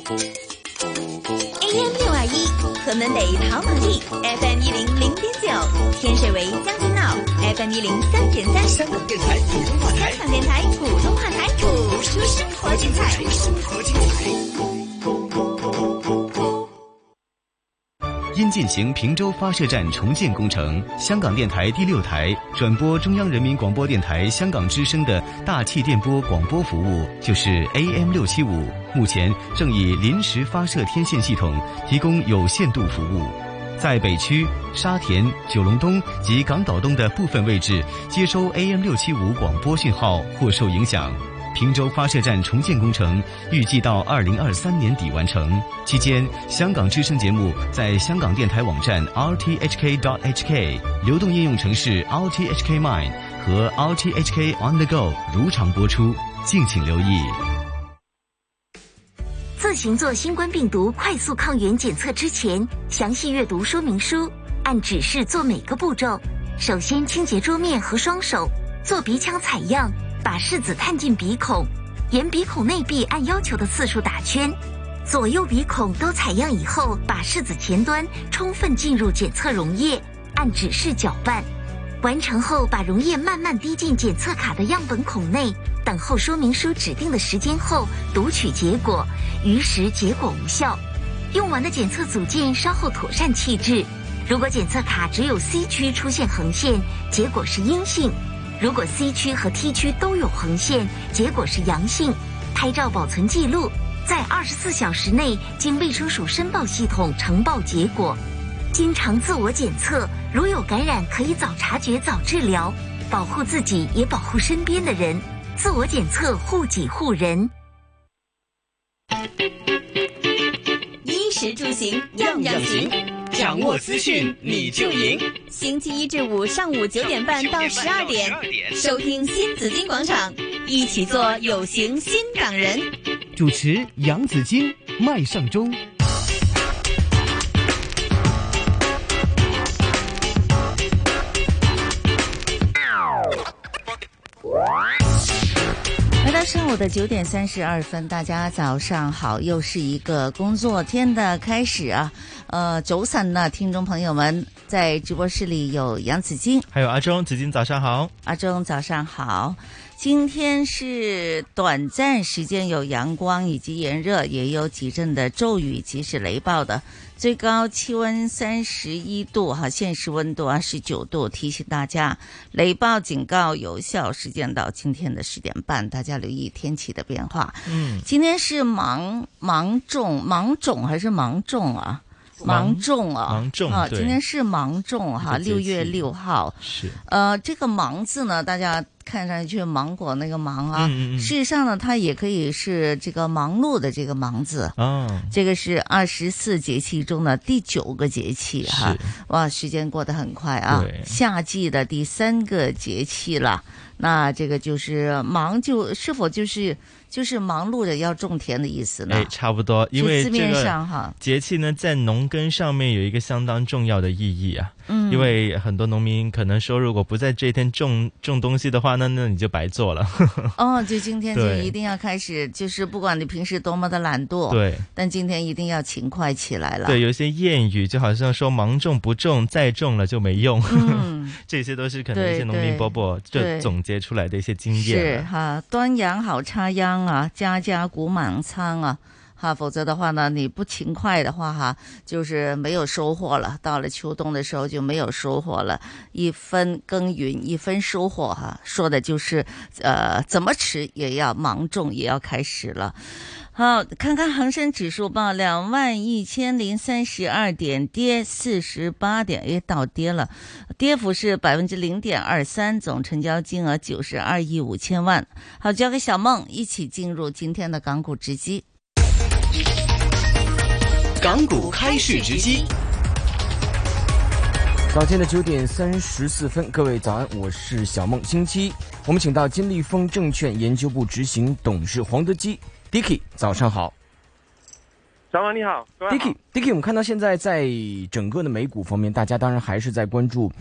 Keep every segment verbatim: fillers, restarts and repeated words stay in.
A M 六二一，河门北陶蒙地 F M 一零零点九，天水围将军澳 F M 一零三点三， 香港电台普通话台， 香港电台普通话台，谱出生活精彩， 生活精彩。 因进行平洲发射站重建工程，香港电台第六台转播中央人民广播电台香港之声的大气电波广播服务，就是 A M 六七五，目前正以临时发射天线系统提供有限度服务。在北区、沙田、九龙东及港岛东的部分位置接收 A M 六七五广播讯号或受影响。平洲发射站重建工程预计到二零二三年底完成，期间香港之声节目在香港电台网站 r t h k dot h k、 流动应用程式 r t h k mine 和 r t h k on the go 如常播出，敬请留意。 自行做新冠病毒快速抗原检测之前，详细阅读说明书，按指示做每个步骤。首先清洁桌面和双手，做鼻腔采样，把拭子探进鼻孔，沿鼻孔内壁按要求的次数打圈，左右鼻孔都采样以后，把拭子前端充分进入检测溶液，按指示搅拌。完成后，把溶液慢慢滴进检测卡的样本孔内，等候说明书指定的时间后读取结果，余时结果无效。用完的检测组件稍后妥善弃置。如果检测卡只有 C 区出现横线，结果是阴性；如果 C 区和 T 区都有横线，结果是阳性。拍照保存记录，在二十四小时内经卫生署申报系统呈报结果。经常自我检测，如有感染可以早察觉早治疗，保护自己也保护身边的人。自我检测护己护人。 衣食住行样样行， 掌握资讯你就赢。 星期一至五上午九点半到十二点，收听新紫金广场，一起做有型新港人。 主持杨紫金、麦尚中。 来到上午的九点三十二分，大家早上好，又是一个工作天的开始啊！呃，早晨呢，听众朋友们，在直播室里有杨紫金， 还有阿忠，紫金早上好， 阿忠早上好。今天是短暂时间有阳光以及炎热，也有几阵的骤雨及时雷暴的，最高气温三十一度哈，现实温度二十九度。提醒大家，雷暴警告有效时间到今天的十点半，大家留意天气的变化。嗯，今天是芒芒种芒种还是芒种啊？芒种啊， 芒种啊，今天是芒种哈，六月六号是。 呃，这个芒字呢，大家看上去芒果那个芒啊， 嗯嗯嗯事实上呢，它也可以是这个忙碌的这个忙字。 哦， 这个是二十四节气中的第九个节气哈，哇，时间过得很快啊，夏季的第三个节气了。那这个就是忙就，就是否就是就是忙碌着要种田的意思呢？ 哎，差不多，因为字面上哈， 节气呢在农耕上面有一个相当重要的意义啊。 嗯， 因为很多农民可能说，如果不在这一天种种东西的话，那那你就白做了。 哦，就今天就一定要开始，就是不管你平时多么的懒惰， 对， 但今天一定要勤快起来了。 对，有些谚语就好像说忙种不种，再种了就没用。嗯，这些都是可能一些农民伯伯就总结出来的一些经验。 是哈，端阳好插秧啊，家家谷满仓啊。哈，否则的话呢，你不勤快的话哈，就是没有收获了。到了秋冬的时候就没有收获了，一分耕耘一分收获哈，说的就是呃，怎么吃也要芒种，也要开始了。好，看看恒生指数报两万一千零三十二点，跌四十八点，也倒跌了，跌幅是百分之零点二三，总成交金额九十二亿五千万。好，交给小梦，一起进入今天的港股直击。 港股开市直击， 早间的九点三十四分，各位早安，我是小梦。星期一，我们请到金利丰证券研究部执行董事黄德基 Dicky， 早上好。 小王你好，各位好。 Dicky Dicky， 我们看到现在在整个的美股方面，大家当然还是在关注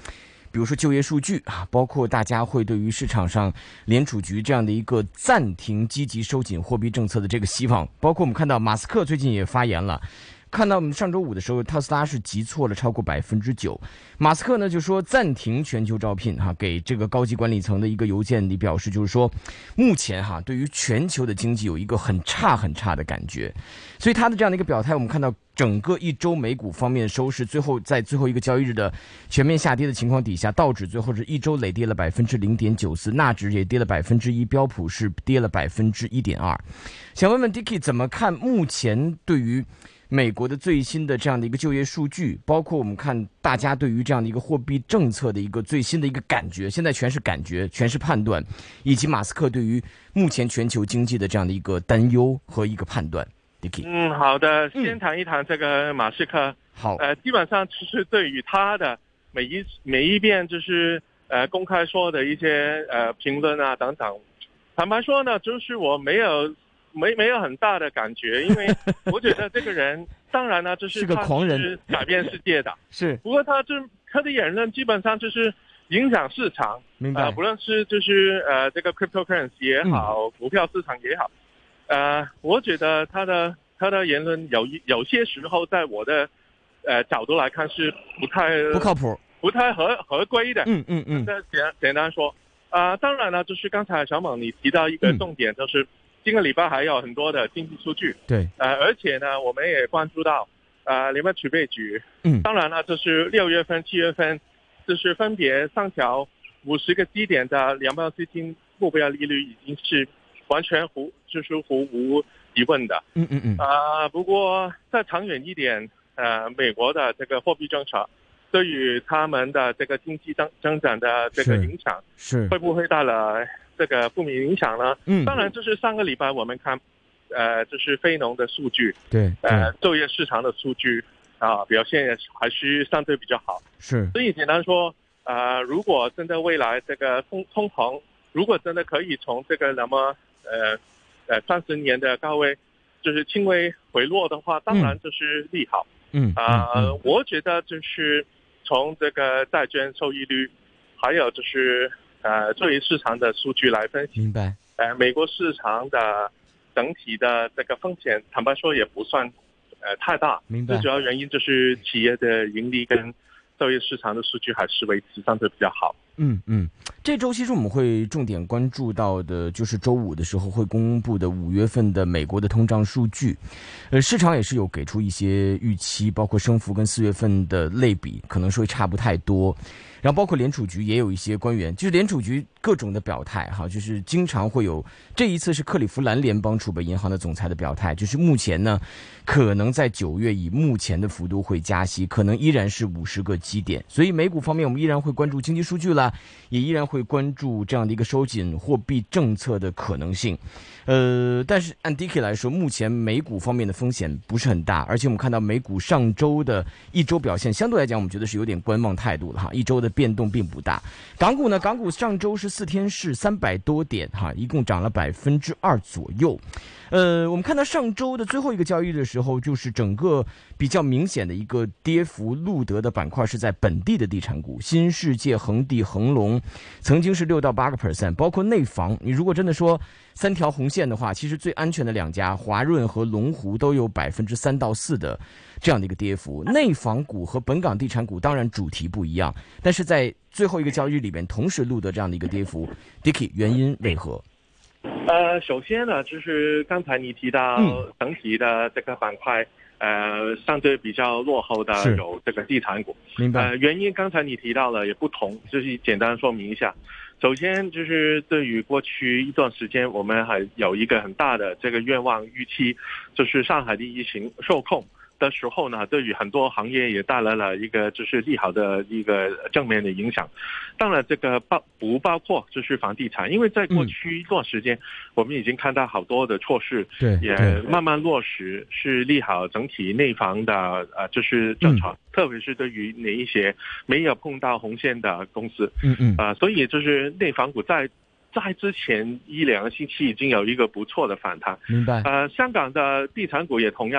比如说就业数据啊，包括大家会对于市场上联储局这样的一个暂停积极收紧货币政策的这个希望，包括我们看到马斯克最近也发言了。看到我们上周五的时候，特斯拉是急挫了超过百分之九。马斯克呢就说暂停全球招聘，哈，给这个高级管理层的一个邮件里表示，就是说目前哈对于全球的经济有一个很差很差的感觉。所以他的这样的一个表态，我们看到整个一周美股方面收市，最后在最后一个交易日的全面下跌的情况底下，道指最后是一周累跌了百分之零点九四，纳指也跌了百分之一，标普是跌了百分之一点二。想问问 Dicky 怎么看目前对于美国的最新的这样的一个就业数据，包括我们看大家对于这样的一个货币政策的一个最新的一个感觉，现在全是感觉，全是判断，以及马斯克对于目前全球经济的这样的一个担忧和一个判断。Dicky， 嗯，好的，先谈一谈这个马斯克。 好， 呃，基本上其实对于他的每一每一遍就是呃公开说的一些呃评论啊等等，坦白说呢，就是我没有。没没有很大的感觉，因为我觉得这个人，当然呢，就是是个狂人， 是改变世界的。 是， 不过他就他的言论基本上就是影响市场， 明白？ 呃，不论是就是呃这个 cryptocurrency 也好，嗯、股票市场也好，呃，我觉得他的他的言论有有些时候在我的呃角度来看是不太不靠谱、 不太合合规的。 嗯嗯嗯。 这简简单说，啊、呃，当然了，就是刚才小猛你提到一个重点，就是。嗯今个礼拜还有很多的经济数据， 对， 呃，而且呢，我们也关注到，呃，联邦储备局， 嗯， 当然了，就是六月份、七月份，就是分别上调五十个基点的联邦基金目标利率，已经是完全无，就是无无疑问的， 嗯嗯嗯， 啊、呃，不过再长远一点，呃，美国的这个货币政策对于他们的这个经济增增长的这个影响， 是会不会带来这个负面影响呢？ 嗯， 当然，就是上个礼拜我们看，呃，就是非农的数据， 对， 呃，就业市场的数据啊，表现还是相对比较好。 是， 所以简单说，呃，如果真的未来这个通通膨，如果真的可以从这个那么呃呃三十年的高位，就是轻微回落的话，当然就是利好。 嗯啊、呃嗯， 我觉得就是从这个债券收益率，还有就是。呃，作为市场的数据来分析， 明白。 呃，美国市场的整体的这个风险，坦白说也不算呃太大。 明白。 最主要原因就是企业的盈利跟就业市场的数据还是维持相对比较好。 嗯嗯，这周其实我们会重点关注到的，就是周五的时候会公布的五月份的美国的通胀数据，呃，市场也是有给出一些预期，包括升幅跟四月份的类比，可能是会差不太多。然后包括联储局也有一些官员，就是联储局各种的表态哈，就是经常会有，这一次是克利夫兰联邦储备银行的总裁的表态，就是目前呢，可能在九月以目前的幅度会加息，可能依然是五十个基点。所以美股方面，我们依然会关注经济数据啦，也依然会关注这样的一个收紧货币政策的可能性。呃，但是按 Dicky 来说，目前美股方面的风险不是很大，而且我们看到美股上周的一周表现，相对来讲，我们觉得是有点观望态度了哈，一周的变动并不大。港股呢，港股上周是四天是三百多点哈，一共涨了百分之二左右。呃，我们看到上周的最后一个交易日的时候，就是整个比较明显的一个跌幅录得的板块是在本地的地产股，新世界、恒地、恒隆，曾经是六到八个 percent， 包括内房。你如果真的说三条红线的话，其实最安全的两家华润和龙湖都有百分之三到四的这样的一个跌幅。内房股和本港地产股当然主题不一样，但是在最后一个交易日里边同时录得这样的一个跌幅 ，Dicky 原因为何？ 呃，首先呢，就是刚才你提到整体的这个板块，嗯、呃，相对比较落后的有这个地产股， 明白？ 呃，原因刚才你提到了也不同，就是简单说明一下。首先就是对于过去一段时间，我们还有一个很大的这个愿望预期，就是上海的疫情受控的时候呢，对于很多行业也带来了一个就是利好的一个正面的影响。当然，这个包不包括就是房地产，因为在过去一段时间，嗯、我们已经看到好多的措施， 对， 也慢慢落实，是利好整体内房的呃，就是政策，嗯、特别是对于哪一些没有碰到红线的公司， 嗯嗯， 啊、呃，所以就是内房股在。在之前一两个星期已经有一个不错的反弹， 明白？ 呃，香港的地产股也同样。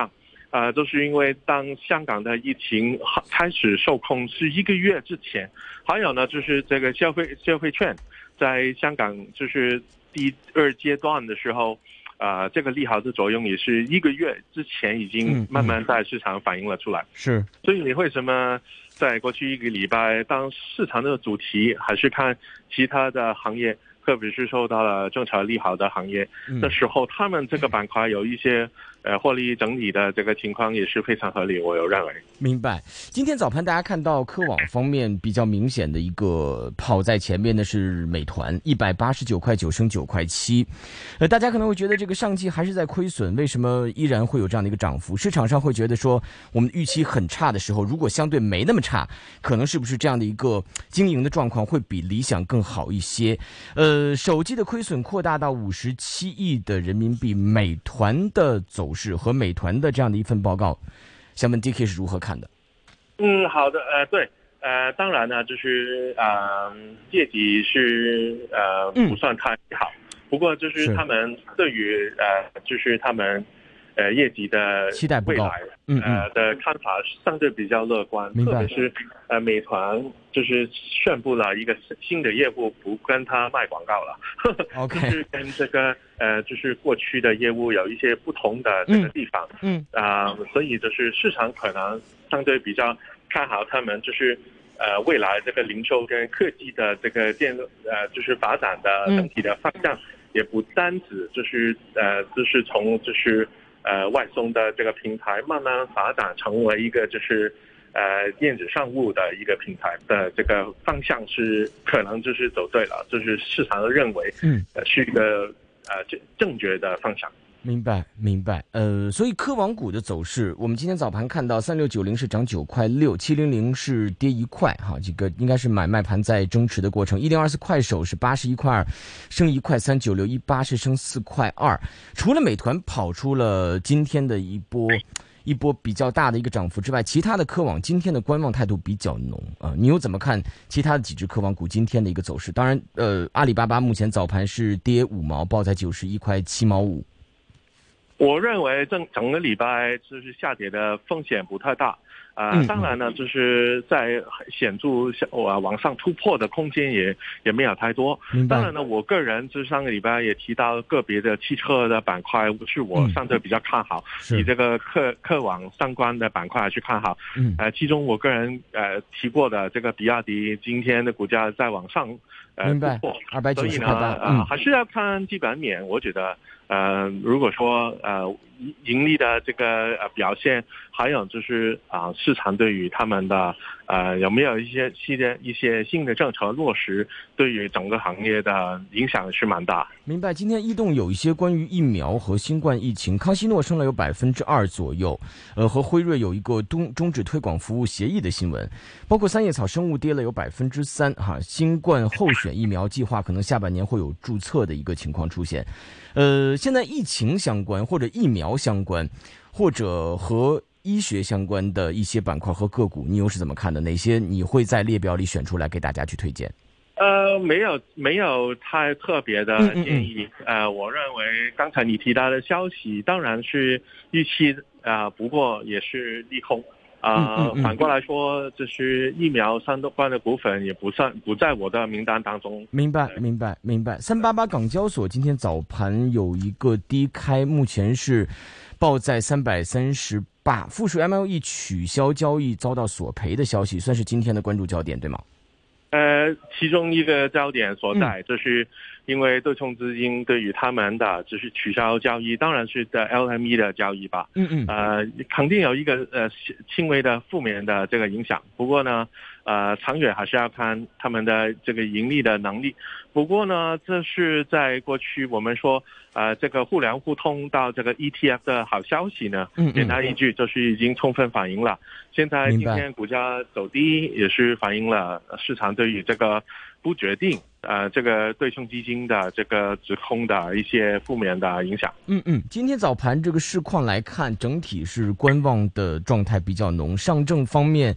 呃，就是因为当香港的疫情开始受控是一个月之前，还有呢就是这个消费消费券在香港就是第二阶段的时候，呃，这个利好的作用也是一个月之前已经慢慢在市场反映了出来。 是， 所以你为什么在过去一个礼拜，当市场的主题还是看其他的行业，特别是受到了政策利好的行业的时候，他们这个板块有一些呃获利整理的这个情况也是非常合理，我有认为。 明白。今天早盘大家看到科网方面比较明显的一个跑在前面的是美团，一百八十九块九升九块七。呃，大家可能会觉得这个上季还是在亏损，为什么依然会有这样的一个涨幅？市场上会觉得说，我们预期很差的时候，如果相对没那么差，可能是不是这样的一个经营的状况会比理想更好一些？呃，首季的亏损扩大到五十七亿的人民币，美团的走势和美团的这样的一份报告，想问 D K 是如何看的？ 嗯，好的，呃，对，呃，当然呢，就是呃，业绩是呃不算太好，嗯、不过就是他们对于呃，就是他们呃业绩的期待不高， 嗯嗯呃的看法相对比较乐观，特别是呃美团就是宣布了一个新的业务，不跟他卖广告了，呵呵 OK， 就是跟这个呃就是过去的业务有一些不同的这个地方， 嗯啊、呃，所以就是市场可能相对比较看好他们，就是呃未来这个零售跟科技的这个电呃就是发展的整体的方向，也不单只就是呃就是从就是呃外送的这个平台慢慢发展成为一个就是呃电子商务的一个平台的这个方向是可能就是走对了，就是市场认为嗯呃是一个呃正正确的方向。 明白，明白。呃，所以科网股的走势，我们今天早盘看到三六九零是涨九块六，七零零是跌一块，哈，这个应该是买卖盘在争持的过程。一零二四快手是八十一块二，升一块三，九六一八是升四块二。除了美团跑出了今天的一波一波比较大的一个涨幅之外，其他的科网今天的观望态度比较浓啊、呃。你又怎么看其他的几只科网股今天的一个走势？当然，呃，阿里巴巴目前早盘是跌五毛，报在九十一块七毛五。 我认为整整个礼拜就是下跌的风险不太大，啊、呃，当然呢，就是在显著呃往上突破的空间也也没有太多。当然呢，我个人就是上个礼拜也提到个别的汽车的板块是我相对比较看好，嗯、以这个科科网相关的板块去看好。嗯，呃，其中我个人呃提过的这个比亚迪今天的股价在往上呃突破， 二百九十块八， 呃、嗯，还是要看基本面，我觉得。呃，如果说呃盈利的这个呃表现，还有就是啊、呃、市场对于他们的呃有没有一些新的一些新的政策落实，对于整个行业的影响是蛮大。 明白。今天异动有一些关于疫苗和新冠疫情，康希诺升了有百分之二左右，呃和辉瑞有一个终终止推广服务协议的新闻，包括三叶草生物跌了有百分之三哈，新冠候选疫苗计划可能下半年会有注册的一个情况出现。呃，现在疫情相关或者疫苗相关，或者和医学相关的一些板块和个股，你又是怎么看的？哪些你会在列表里选出来给大家去推荐？ 呃，没有没有太特别的建议。嗯嗯嗯呃，我认为刚才你提到的消息当然是预期啊、呃，不过也是利空。啊、呃嗯嗯嗯，反过来说，就是疫苗相关的股份也不算不在我的名单当中。 明白，明白，明白。三八八港交所今天早盘有一个低开，目前是报在三百三十八。附属 M L E 取消交易遭到索赔的消息，算是今天的关注焦点，对吗？ 呃，其中一个焦点所在，就是因为对冲资金对于他们的就是取消交易，当然是的 L M E 的交易吧。嗯嗯。呃，肯定有一个呃轻微的负面的这个影响。不过呢，呃，长远还是要看他们的这个盈利的能力。不过呢，这是在过去我们说呃这个互联互通到这个 E T F 的好消息呢，嗯嗯简单一句就是已经充分反映了。现在今天股价走低，也是反映了市场对于这个不决定呃这个对冲基金的这个指控的一些负面的影响。 嗯嗯，今天早盘这个市况来看，整体是观望的状态比较浓。上证方面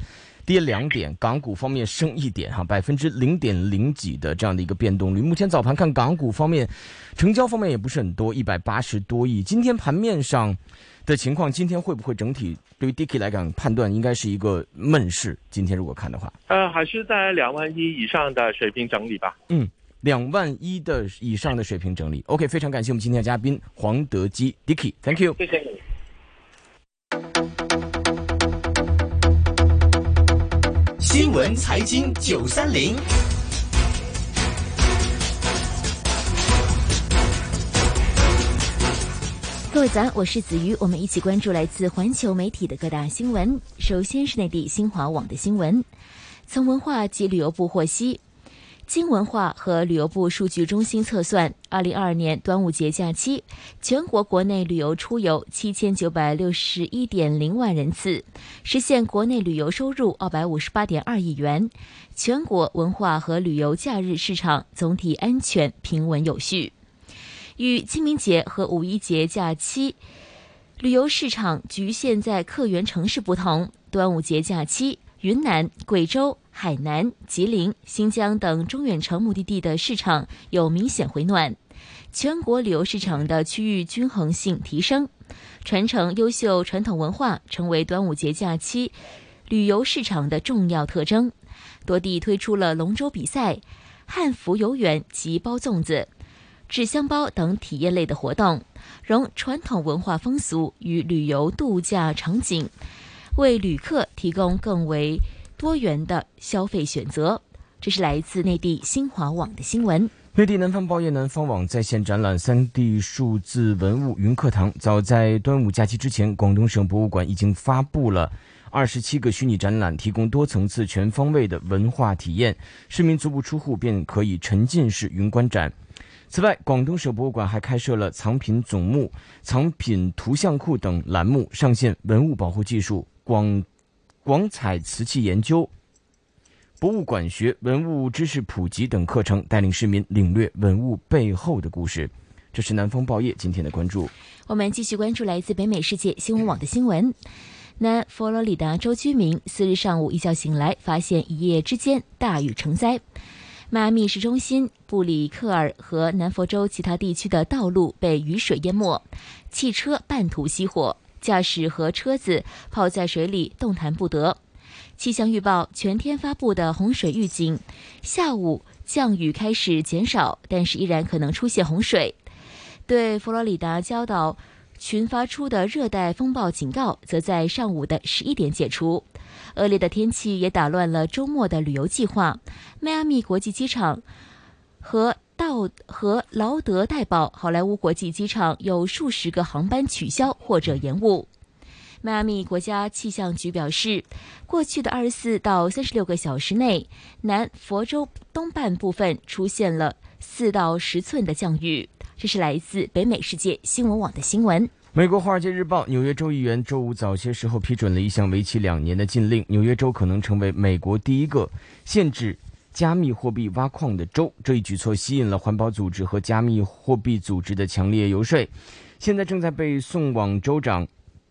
跌两点，港股方面升一点哈，百分之零点零几的这样的一个变动率。目前早盘看港股方面，成交方面也不是很多，一百八十多亿。今天盘面上的情况，今天会不会整体对于 Dicky 来讲判断应该是一个闷市？今天如果看的话， 呃，还是在两万一以上的水平整理吧。 嗯，两万一的以上的水平整理。OK， 非常感谢我们今天的嘉宾黄德基 Dicky，Thank you， 谢谢你。 新闻财经九三零， 各位早安，我是子瑜，我们一起关注来自环球媒体的各大新闻。首先是内地新华网的新闻，从文化及旅游部获悉，经文化和旅游部数据中心测算，二零二二年端午节假期，全国国内旅游出游七千九百六十一点零万人次，实现国内旅游收入二百五十八点二亿元。全国文化和旅游假日市场总体安全平稳有序。与清明节和五一节假期旅游市场局限在客源城市不同，端午节假期，云南、贵州、海南、吉林、新疆等中远程目的地的市场有明显回暖，全国旅游市场的区域均衡性提升，传承优秀传统文化成为端午节假期旅游市场的重要特征。多地推出了龙舟比赛、汉服游园及包粽子、制香包等体验类的活动，融传统文化风俗与旅游度假场景，为旅客提供更为多元的消费选择。这是来自内地新华网的新闻。 内地南方报业南方网在线展览三 D 数字文物云课堂。早在端午假期之前，广东省博物馆已经发布了二十七个虚拟展览，提供多层次全方位的文化体验，市民足不出户便可以沉浸式云观展。此外，广东省博物馆还开设了藏品总目、藏品图像库等栏目，上线文物保护技术、广广彩瓷器研究、博物馆学、文物知识普及等课程，带领市民领略文物背后的故事。这是南方报业今天的关注。 我们继续关注来自北美世界新闻网的新闻。南佛罗里达州居民四日上午一觉醒来，发现一夜之间大雨成灾。迈阿密市中心、布里克尔和南佛州其他地区的道路被雨水淹没，汽车半途熄火，驾驶和车子泡在水里动弹不得。气象预报全天发布的洪水预警，下午降雨开始减少，但是依然可能出现洪水。对佛罗里达礁岛群发出的热带风暴警告，则在上午的十一点解除。恶劣的天气也打乱了周末的旅游计划。迈阿密国际机场和道和劳德代堡好莱坞国际机场有数十个航班取消或者延误。迈阿密国家气象局表示，过去的二十四到三十六个小时内，南佛州东半部分出现了四到十寸的降雨。这是来自北美世界新闻网的新闻。 美国《华尔街日报》纽约州议员周五早些时候批准了一项为期两年的禁令，纽约州可能成为美国第一个限制加密货币挖矿的州。这一举措吸引了环保组织和加密货币组织的强烈游说，现在正在被送往州长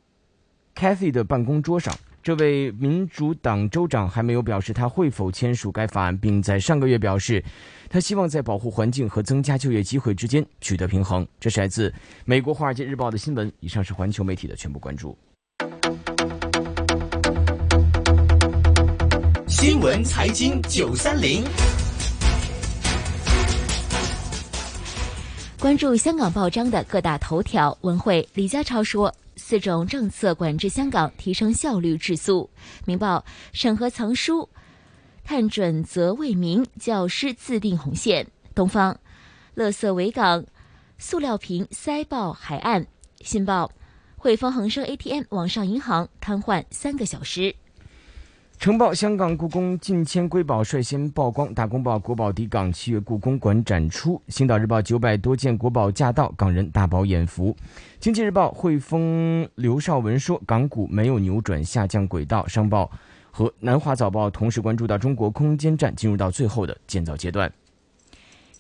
Cathy 的办公桌上。这位民主党州长还没有表示他会否签署该法案，并在上个月表示他希望在保护环境和增加就业机会之间取得平衡。这是来自美国《华尔街日报》的新闻。以上是环球媒体的全部关注。 新闻财经九三零， 关注香港报章的各大头条。文汇李家超说，四种政策管制香港，提升效率质素。明报审核藏书探准则未明，教师自定红线。东方垃圾围港，塑料瓶塞爆海岸。信报汇丰恒生 A T M 网上银行瘫痪三个小时。 晨报香港故宫近千瑰宝率先曝光。大公报国宝抵港，七月故宫馆展出。星岛日报九百多件国宝驾到，港人大饱眼福。经济日报汇丰刘少文说，港股没有扭转下降轨道。商报和南华早报同时关注到中国空间站进入到最后的建造阶段。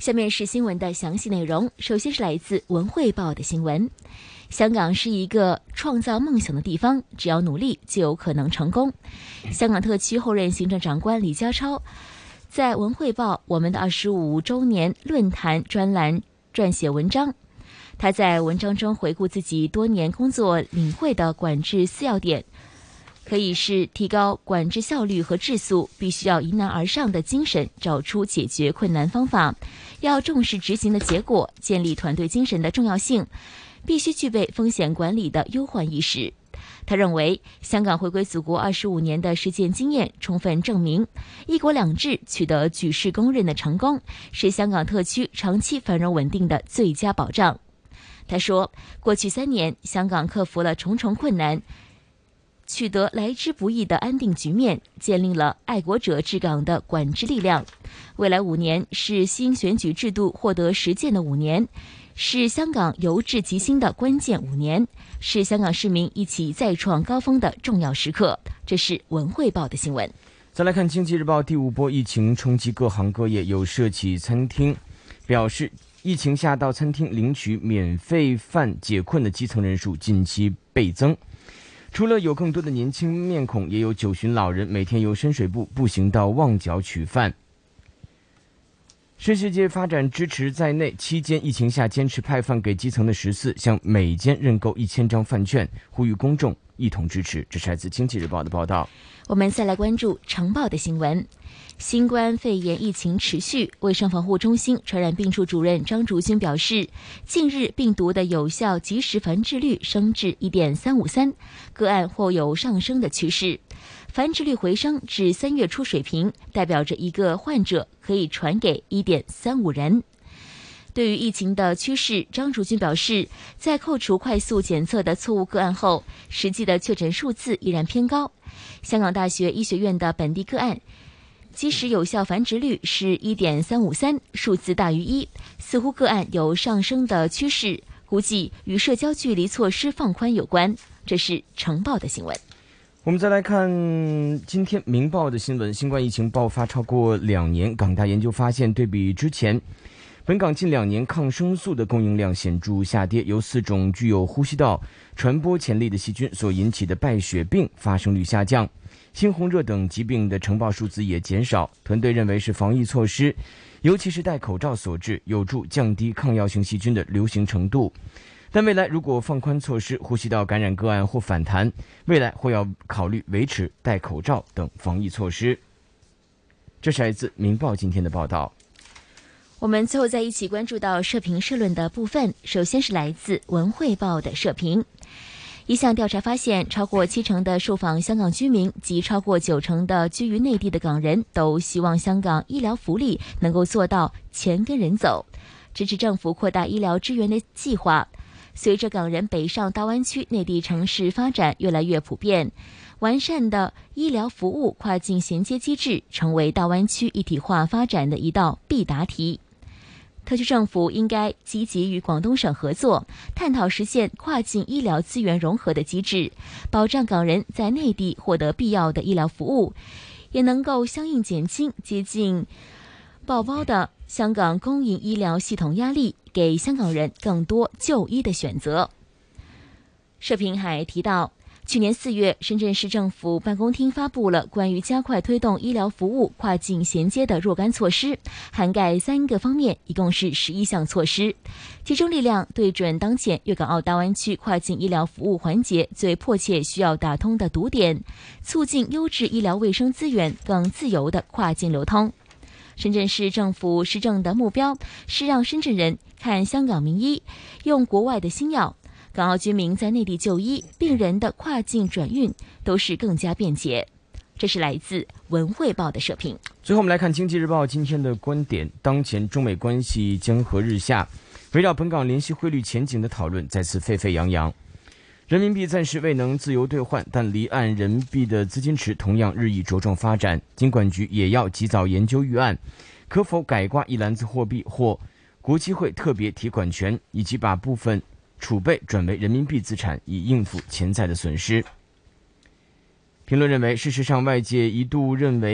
下面是新闻的详细内容。首先是来自文汇报的新闻。香港是一个创造梦想的地方，只要努力就有可能成功。香港特区后任行政长官李家超在文汇报我们的二十五周年论坛专栏撰写文章。他在文章中回顾自己多年工作领会的管制四要点，可以是提高管制效率和质素，必须要迎难而上的精神，找出解决困难方法，要重视执行的结果，建立团队精神的重要性，必须具备风险管理的忧患意识。他认为，香港回归祖国二十五年的实践经验充分证明，一国两制取得举世公认的成功，是香港特区长期繁荣稳定的最佳保障。他说，过去三年，香港克服了重重困难，取得来之不易的安定局面，建立了爱国者治港的管制力量。未来五年是新选举制度获得实践的五年，是香港由治及兴的关键五年，是香港市民一起再创高峰的重要时刻。这是文汇报的新闻。 再来看经济日报，第五波疫情冲击各行各业，有涉企餐厅表示，疫情下到餐厅领取免费饭解困的基层人数近期倍增。除了有更多的年轻面孔，也有九旬老人每天由深水埗步行到旺角取饭。世世界发展支持在内，期间疫情下坚持派饭给基层的十四，向每间认购一千张饭券，呼吁公众一同支持。这是来自经济日报的报道。 我们再来关注晨报的新闻。新冠肺炎疫情持续，卫生防护中心传染病处主任张竹君表示，近日病毒的有效即时繁殖率升至 一点三五三， 个案或有上升的趋势。繁殖率回升至三月初水平，代表着一个患者可以传给 一点三五 人。对于疫情的趋势，张竹君表示，在扣除快速检测的错误个案后，实际的确诊数字依然偏高。香港大学医学院的本地个案即时有效繁殖率是 一点三五三， 数字大于一，似乎个案有上升的趋势，估计与社交距离措施放宽有关。这是晨报的新闻。 我们再来看今天明报的新闻。新冠疫情爆发超过两年，港大研究发现，对比之前，本港近两年抗生素的供应量显著下跌，由四种具有呼吸道传播潜力的细菌所引起的败血病发生率下降，猩红热等疾病的呈报数字也减少。团队认为是防疫措施，尤其是戴口罩所致，有助降低抗药性细菌的流行程度。但未来如果放宽措施，呼吸道感染个案或反弹，未来会要考虑维持戴口罩等防疫措施。这是来自明报今天的报道。 我们最后在一起关注到社评社论的部分。首先是来自文汇报的社评。一项调查发现，超过七成的受访香港居民及超过九成的居于内地的港人都希望香港医疗福利能够做到钱跟人走，支持政府扩大医疗支援的计划。随着港人北上大湾区内地城市发展越来越普遍，完善的医疗服务跨境衔接机制成为大湾区一体化发展的一道必答题。特区政府应该积极与广东省合作，探讨实现跨境医疗资源融合的机制，保障港人在内地获得必要的医疗服务，也能够相应减轻接近爆包的香港公营医疗系统压力，给香港人更多就医的选择。社评还提到，去年四月，深圳市政府办公厅发布了关于加快推动医疗服务跨境衔接的若干措施，涵盖三个方面，一共是十一项措施，集中力量对准当前粤港澳大湾区跨境医疗服务环节最迫切需要打通的堵点，促进优质医疗卫生资源更自由的跨境流通。深圳市政府施政的目标是让深圳人看香港名医，用国外的新药，港澳居民在内地就医，病人的跨境转运都是更加便捷。这是来自文汇报的社评。 最后我们来看经济日报今天的观点。当前中美关系江河日下，围绕本港联系汇率前景的讨论再次沸沸扬扬。人民币暂时未能自由兑换，但离岸人民币的资金池同样日益茁壮发展。金管局也要及早研究预案，可否改挂一篮子货币或国基会特别提款权，以及把部分储备转为人民币资产，以应付潜在的损失。评论认为，事实上外界一度认为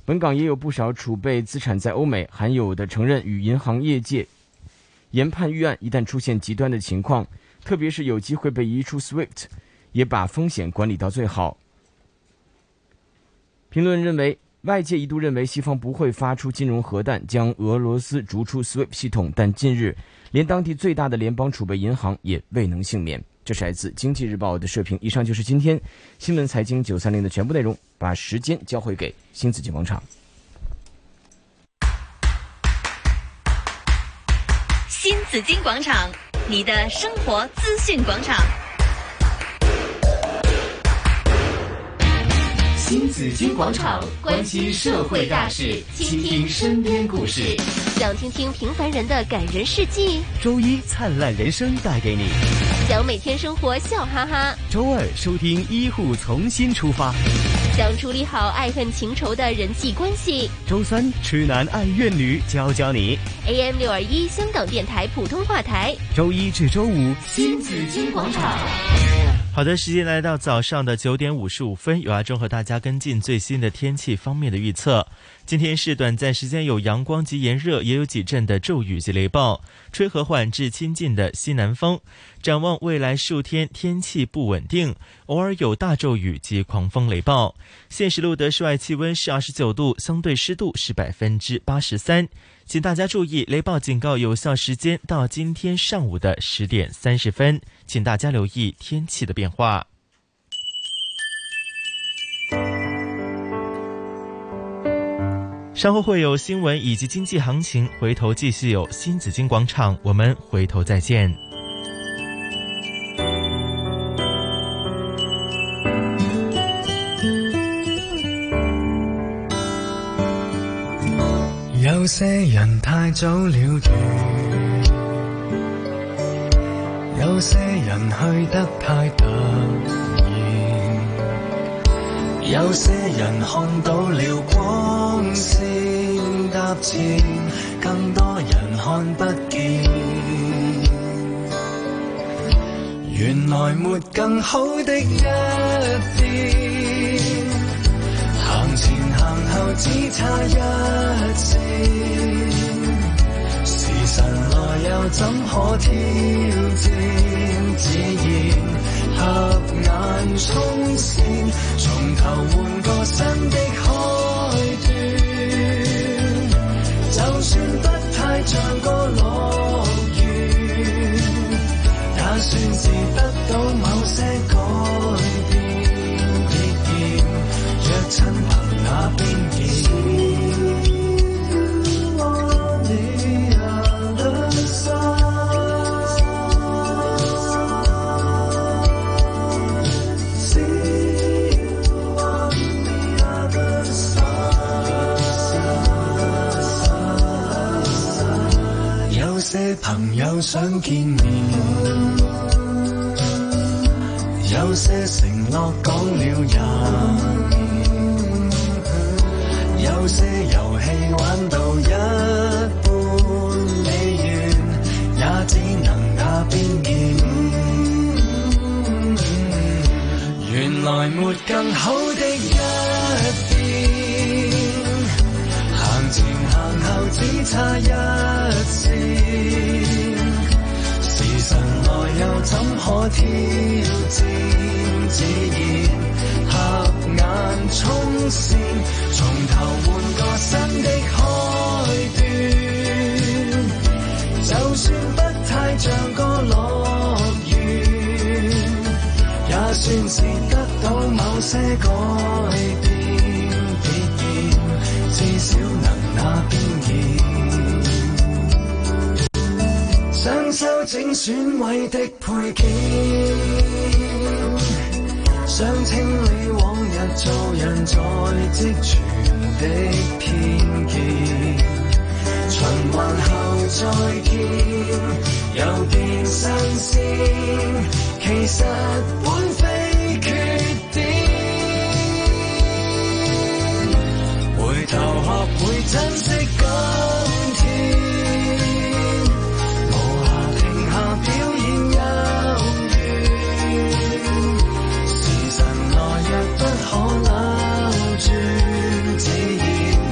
本港也有不少储备资产在欧美，罕有的承认与银行业界研判预案，一旦出现极端的情况，特别是有机会被移出 S W I F T， 也把风险管理到最好。评论认为，外界一度认为西方不会发出金融核弹，将俄罗斯逐出 S W I F T 系统，但近日连当地最大的联邦储备银行也未能幸免。这是来自《经济日报》的社评。以上就是今天新闻财经九三零的全部内容，把时间交回给新紫金广场。 新紫金广场，你的生活资讯广场。 新紫金广场，关心社会大事，倾听身边故事。 想听听平凡人的感人事迹？ 周一灿烂人生带给你。 想每天生活笑哈哈？ 周二收听医护从新出发。 想处理好爱恨情仇的人际关系？ 周三痴男爱怨女，教教你。 A M 六二一香港电台普通话台， 周一至周五新紫金广场。 好的，时间来到早上的九点五十五分，有阿忠和大家跟进最新的天气方面的预测。今天是短暂时间有阳光及炎热，也有几阵的骤雨及雷暴，吹和缓至亲近的西南风。展望未来数天天气不稳定，偶尔有大骤雨及狂风雷暴。现时录得室外气温是二十九度，相对湿度是百分之八十三。请大家注意，雷暴警告有效时间到今天上午的十点三十分，请大家留意天气的变化。稍后会有新闻以及经济行情，回头继续有新紫金广场，我们回头再见。 有些人太早了斷，有些人去得太突然，有些人看到了光線搭前，更多人看不見。原來沒更好的一天，行前行後只差一線，時辰來又怎可挑戰？自然合眼衝線，從頭換個新的開端，就算不太像個樂園，也算是得到某些改變。別嫌若親朋那邊見，有些朋友想見面，有些承諾講了廿年，有些遊戲玩到一半未完，也只能那邊見。原來沒更好的一天，行前行後只差一線，時辰來又怎可挑戰？自然合眼衝線，從頭換個新的開端，就算不太像個樂園，也算是得到某些改變。別嫌至少能那邊見，想修整損毀的配件，想清理往日做人在積存的偏見，循環後再見，又變新鮮，其實本非缺點，回頭學會珍惜今天，無暇停下表演幽怨，時辰來若不可扭轉，自然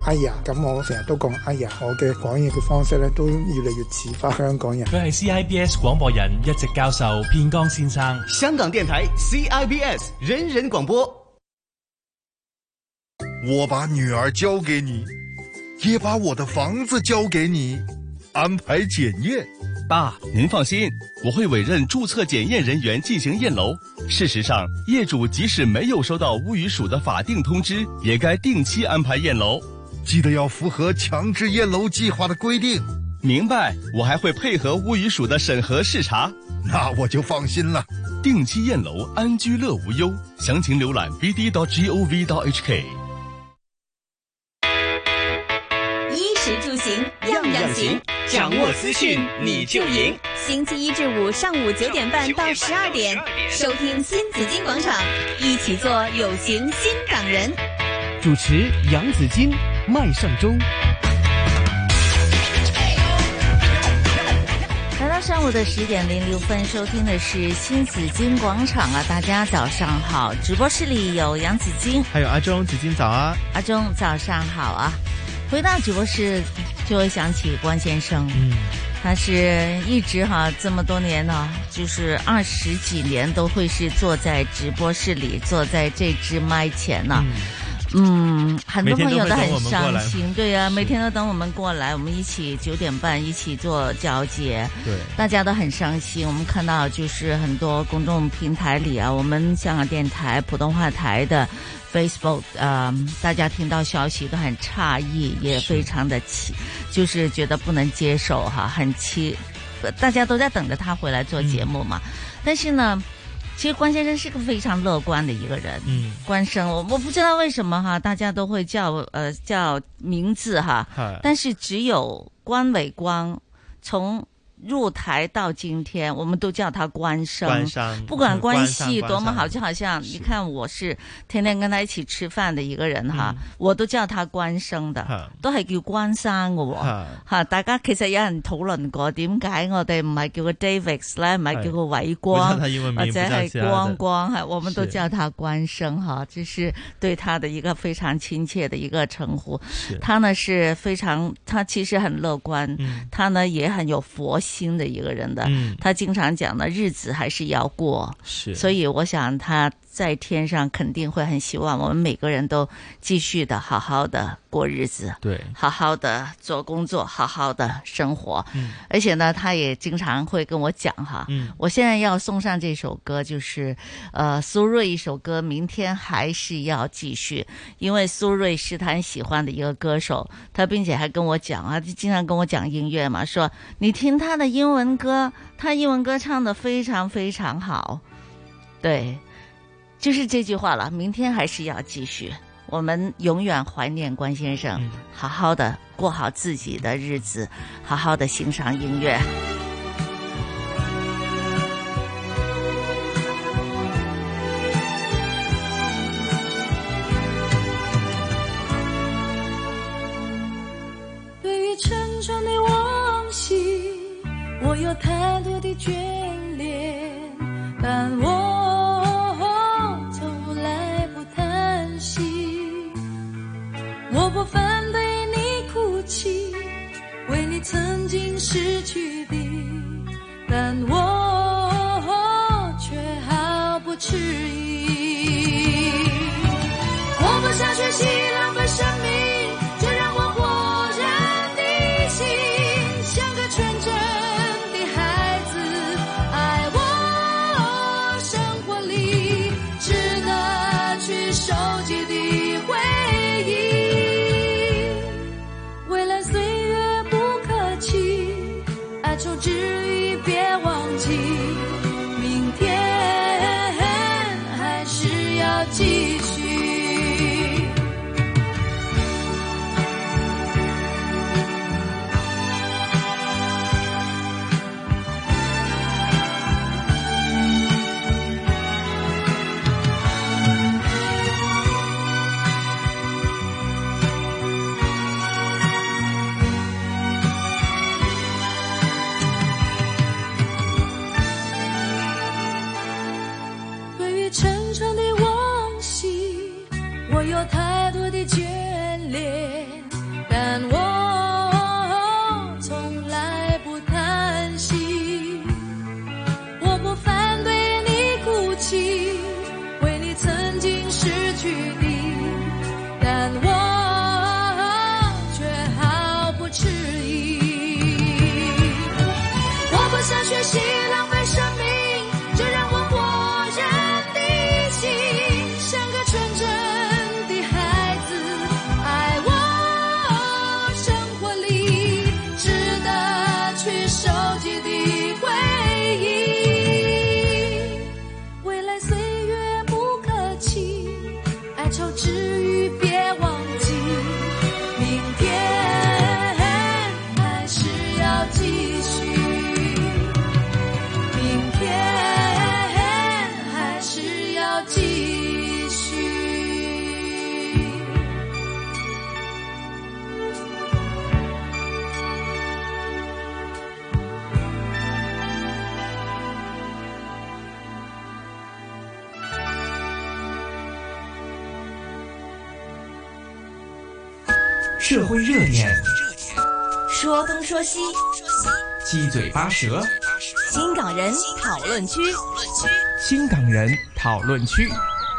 哎呀，咁我成日都講哎呀，我嘅講嘢嘅方式咧都越嚟越似翻香港人。 佢係 C I B S 廣播人一席教授片江先生。 香港電台 C I B S 人人廣播。 我把女兒交給你，也把我的房子交給你，安排檢驗。 爸，您放心，我會委任註冊檢驗人員進行驗樓。事實上，業主即使沒有收到屋宇署的法定通知，也該定期安排驗樓。 記得要符合強制驗樓計劃的規定。 明白，我還會配合屋宇署的審核視察。 那我就放心了。 定期驗樓，安居樂無憂。詳情瀏覽 b d dot gov dot h k。 衣食住行樣樣行， 掌握資訊你就贏。 星期一至五上午九點半到十二點，收聽新紫荊廣場，一起做有型新港人。 主持楊紫荊、麥尚中。 来到上午的十點零六分，收聽的是新紫荊廣場啊！大家早上好，直播室裏有楊紫荊， 還有阿中，紫荊早啊！ 阿中早上好啊！回到直播室就會想起關先生， 嗯， 他是一直哈這麼多年呢，就是二十幾年都會是坐在直播室裏，坐在這支麥前呢。嗯嗯，很多朋友都很傷心，對啊，每天都等我們過來，我們一起九點半一起做交接， 對， 大家都很傷心。我們看到就是很多公眾平台裏啊，我們香港電台普通話台的 Facebook， 呃，大家聽到消息都很詫異，也非常的氣，就是覺得不能接受哈，很氣，大家都在等着他回來做節目嘛，嗯、但是呢。其實關先生是個非常樂觀的一個人，嗯，關生，我我不知道為什麼哈，大家都會叫呃叫名字哈，但是只有關偉光從入台到今天，我們都叫他關生， 關生， 不管關係多麼好，就好像你看我是天天跟他一起吃飯的一個人哈，我都叫他關生的，都係叫關生嘅喎，吓，大家其實有人討論過，點解我哋唔係叫佢 David 咧，唔係叫佢偉光，或者係光光，係我們都叫他關生哈，這是對他的一個非常親切的一個稱呼。他呢是非常，他其實很樂觀，他呢也很有佛心的一個人的，嗯、他經常講的日子還是要過，是，所以我想他在天上肯定會很希望我們每個人都繼續的好好的過日子，對，好好的做工作，好好的生活，嗯，而且呢，他也經常會跟我講哈，嗯，我現在要送上這首歌，就是呃蘇芮一首歌，明天還是要繼續，因為蘇芮是他很喜歡的一個歌手，他並且還跟我講啊，就經常跟我講音樂嘛，說你聽他的英文歌，他英文歌唱得非常非常好，對，就是這句話了，明天還是要繼續，我們永遠懷念關先生，嗯、好好的過好自己的日子，好好的欣賞音樂。 對於沉重的往昔，我有太多的眷戀，但我從來不嘆息。我不反對你哭泣，為你曾經失去的，但我卻毫不遲疑。活不下去，豈浪費生命，就讓我火熱的心像個純真的孩子，愛我生活裡只能去收集的回憶。未來歲月不可期，哀愁之餘別忘記，明天還是要繼續。 社会热点， 说东说西， 七嘴八舌， 新港人讨论区， 新港人讨论区。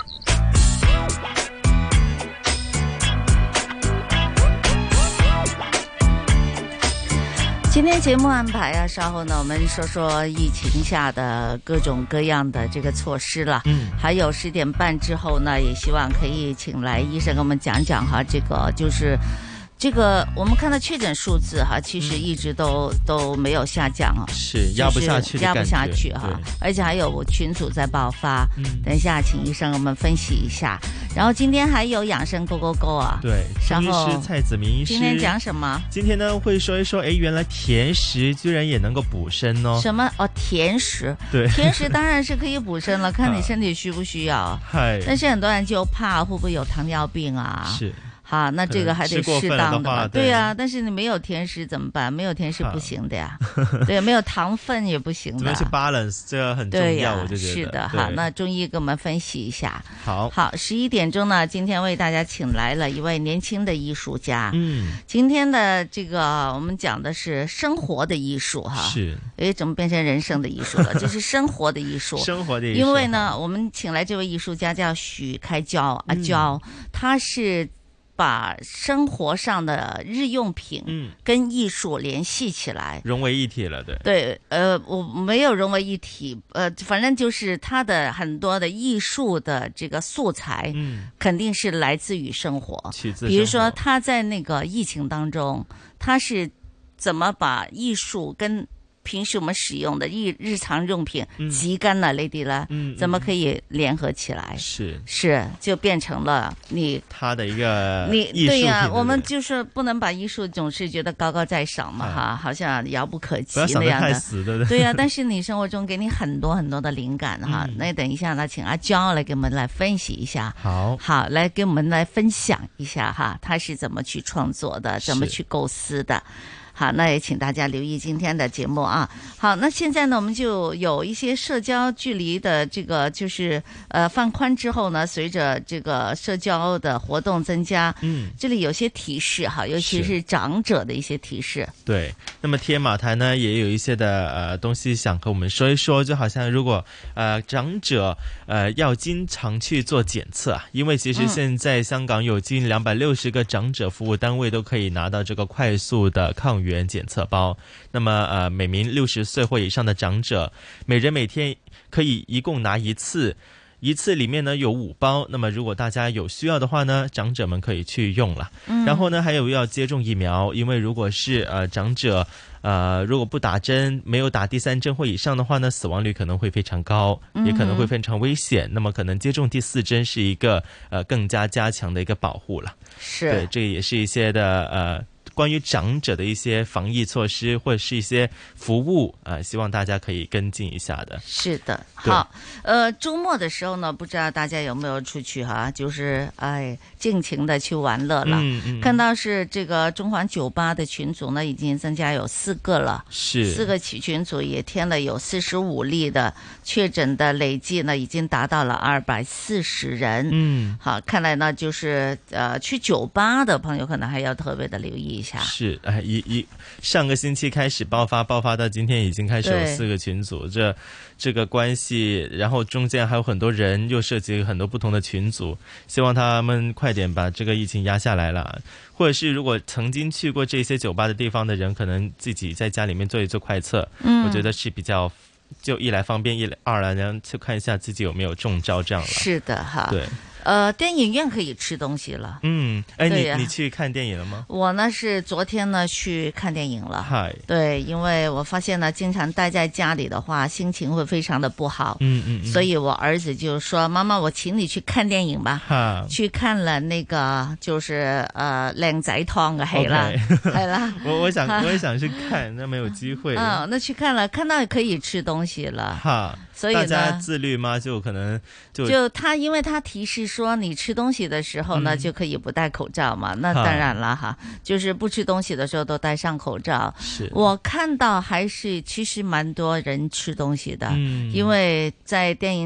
今天节目安排啊，稍后呢，我们说说疫情下的各种各样的这个措施了。嗯，还有十点半之后呢，也希望可以请来医生跟我们讲讲哈，这个就是这个我们看到确诊数字哈，其实一直都、嗯、都没有下降啊， 是压不下去的压不下去哈，而且还有群组在爆发。嗯，等一下请医生我们分析一下。然后今天还有养生 Go Go Go 啊， 对，中医师蔡子明医师今天讲什么？ 今天呢会说一说，哎，原来甜食居然也能够补身哦。 什么哦？甜食？ 对， 甜食当然是可以补身了，看你身体需不需要。嗨，但是很多人就怕会不会有糖尿病啊？ 是。 好，那这个还得适当的嘛，对呀、啊。但是你没有甜食怎么办？没有甜食不行的呀，对，没有糖分也不行的。 怎么去 balance 这个很重要，我就觉得是的。好，那中医给我们分析一下。 好， 好，十一点钟呢，今天为大家请来了一位年轻的艺术家。嗯，今天的这个我们讲的是生活的艺术哈。 是。 哎，怎么变成人生的艺术了？这是生活的艺术。 生活的艺术。 因为呢，我们请来这位艺术家叫许开娇，阿娇，他是把生活上的日用品跟艺术联系起来， 融为一体了，对。 对，呃，我没有融为一体，呃，反正就是他的很多的艺术的这个素材，嗯，肯定是来自于生活。 取自生活。 比如说他在那个疫情当中，他是怎么把艺术跟平时我们使用的日日常用品集干了类的了，嗯，怎么可以联合起来？ 是是，就变成了你他的一个你艺术对呀、 啊， 我们就是不能把艺术总是觉得高高在上嘛，哈、啊，好像遥不可及那样的。 死对不对？ 对呀、啊，但是你生活中给你很多很多的灵感哈、嗯。那等一下呢，请阿娇来给我们来分析一下。 好， 好，来给我们来分享一下哈，他是怎么去创作的，怎么去构思的。好，那也请大家留意今天的节目啊。好，那现在呢，我们就有一些社交距离的这个，就是呃放宽之后呢，随着这个社交的活动增加，嗯，这里有些提示哈，尤其是长者的一些提示。 对，那么天马台呢也有一些的呃东西想和我们说一说，就好像如果呃长者呃要经常去做检测，因为其实现在香港有近两百六十个长者服务单位都可以拿到这个快速的抗原检测包，那么呃，每名六十岁或以上的长者，每人每天可以一共拿一次，一次里面呢有五包。那么如果大家有需要的话呢，长者们可以去用了。嗯、然后呢，还有要接种疫苗，因为如果是呃长者呃如果不打针，没有打第三针或以上的话呢，死亡率可能会非常高，也可能会非常危险。嗯、那么可能接种第四针是一个呃更加加强的一个保护了。 是， 对，这也是一些的呃。关于长者的一些防疫措施或者是一些服务啊、呃，希望大家可以跟进一下的。 是的，好，呃，周末的时候呢，不知道大家有没有出去哈，就是哎，尽情的去玩乐了。嗯嗯。看到是这个中环酒吧的群组呢，已经增加有四个了， 是四个群组也添了有四十五例的确诊的累计呢，已经达到了二百四十人。嗯，好，看来呢，就是呃，去酒吧的朋友可能还要特别的留意一下。 是，哎，一一上个星期开始爆发，爆发到今天已经开始有四个群组，这这个关系，然后中间还有很多人，又涉及很多不同的群组，希望他们快点把这个疫情压下来了。或者是如果曾经去过这些酒吧的地方的人，可能自己在家里面做一做快测，嗯，我觉得是比较。就一来方便，一来二来呢，去看一下自己有没有中招，这样了。 是的哈， 对。 呃，电影院可以吃东西了。 嗯，哎，你你去看电影了吗？ 我呢是昨天呢去看电影了。 嗨， 对，因为我发现呢，经常待在家里的话，心情会非常的不好。嗯嗯嗯。所以我儿子就说：“妈妈，我请你去看电影吧。”哈，去看了那个就是呃靚仔湯嘅戲啦，係啦。 我我想我也想去看，那沒有機會。 嗯，那去看了，看到可以吃東西了。 哈。 所以呢， 大家自律嗎？就可能就就他，因為他提示說你吃東西的時候呢，嗯、就可以不戴口罩嘛。那當然了哈，就是不吃東西的時候都戴上口罩。 是我看到還是其實蠻多人吃東西的，嗯、因為在電影。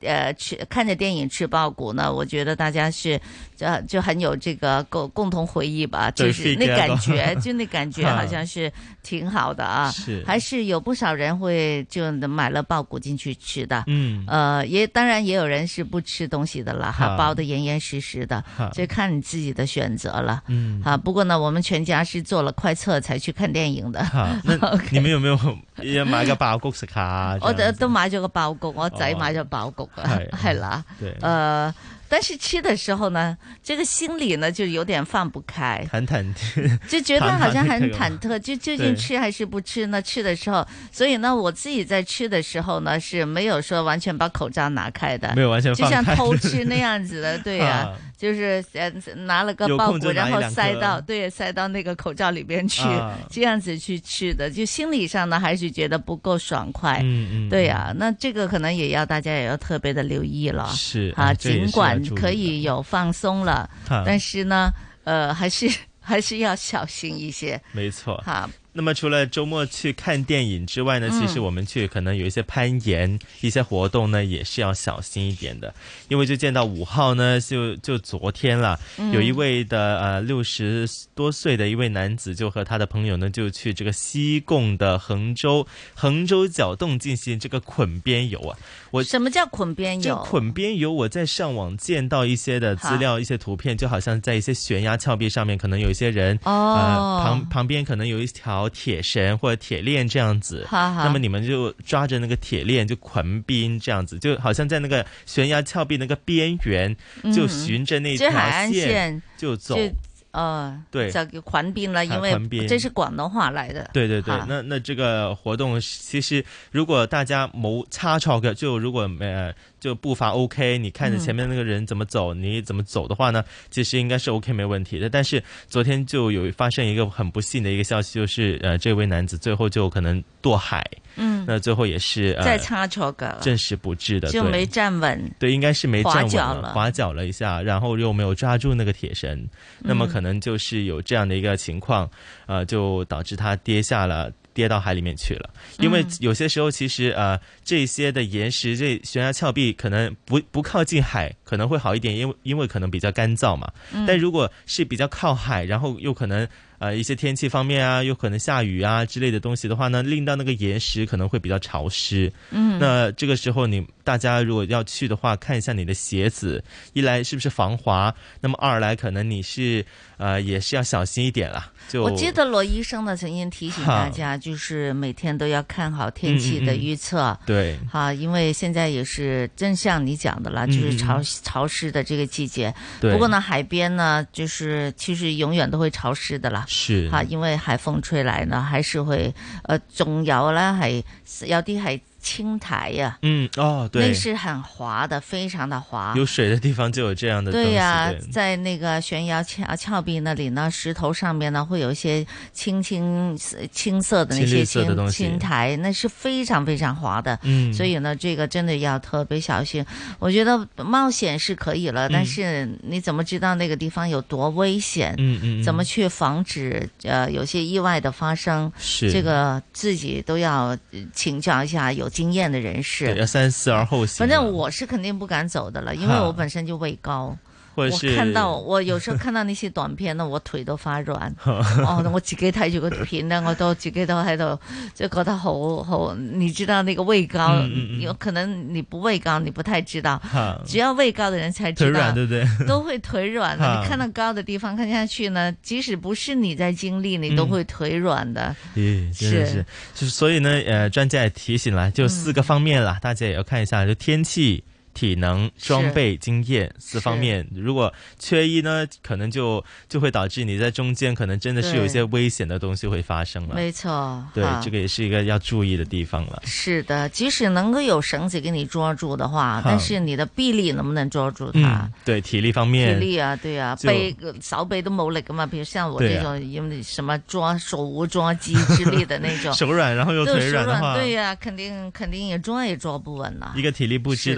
呃吃看着电影吃爆谷呢，我觉得大家是呃就很有这个共共同回忆吧，就是那感觉，就那感觉好像是挺好的啊。是，还是有不少人会就买了爆谷进去吃的。嗯，呃，也当然也有人是不吃东西的了哈，包得严严实实的，这看你自己的选择了。嗯，啊，不过呢，我们全家是做了快测才去看电影的。 那你們有沒有也買個爆谷食下？ 我都買咗個爆谷，我仔買咗爆谷啊，係啦。對，呃。但是吃的時候呢，這個心裡呢就有點放不開， 忐忐忑， 就覺得好像很忐忑，就究竟吃還是不吃呢？吃的時候，所以呢，我自己在吃的時候呢是沒有說完全把口罩拿開的， 沒有完全放開， 就像偷吃那樣子的，對呀、啊，就是拿了個爆谷，然後塞到對塞到那個口罩裡邊去，啊、這樣子去吃的，就心理上呢還是覺得不夠爽快，嗯嗯，對呀、啊，那這個可能也要大家也要特別的留意了， 是啊，儘管可以有放鬆了，但是呢，呃，還是還是要小心一些。 沒錯。 好。 那麼除了周末去看電影之外呢，其實我們去可能有一些攀岩、嗯、一些活動呢，也是要小心一點的。因為就見到五號呢，就就昨天啦，嗯、有一位的呃六十多歲的一位男子，就和他的朋友呢，就去這個西貢的橫洲橫洲角洞進行這個捆邊遊啊。我什麼叫捆邊遊？ 這捆邊遊，我在上網見到一些的資料、一些圖片，就好像在一些懸崖峭壁上面，可能有一些人，哦，呃、旁旁邊可能有一條鐵繩或者鐵鏈這樣子，哈哈，那麼你們就抓着那個鐵鏈就捆邊這樣子，就好像在那個懸崖峭壁那個邊緣，嗯、就循着那條線就走。 呃， 對， 叫捆邊了，因為這是廣東話來的。 對對對，那那這個活動其實如果大家冇差錯嘅，就如果呃就步伐 OK， 你看着前面那個人怎麼走，嗯、你怎麼走的話呢，其實應該是 OK 沒問題的。但是昨天就有發生一個很不幸的一個消息，就是呃這位男子最後就可能墮海，嗯，那最後也是呃再差錯個證實不治的， 就沒站穩， 對，應該是沒站穩滑腳了， 滑腳了一下，然後又沒有抓住那個鐵繩，嗯、那麼可能。可能就是有這樣的一個情況，呃，就導致他跌下了，跌到海裡面去了。因為有些時候，其實呃，這些的岩石、這懸崖峭壁，可能不不靠近海，可能會好一點，因為因為可能比較乾燥嘛。但如果是比較靠海，然後又可能。呃，一些天氣方面啊，有可能下雨啊之類的東西的話呢，令到那個岩石可能會比較潮濕。嗯，那這個時候你大家如果要去的話，看一下你的鞋子，一來是不是防滑，那麼二來可能你是呃也是要小心一點啦。就我記得羅醫生呢曾經提醒大家，就是每天都要看好天氣的預測。嗯嗯嗯對，哈，因為現在也是真像你講的啦，就是潮嗯嗯潮濕的這個季節。對。不過呢，海邊呢，就是其實永遠都會潮濕的啦。 是哈，因為海風吹來呢，還是會，呃，仲有咧係有啲係青苔呀、啊， 嗯，哦，對， 那是很滑的，非常的滑。 有水的地方就有這樣的東西。 對呀、啊， 對在那個懸崖峭峭壁那裡呢，石頭上面呢會有一些青青青色的那些青青苔，那是非常非常滑的。嗯，所以呢，這個真的要特別小心。我覺得冒險是可以了，嗯、但是你怎麼知道那個地方有多危險？嗯嗯，怎麼去防止呃有些意外的發生？是這個自己都要請教一下有經驗的人士， 對，要三思而後行。 反正我是肯定不敢走的了，因為我本身就畏高。我看到我有時候看到那些短片呢，我腿都發軟。哦，我自己睇住個片呢，我都自己都喺度就覺得好好。你知道那個畏高，有、嗯嗯、可能你不畏高，你不太知道。只要畏高的人才知道， 腿軟對不對？ 都會腿軟的。你看到高的地方看下去呢，即使不是你在經歷，你都會腿軟的。 嗯，真的是，就是所以呢，呃，專家也提醒了，就四個方面啦，嗯、大家也要看一下，就天氣。體能、裝備、經驗四方面，如果缺一呢，可能就就會導致你在中間可能真的是有一些危險的東西會發生了。 沒錯， 對，這個也是一個要注意的地方了。 是的，即使能夠有繩子給你捉住的話，但是你的臂力能不能捉住它？ 嗯、對，體力方面。 體力啊，對啊，背手臂都冇力噶嘛，比如像我這種有什麼抓手無抓肌之類的那種， 手軟然後又腿軟的話， 對呀、啊，肯定肯定也抓也抓不穩了。 一個體力不支的話呢？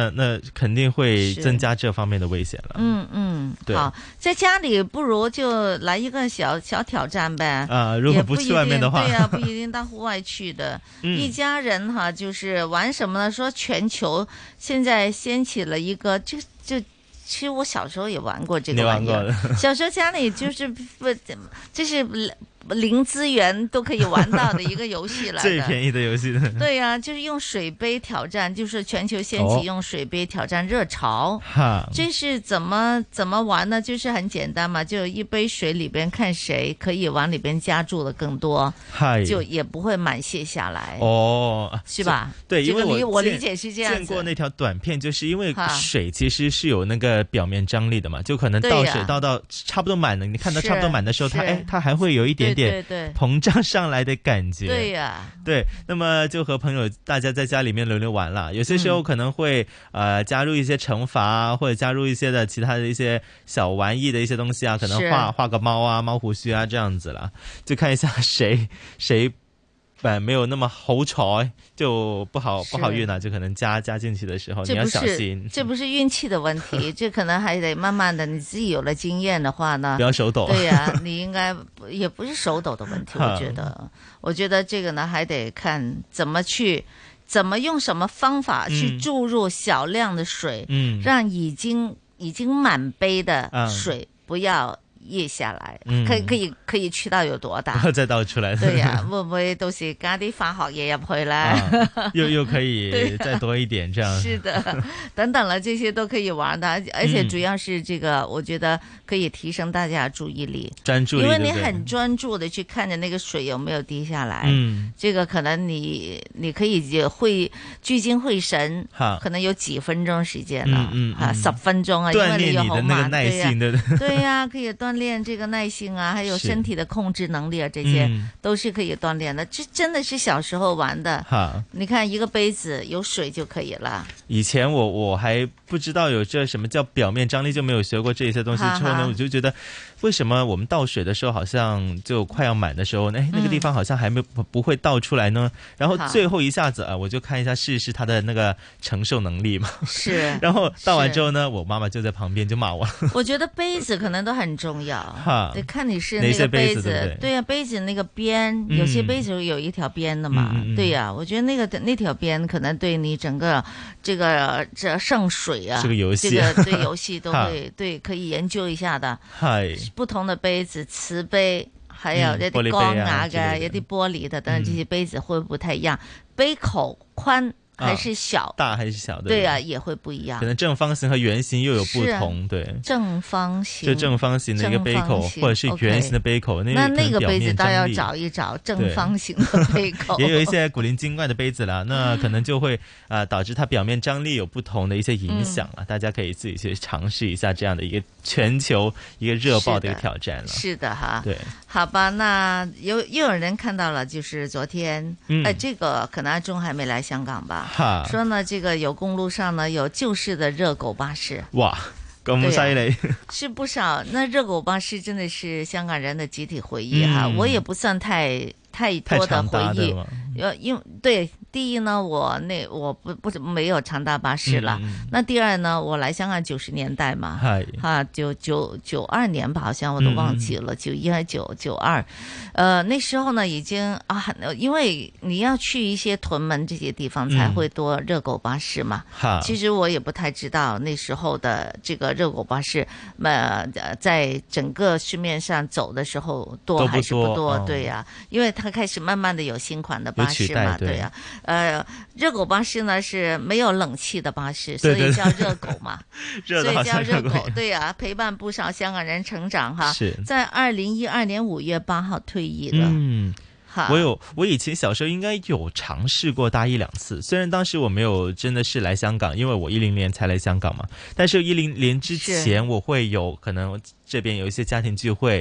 那那肯定会增加这方面的危险了。 嗯嗯， 对， 好，在家里不如就来一个小小挑战呗。 啊，如果不去外面的话， 对呀、啊，不一定到户外去的。嗯、一家人哈，就是玩什么呢？说全球现在掀起了一个，就就。其实我小时候也玩过这个玩意儿，小时候家里就是不，就是零资源都可以玩到的一个游戏来的， 最便宜的游戏。 对呀、啊，就是用水杯挑战，就是全球掀起用水杯挑战热潮。 哦、 这是怎么怎么玩呢？就是很简单嘛，就一杯水里边看谁可以往里边加注的更多，就也不会满泻下来。 哦， 是吧？ 对，因为我我理解是这样子。 见过那条短片，就是因为水其实是有那个表面张力的嘛，就可能倒水倒到差不多满了，你看到差不多满的时候，它哎它还会有一点点膨胀上来的感觉。 对呀， 对，那么就和朋友大家在家里面轮流玩了，有些时候可能会、嗯、呃加入一些惩罚啊，或者加入一些的其他的一些小玩意的一些东西啊，可能画画个猫啊、猫胡须啊这样子了，就看一下谁谁。呃，没有那么好彩，就不好不好运了，就可能加加进去的时候，你要小心。 这不是运气的问题，这可能还得慢慢的，你自己有了经验的话呢， 不要手抖。 对呀、啊，你应该也不是手抖的问题，我觉得，我觉得这个呢还得看怎么去，怎么用什么方法去注入小量的水，嗯，让已經已經滿杯的水不要液下來，嗯、可以可以可以去到有多大？ 不要再倒出來。 對呀、啊，會唔會到時加啲化學嘢入去咧、 啊？又又可以再多一點，這樣。 是的，等等了，這些都可以玩的，而且主要是這個，嗯、我覺得可以提升大家的注意力， 專注力， 因為你很專注的去看着那個水有沒有滴下來，嗯，這個可能你你可以會聚精會神，可能有幾分鐘時間了，嗯嗯，啊，十分鐘啊，因為你有好慢， 對呀， 對呀，可以鍛練這個耐性啊，還有身體的控制能力啊，這些都是可以鍛鍊的。這真的是小時候玩的。 哈， 你看一個杯子有水就可以了。 以前我我還不知道有這什麼叫表面張力，就沒有學過這些東西。之後呢，我就覺得為什麼我們倒水的時候好像就快要滿的時候，哎，那個地方好像還沒不不會倒出來呢。然後最後一下子啊，我就看一下試試它的那個承受能力嘛。 是。 然後倒完之後呢，我媽媽就在旁邊就罵我。 我覺得杯子可能都很重要。哈，得看你是那個杯子，對，對呀，杯子那個邊，嗯、有些杯子有一條邊的嘛，嗯、對呀，我覺得那個那條邊可能對你整個這個這盛水啊， 這個遊戲， 這個對遊戲都會對，可以研究一下的。係不同的杯子，瓷杯，還有一啲鋼牙嘅，一啲玻璃的，當然這些杯子會不太一樣，杯口寬。還是小、 啊，大還是小的？ 對啊，也會不一樣。 可能正方形和圓形又有不同，啊、對。 正方形， 就正方形的一個杯口，或者是圓形的杯口，那那那個杯子倒要找一找正方形的杯口。 也有一些古靈精怪的杯子啦，那可能就會啊、呃、導致它表面張力有不同的一些影響了。嗯、大家可以自己去嘗試一下這樣的一個全球一個熱爆的一個挑戰了。 是的哈， 對， 好吧，那有又有人看到了，就是昨天，嗯、呃，這個可能阿中還沒來香港吧？哈，說呢，這個有公路上呢有舊式的熱狗巴士， 哇，咁犀利， 是不少。那熱狗巴士真的是香港人的集體回憶哈，嗯、我也不算太太多的回憶，呃，因對。第一呢，我那我不不沒有長搭巴士了。嗯、那第二呢，我來香港九十年代嘛，哈、啊，九九九二年吧，好像我都忘記了，九一還是九九二，呃，那時候呢已經啊，因為你要去一些屯門這些地方才會多熱狗巴士嘛。嗯、其實我也不太知道那時候的這個熱狗巴士，呃，在整個市面上走的時候多還是不多？不多哦、對呀、啊，因為它開始慢慢的有新款的巴士嘛，對呀、啊。呃，熱狗巴士呢是沒有冷氣的巴士，所以叫熱狗嘛， 對對對， 所以叫熱狗。對呀、啊，陪伴不少香港人成長哈。 是在二零一二年五月八號退役的。 嗯，好，我有，我以前小時候應該有嘗試過搭一兩次，雖然當時我沒有真的是來香港，因為我一零年才來香港嘛，但是一零年之前我會有可能這邊有一些家庭聚會。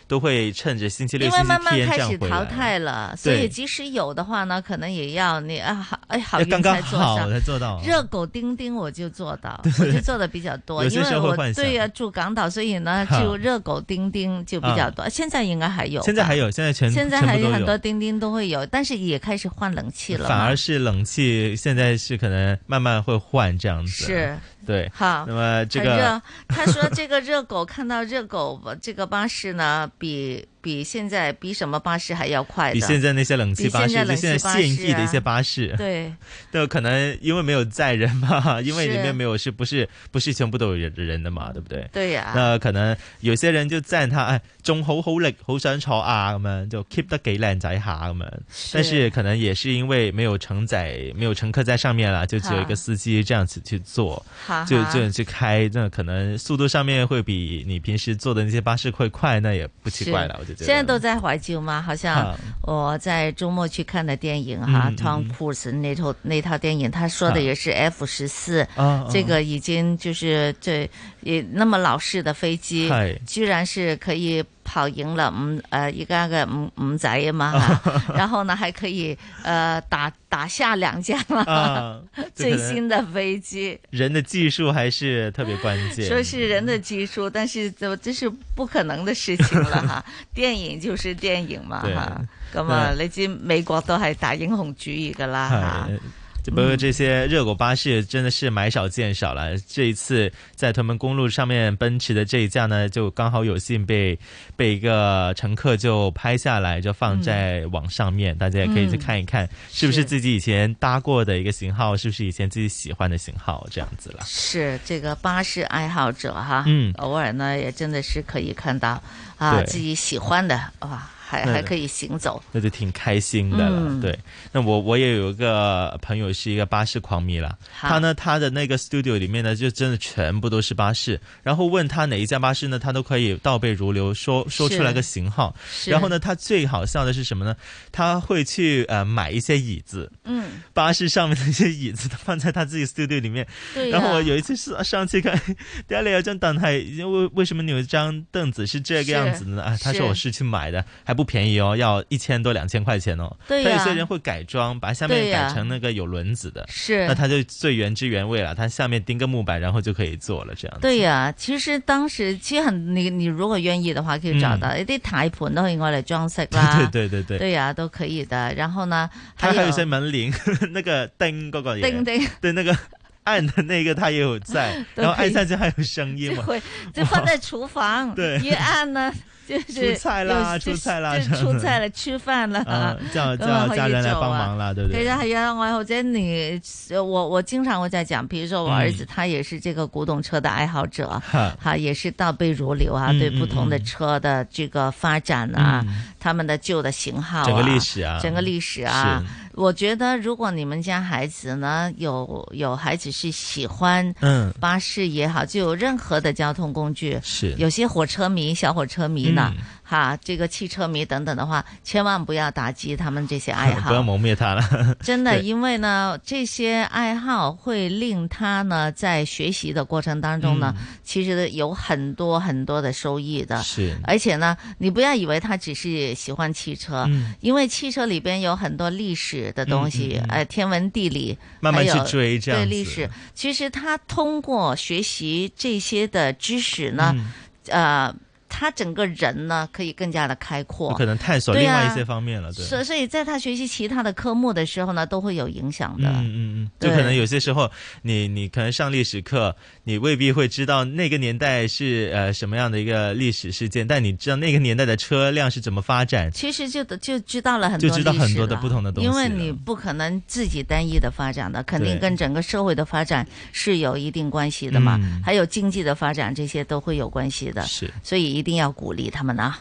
都会趁着星期六、 因为星期慢慢开天这样回始淘来。 汰了，所以即使有的话呢，可能也要你啊好哎好运要刚刚才做好上。 才做到。 热狗丁丁我就做到，我就做的比较多， 有些因为我时候会幻想对呀、住港岛，所以呢哈就热狗丁丁就比较多。现在应该还有吧， 现在还有，现在全现在全部都有还有很多丁丁都会有，但是也开始换冷气了嘛。 反而是冷气现在是可能慢慢会换这样子。 是。 对， 好， 那么这个很热他说这个热狗看到热狗这个巴士呢，比比现在比什么巴士还要快的， 比现在那些冷气巴士， 比现在冷气就现在现役的一些巴巴士， 士啊、对， 都可能因为没有载人嘛，因为是里面没有是不是不是全部都有人人的嘛，对不对？ 对呀、 那可能有些人就讚他，哎，仲好好力，好想坐啊，咁樣就 keep 得幾靚仔下咁樣。但是可能也是因為沒有承載，沒有乘客在上面啦，就只有一個司機這樣子去坐，就就去開，那可能速度上面會比你平時坐的那些巴士會快，那也不奇怪了，我就覺得。 現在都在懷舊嗎？好像我在周末去看的電影哈、嗯、，Tom Cruise 那套那套電影，他說的也是 F 十四、啊，這個已經就是這也那麼老式的飛機，居然是可以跑贏了五呃一個個五五仔嘛，然後呢還可以呃打打下兩架嘛、啊，最新的飛機， 人的技術還是特別關鍵。 說是人的技術，但是這這是不可能的事情了哈。電影就是電影嘛哈，咁啊你知美國都係大英雄主義噶啦哈。 不過這些熱狗巴士真的是買少見少了。這一次在屯門公路上面奔馳的這一架呢，就剛好有幸被被一個乘客就拍下來，就放在網上面，嗯、大家也可以去看一看，是不是自己以前搭過的一個型號，是不是以前自己喜歡的型號，這樣子了。 是這個巴士愛好者哈， 嗯， 偶爾呢也真的是可以看到啊自己喜歡的哇。還還可以行走， 那就挺開心的了。嗯、對，那我我也有一個朋友是一個巴士狂迷啦，他呢他的那個 studio 裏面呢就真的全部都是巴士，然後問他哪一架巴士呢，他都可以倒背如流說說出來個型號。然後呢，他最好笑的是什麼呢？他會去呃買一些椅子，嗯，巴士上面的一些椅子都放在他自己 studio 裏面。對、啊。然後我有一次是上去看，家裏有張凳係為為什麼你有一張凳子是這個樣子呢？啊，他說我是去買的，還不便宜哦，要一千多兩千塊錢哦。 對呀、啊。 但有些人會改裝，把下面改成那個有輪子的。是、啊。那他就最原汁原味了，他下面釘個木板，然後就可以做了這樣子。 對呀、啊，其實當時其實很你你如果願意的話，可以找到一啲台盤都可以用來裝飾啦。 對對對對。對呀、啊，都可以的。然後呢， 還有，還有一些門鈴，那個釘嗰個也。釘釘。對，那個。按的那個他也有在，然後按下去還有聲音嘛， 就會就放在廚房，對，一按呢就是出菜啦，出菜啦， 就出菜了，吃飯了， 啊，叫叫家人來幫忙啦，對不對？ 其實係啊，我或者你我我經常會在講，比如說我兒子他也是這個古董車的愛好者，哈、嗯，也是倒背如流啊，嗯、對不同的車的這個發展啊，嗯、他們的舊的型號啊， 整個歷史啊， 整個歷史啊。我覺得如果你們家孩子呢，有有孩子是喜歡嗯巴士也好，就有任何的交通工具，是有些火車迷、小火車迷呢，嗯、哈，這個汽車迷等等的話，千萬不要打擊他們這些愛好， 不要磨滅他了。 真的，因為呢，這些愛好會令他呢在學習的過程當中呢，嗯、其實有很多很多的收益的。是，而且呢，你不要以為他只是喜歡汽車，嗯、因為汽車裏邊有很多歷史的東西，嗯嗯嗯、天文地理， 慢慢去追這樣子。 對歷史，其實他通過學習這些的知識呢，嗯、呃。他整個人呢可以更加的開闊， 可能探索另外一些方面了。對， 所、啊、所以在他學習其他的科目的時候呢，都會有影響的。 嗯嗯嗯，就可能有些時候，你你可能上歷史課，你未必會知道那個年代是呃什麼樣的一個歷史事件，但你知道那個年代的車輛是怎麼發展， 其實就就知道了很多歷史了， 就知道很多的不同的東西。 因為你不可能自己單一的發展的，肯定跟整個社會的發展是有一定關係的嘛，嗯、還有經濟的發展，這些都會有關係的。是，所以一定要鼓勵他們啊。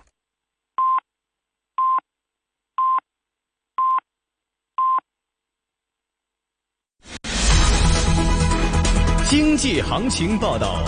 經濟行情報道。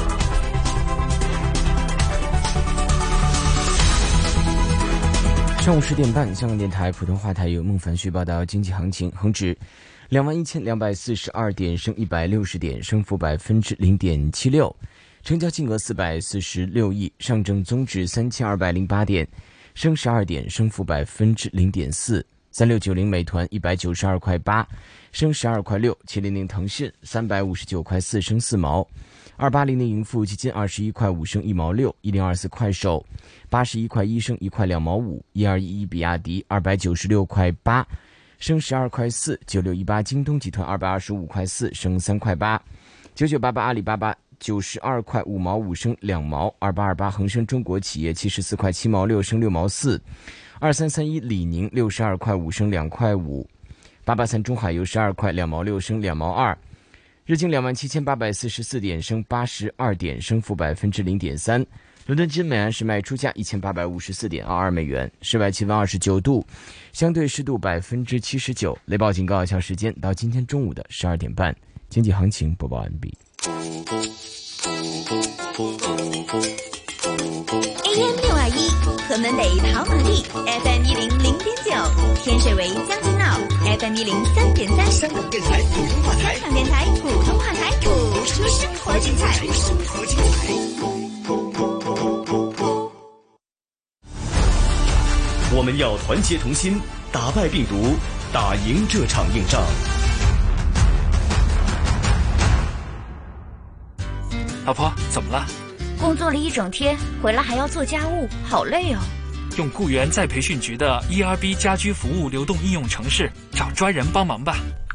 上午十點半，香港電台普通話台有孟凡旭報道經濟行情，恒指兩萬一千兩百四十二點，升一百六十點，升幅百分之零點七六。 成交金额四百四十六亿，上证综指三千二百零八点，升十二点，升幅百分之零点四。三六九零美团一百九十二块八，升十二块六。七零零腾讯三百五十九块四，升四毛。二八零零盈富基金二十一块五，升一毛六。一零二四快手八十一块一，升一块两毛五。一二一一比亚迪二百九十六块八，升十二块四。九六一八京东集团二百二十五块四，升三块八。九九八八阿里巴巴九十二块五毛五，升两毛。二八二八恒生中国企业七十四块七毛六，升六毛四。二三三一李宁六十二块五，升两块五。八八三中海油十二块两毛六，升两毛二。日经两万七千八百四十四点，升八十二点，升幅百分之零点三。伦敦金每安士卖出价一千八百五十四点二二美元。室外气温二十九度，相对湿度百分之七十九。雷暴警告有效时间到今天中午的十二点半。经济行情播报完毕。 A M 六二一，河门北跑马地 ，F M 一零零点九，天水围将军澳 ，F M 一零三点三，香港电台普通话台，香港电台普通话台，播出生活精彩，生活精彩。 我们要团结同心，打败病毒，打赢这场硬仗。 老婆，怎么了？ 工作了一整天，回来还要做家务，好累哦。 用雇员再培训局的 E R B 家居服务流动应用程式，找专人帮忙吧。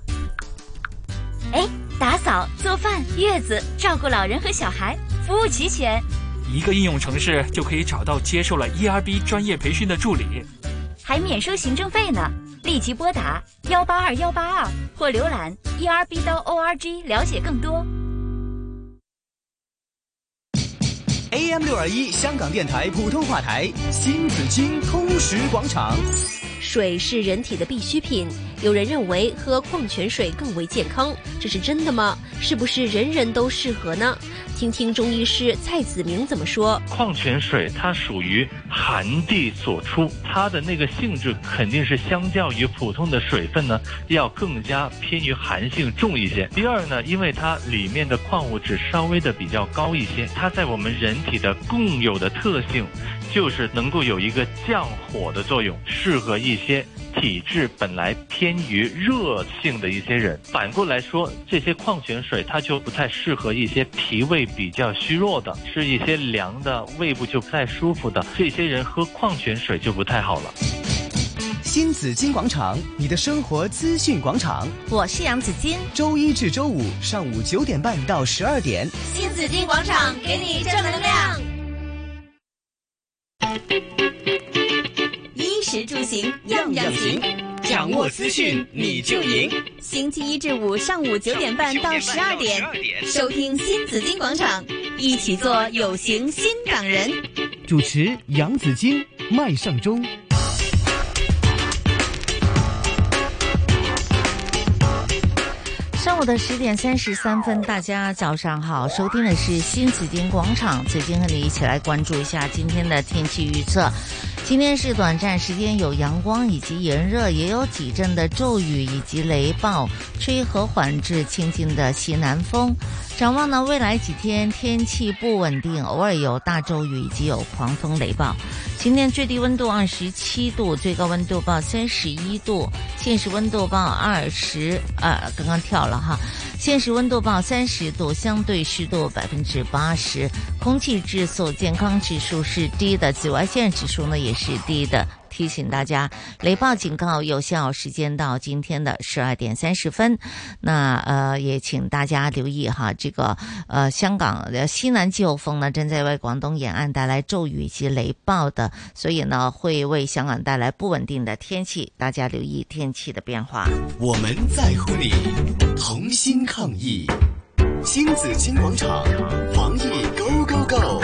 哎，打扫、做饭、月子、照顾老人和小孩，服务齐全。 一个应用程式就可以找到接受了 E R B 专业培训的助理， 还免收行政费呢。立即拨打幺八二幺八二或浏览 E R B 到 O R G 了解更多。 A M 六二一香港电台普通话台，新紫金通识广场。 水是人体的必需品，有人认为喝矿泉水更为健康，这是真的吗？是不是人人都适合呢？听听中医师蔡子明怎么说。 矿泉水它属于寒地所出，它的那个性质肯定是相较于普通的水分呢，要更加偏于寒性重一些。第二呢，因为它里面的矿物质稍微的比较高一些，它在我们人体的共有的特性就是能够有一个降火的作用，适合一些体质本来偏于热性的一些人。反过来说，这些矿泉水它就不太适合一些脾胃比较虚弱的，是一些凉的，胃部就不太舒服的，这些人喝矿泉水就不太好了。 新紫金广场，你的生活资讯广场， 我是杨紫金。周一至周五上午九点半到十二点， 新紫金广场给你正能量。衣食住行样样行， 掌握资讯你就赢。 星期一至五上午九点半到十二点，收听新紫金广场，一起做有型新港人。 主持杨紫金、麦尚中。 上午的十点三十三分，大家早上好，收听的是新紫金广场，紫金和你一起来关注一下今天的天气预测。今天是短暂时间有阳光以及炎热，也有几阵的骤雨以及雷暴，吹和缓至清劲的西南风。展望呢，未来几天天气不稳定，偶尔有大骤雨以及有狂风雷暴。今天最低温度二十七度，最高温度报三十一度，现实温度报二十，呃，刚刚跳了哈，现实温度报三十度，相对湿度百分之八十，空气质素健康指数是低的，紫外线指数呢也是低的。提醒大家，雷暴警告有效时间到今天的十二点三十分。那呃，也请大家留意哈，这个呃，香港的西南季候风呢，正在为广东沿岸带来骤雨以及雷暴的，所以呢，会为香港带来不稳定的天气，大家留意天气的变化。 我们在乎你，同心抗疫，新紫金广场，防疫 Go Go Go。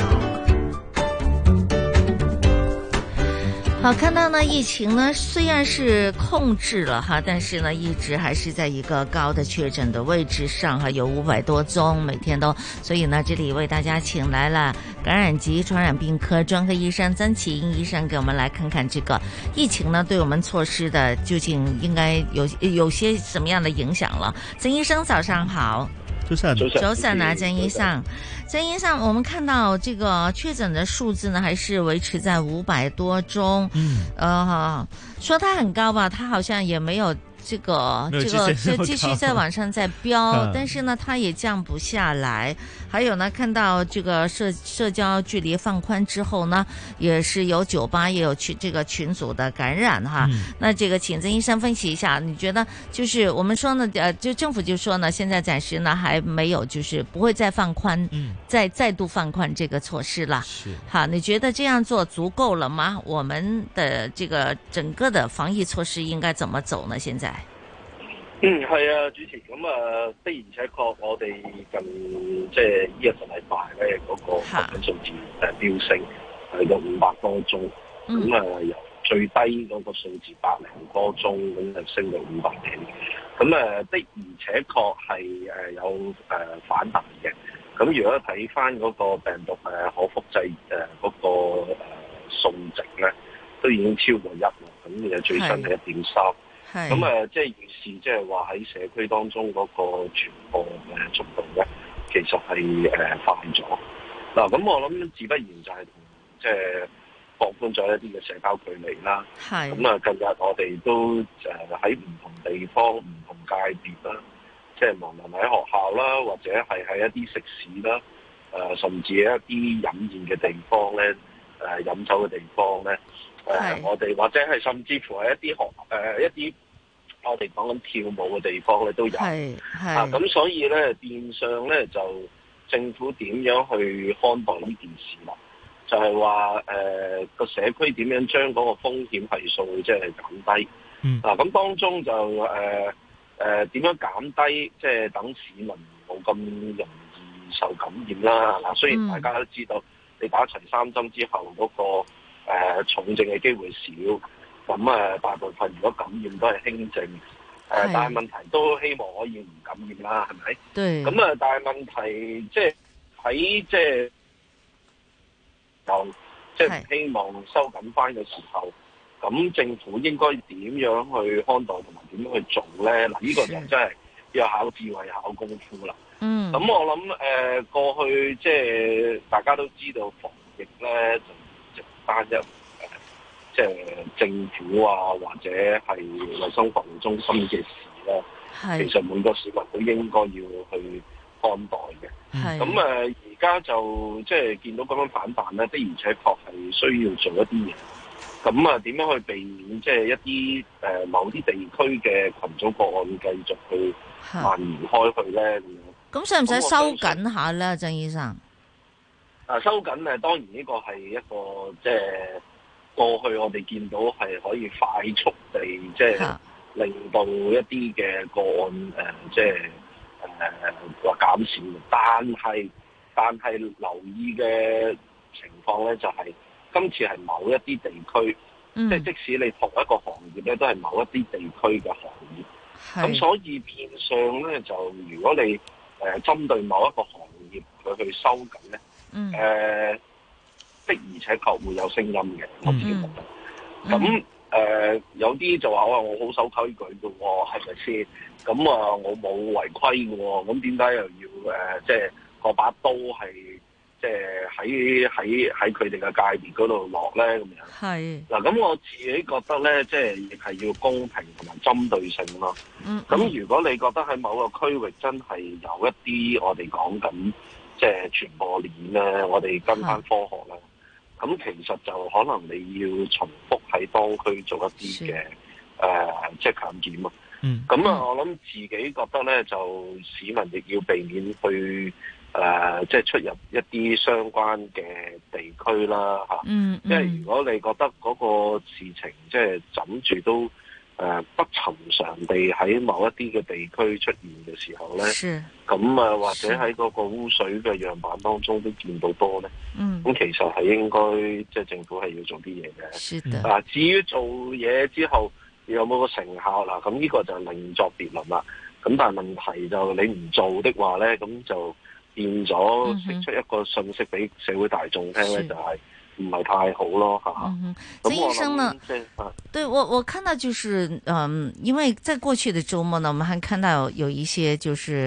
好，看到呢，疫情呢虽然是控制了哈，但是呢一直还是在一个高的确诊的位置上哈，有五百多宗每天都，所以呢这里为大家请来了感染及传染病科专科医生曾祈殷医生，给我们来看看这个疫情呢对我们措施的究竟应该有有些什么样的影响了。曾医生早上好。 早晨， 早晨啊，曾醫生，曾醫生，我們看到這個確診的數字呢，還是維持在五百多宗。嗯，呃，說它很高吧，它好像也沒有。這個這個就繼續在往上在飆，但是呢，它也降不下來。還有呢，看到這個社社交距離放寬之後呢，也是有酒吧也有群這個群組的感染哈。嗯、那這個請曾醫生分析一下，你覺得就是我們說呢，呃，就政府就說呢，現在暫時呢還沒有就是不會再放寬，嗯、再再度放寬這個措施啦。是，好，你覺得這樣做足夠了嗎？我們的這個整個的防疫措施應該怎麼走呢？現在？ 嗯，係啊，主持，咁啊的而且確，我哋近即係呢一個禮拜咧，嗰、那個確診數字誒飆升，係到五百多宗，咁啊、嗯、由最低嗰個數字百零多宗，咁就升到五百幾，咁啊的而且確係誒有誒反彈嘅。咁如果睇翻嗰個病毒誒可複製誒嗰個誒數值咧，都已經超過一啦，咁誒最新係一點三。咁誒，即係預示，即係話喺社區當中嗰個傳播嘅速度咧，其實係誒快咗。嗱，咁我諗自不然就係同即係放寬咗一啲嘅社交距離啦。係。咁啊，近日我哋都誒喺唔同地方、唔同界別啦，即係無論喺學校啦，或者係喺一啲食肆啦，誒，甚至係一啲飲宴嘅地方咧，誒飲酒嘅地方咧。誒、呃，我哋或者係甚至乎係一啲學誒、呃、一啲我哋講緊跳舞嘅地方咧都有，係係啊，咁所以咧變相咧就政府點樣去看待呢件事啦？就係話誒個社區點樣將嗰個風險係數即係減低，嗯啊，咁當中就誒誒點樣減低，即係等市民冇咁容易受感染啦。嗱、啊，雖然大家都知道，嗯、你打齊三針之後嗰、嗰個。誒、呃、重症嘅機會少，咁誒、呃、大部分如果感染都係輕症，誒、呃、但係問題都希望可以唔感染啦，係咪？對。咁啊，但係問題即係喺即係就即係唔希望收緊翻嘅時候，咁政府應該點樣去看待同埋點樣去做咧？嗱，呢個就真係要考智慧、考功夫啦。嗯。咁我諗誒、呃、過去即係大家都知道防疫咧就。單一誒，即係政府啊，或者係衛生防護中心嘅事咧，其實每個市民都應該要去看待嘅。咁誒，而家就即係見到咁樣反彈咧，的而且確係需要做一啲嘢。咁啊，點樣去避免即係一啲誒某啲地區嘅群組個案繼續去蔓延開去咧？咁樣咁使唔使收緊下咧，曾醫生？啊，收緊誒，當然呢個係一個即係過去我哋見到係可以快速地即係令到一啲嘅個案誒、呃，即係誒話減少。但係但係留意嘅情況咧，就係、是、今次係某一啲地區，嗯、即係即使你同一個行業咧，都係某一啲地區嘅行業。咁所以變相咧，就如果你誒、呃、針對某一個行業佢去收緊咧。嗯，誒、呃、的而且確會有聲音嘅，我自己覺得。咁誒、嗯呃、有啲就話我我好守規矩嘅喎，係咪先？咁啊，我冇違規嘅喎，咁點解又要誒即係個把刀係即係喺喺喺佢哋嘅界別嗰度落咧咁樣？係嗱，咁我自己覺得咧，即係亦係要公平同埋針對性咯。嗯，咁如果你覺得喺某個區域真係有一啲我哋講緊。即係傳播鏈咧，我哋跟翻科學啦。咁其實就可能你要重複喺當區做一啲嘅誒，即係強檢啊。咁啊、嗯，我諗自己覺得咧，就市民亦要避免去誒，即、呃、係、就是、出入一啲相關嘅地區啦嚇。嗯嗯、因為如果你覺得嗰個事情即係枕住都，誒、呃、不尋常地喺某一啲嘅地區出現嘅時候咧，咁啊或者喺嗰個污水嘅樣板當中都見到多咧，咁、嗯、其實係應該即係政府係要做啲嘢嘅。啊，至於做嘢之後有冇個成效啦，咁呢個就另作別論啦。咁但係問題就你唔做的話咧，咁就變咗釋出一個訊息俾社會大眾聽咧，就係、是。唔係太好咯，嚇、嗯。 曾醫生呢？對我我看到就是，嗯，因為在過去的週末呢，我們還看到有一些就是，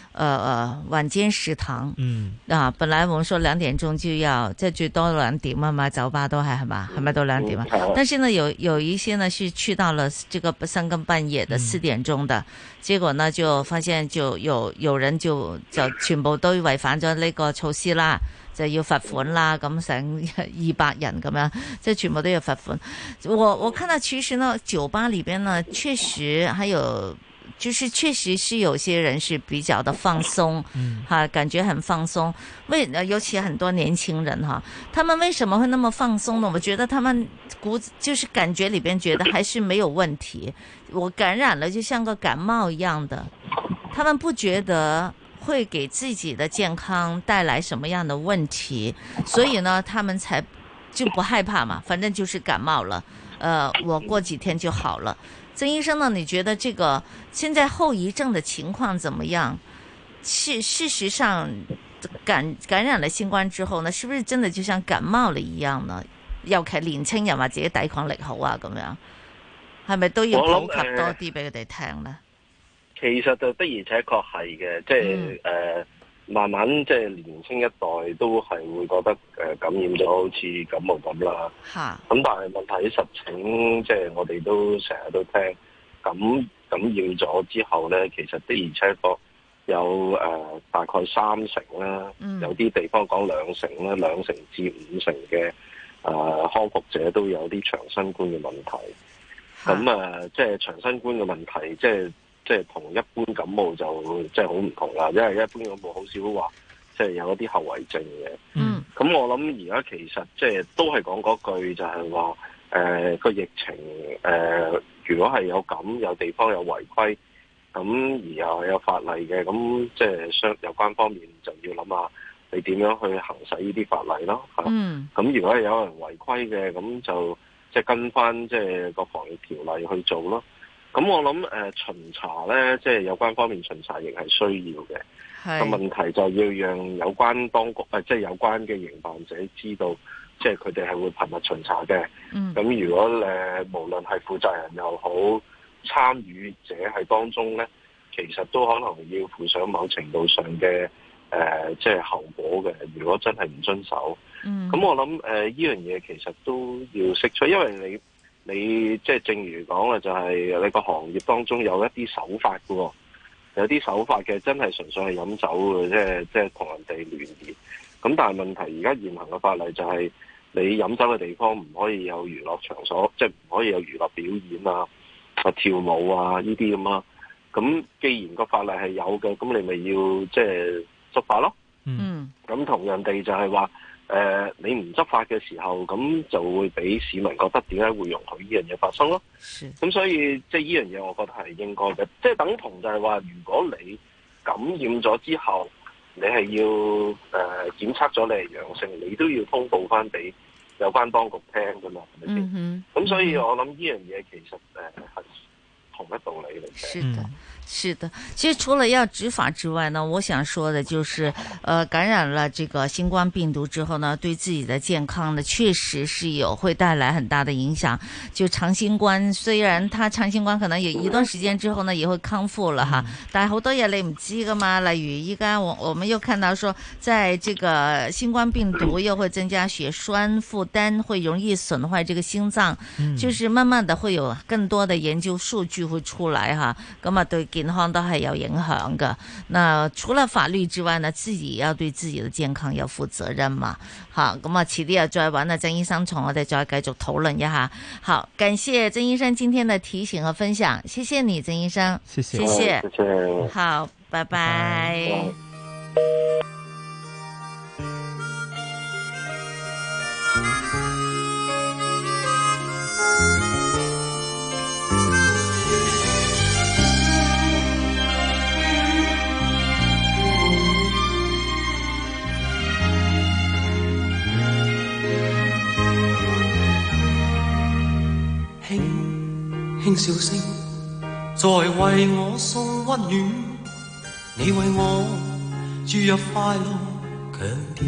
呃呃晚間食堂， 嗯啊，本來我們說兩點鐘就要，即係最多兩點啊嘛，酒吧都係係嘛，係咪到兩點啊？ 嗯、 但是呢，有有一些呢是去到了這個三更半夜的四點鐘的，嗯、結果呢就發現就有有人就就全部都違反咗呢個措施啦，就要罰款啦，咁成二百人咁樣，即係全部都要罰款。我我看到其實呢，酒吧裏邊呢，確實還有。就是確實是有些人是比較的放鬆，嗯，哈，感覺很放鬆。為尤其很多年輕人哈，他們為什麼會那麼放鬆呢？我覺得他們骨就是感覺裏邊覺得還是沒有問題。我感染了就像個感冒一樣的，他們不覺得會給自己的健康帶來什麼樣的問題，所以呢，他們才就不害怕嘛。反正就是感冒了，呃，我過幾天就好了。曾醫生呢？你覺得這個現在後遺症的情況怎麼樣？事事實上感感染了新冠之後呢，是不是真的就像感冒了一樣呢？尤其年輕人或者抵抗力好啊，咁樣係咪都要普及多啲俾佢哋聽呢？ 其實就的而且確係嘅，即係誒。呃慢慢即係年輕一代都係會覺得誒感染咗好似感冒咁啦。嚇！咁但係問題實情，即係我哋都成日都聽感感染咗之後咧，其實的而且確有誒、呃、大概三成啦，嗯、有啲地方講兩成啦，兩成至五成嘅誒、呃、康復者都有啲長新冠嘅問題。咁啊、呃，即係長新冠嘅問題，即係。即係同一般感冒就即係好唔同啦，因為一般感冒好少話即係有一啲後遺症嘅。嗯，咁我諗而家其實即係都係講嗰句就係話誒個疫情誒、呃，如果係有咁有地方有違規，咁而又有法例嘅，咁即係相有關方面就要諗下你點樣去行使呢啲法例咯。嗯，咁如果係有人違規嘅，咁就即係跟翻即係個防疫條例去做咯。咁我諗誒、呃、巡查咧，即係有關方面巡查亦係需要嘅。個問題就要讓有關當局誒、呃，即係有關嘅營辦者知道，即係佢哋係會頻密巡查嘅。咁、嗯、如果誒、呃、無論係負責人又好，參與者喺當中咧，其實都可能要負上某程度上嘅誒、呃，即係後果嘅。如果真係唔遵守，咁、嗯、我諗誒呢樣嘢其實都要釋出，因為你。你即係正如講嘅，就係你個行業當中有一啲手法嘅喎，有啲手法嘅真係純粹係飲酒嘅，即係即係同人哋聯誼。咁但係問題而家現行嘅法例就係你飲酒嘅地方唔可以有娛樂場所，即係唔可以有娛樂表演啊、啊跳舞啊呢啲咁啊。咁既然個法例係有嘅，咁你咪要即係執法咯。嗯。咁同人哋就係話。誒、呃，你唔執法嘅時候，咁就會俾市民覺得點解會容許呢樣嘢發生咯？咁所以即係呢樣嘢，我覺得係應該嘅。即係等同就係話，如果你感染咗之後，你係要誒、呃、檢測咗你係陽性，你都要通報翻俾有關當局聽㗎嘛，係咪先？咁、嗯、哼所以我諗呢樣嘢其實誒係同一道理嚟嘅。是的。 是的，其實除了要執法之外呢，我想說的就是，呃，感染了這個新冠病毒之後呢，對自己的健康呢，確實是有會帶來很大的影響。就長新冠，雖然它長新冠可能有一段時間之後呢，也會康復了哈，但係好多嘢你唔知噶嘛。例如依家我我們又看到說，在這個新冠病毒又會增加血栓負擔，會容易損壞這個心臟，就是慢慢的會有更多的研究數據會出來哈。咁啊對健康都係有影響嘅。那除了法律之外呢，自己要對自己的健康要負責任嘛。好，咁啊，遲啲又再揾阿曾醫生同我哋再繼續討論一下。好，感謝曾醫生今天的提醒和分享，謝謝你，曾醫生， 謝謝， 謝謝， 謝謝， 好，拜拜。拜拜。 輕笑聲在為我送溫暖，你為我注入快樂強電。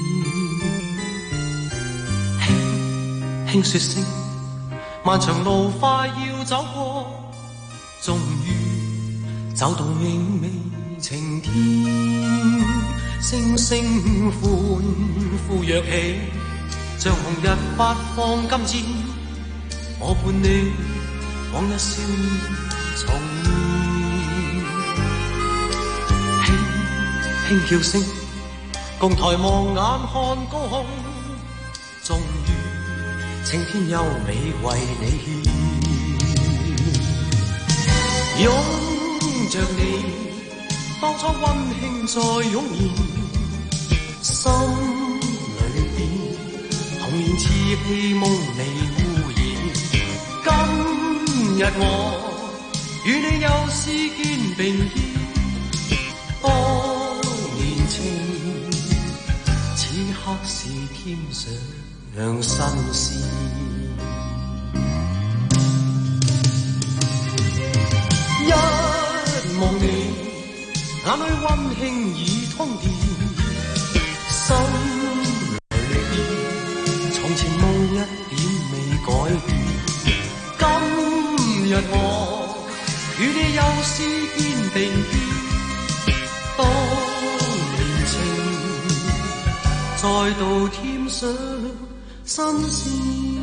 輕輕說聲漫長路快要走過，終於找到明媚晴天，星星歡呼躍起，像紅日發放金箭，我伴你往日少年重現，輕輕叫聲，共抬望眼看高空，終於青天優美為你獻，擁着你，當初溫馨再湧現，心裏邊童年稚氣夢未污染。今日我與你又是肩並肩，當年情，此刻是添上新鮮。一望你，眼裏溫馨已通電，心裏邊從前夢一點未改變。今日我與你又是肩並肩，當年情再度添上新鮮。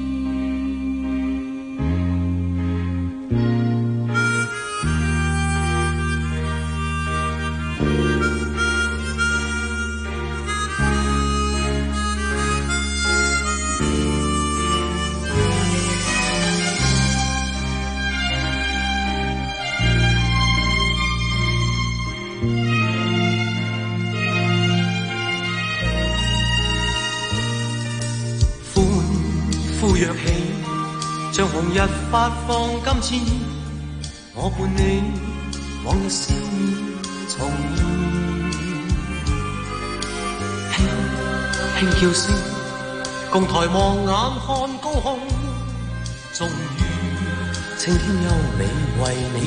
躍起，像紅日發放金箭，我伴你往日笑面重現，輕輕叫聲，共抬望眼看高空，終於青天優美為你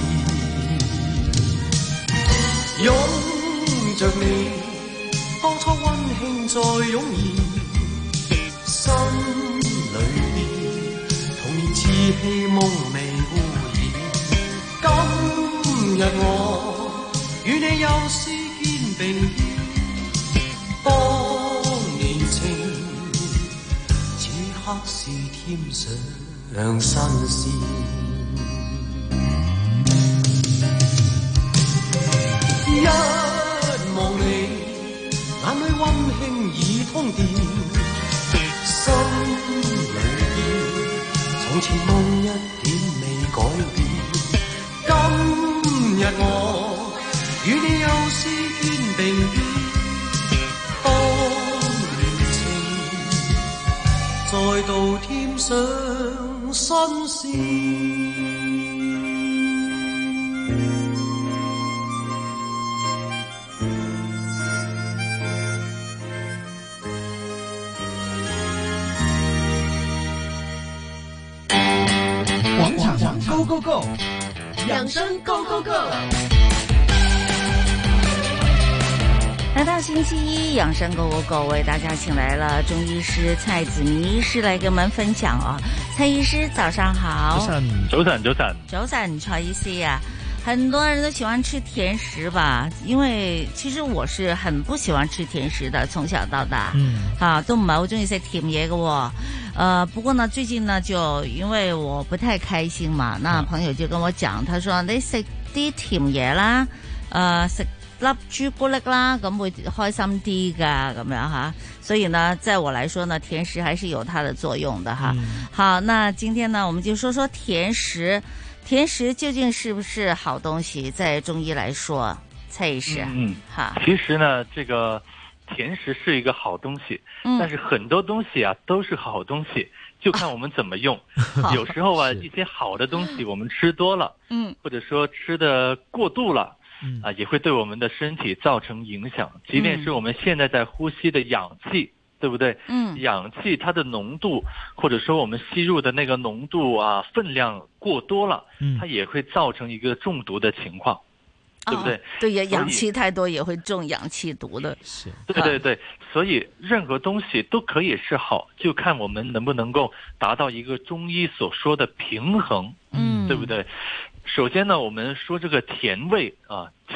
獻，擁着你，當初溫馨再湧現，心裏邊童年稚氣夢未污染。今日我與你又是肩並肩，當年情，此刻是添上新鮮。一望你，眼裏溫馨已通電，心裏邊從前夢一點未改變。今日我與你又是肩並肩，當年情再度添上新鮮。 廣場 Go Go Go， 養生 Go Go Go。 来到星期一，養生 Go Go Go 為大家請來了中醫師蔡梓銘醫師來跟我們分享啊。蔡醫師早上好。 早晨，早晨，早晨。 早晨，蔡醫師啊，很多人都喜歡吃甜食吧？因為其實我是很不喜歡吃甜食的，從小到大，嗯，啊，都唔係好中意食甜嘢嘅喎。呃，不過呢，最近呢，就因為我不太開心嘛，那朋友就跟我講，他說你食啲甜嘢啦，呃，食粒朱古力啦，咁會開心啲噶，咁樣哈。所以呢，在我來說呢，甜食還是有它的作用的哈。嗯、好，那今天呢，我們就說說甜食，甜食究竟是不是好東西？在中醫來說，蔡醫師， 嗯， 哈， 其實呢，這個。甜食是一個好東西，嗯、但是很多東西啊都是好東西，就看我們怎麼用。啊、有時候啊，一些好的東西我們吃多了，嗯，或者說吃的過度了，嗯，啊，也會對我們的身體造成影響。即便是我們現在在呼吸的氧氣，嗯、對不對？嗯，氧氣它的濃度，或者說我們吸入的那個濃度啊分量過多了，嗯，它也會造成一個中毒的情況。對不對？哦、 對呀，氧氣太多也會中氧氣毒的。 是，對對對，所以任何東西都可以是好，就看我們能不能夠達到一個中醫所說的平衡，嗯，對不對？首先呢，我們說這個甜味啊，甜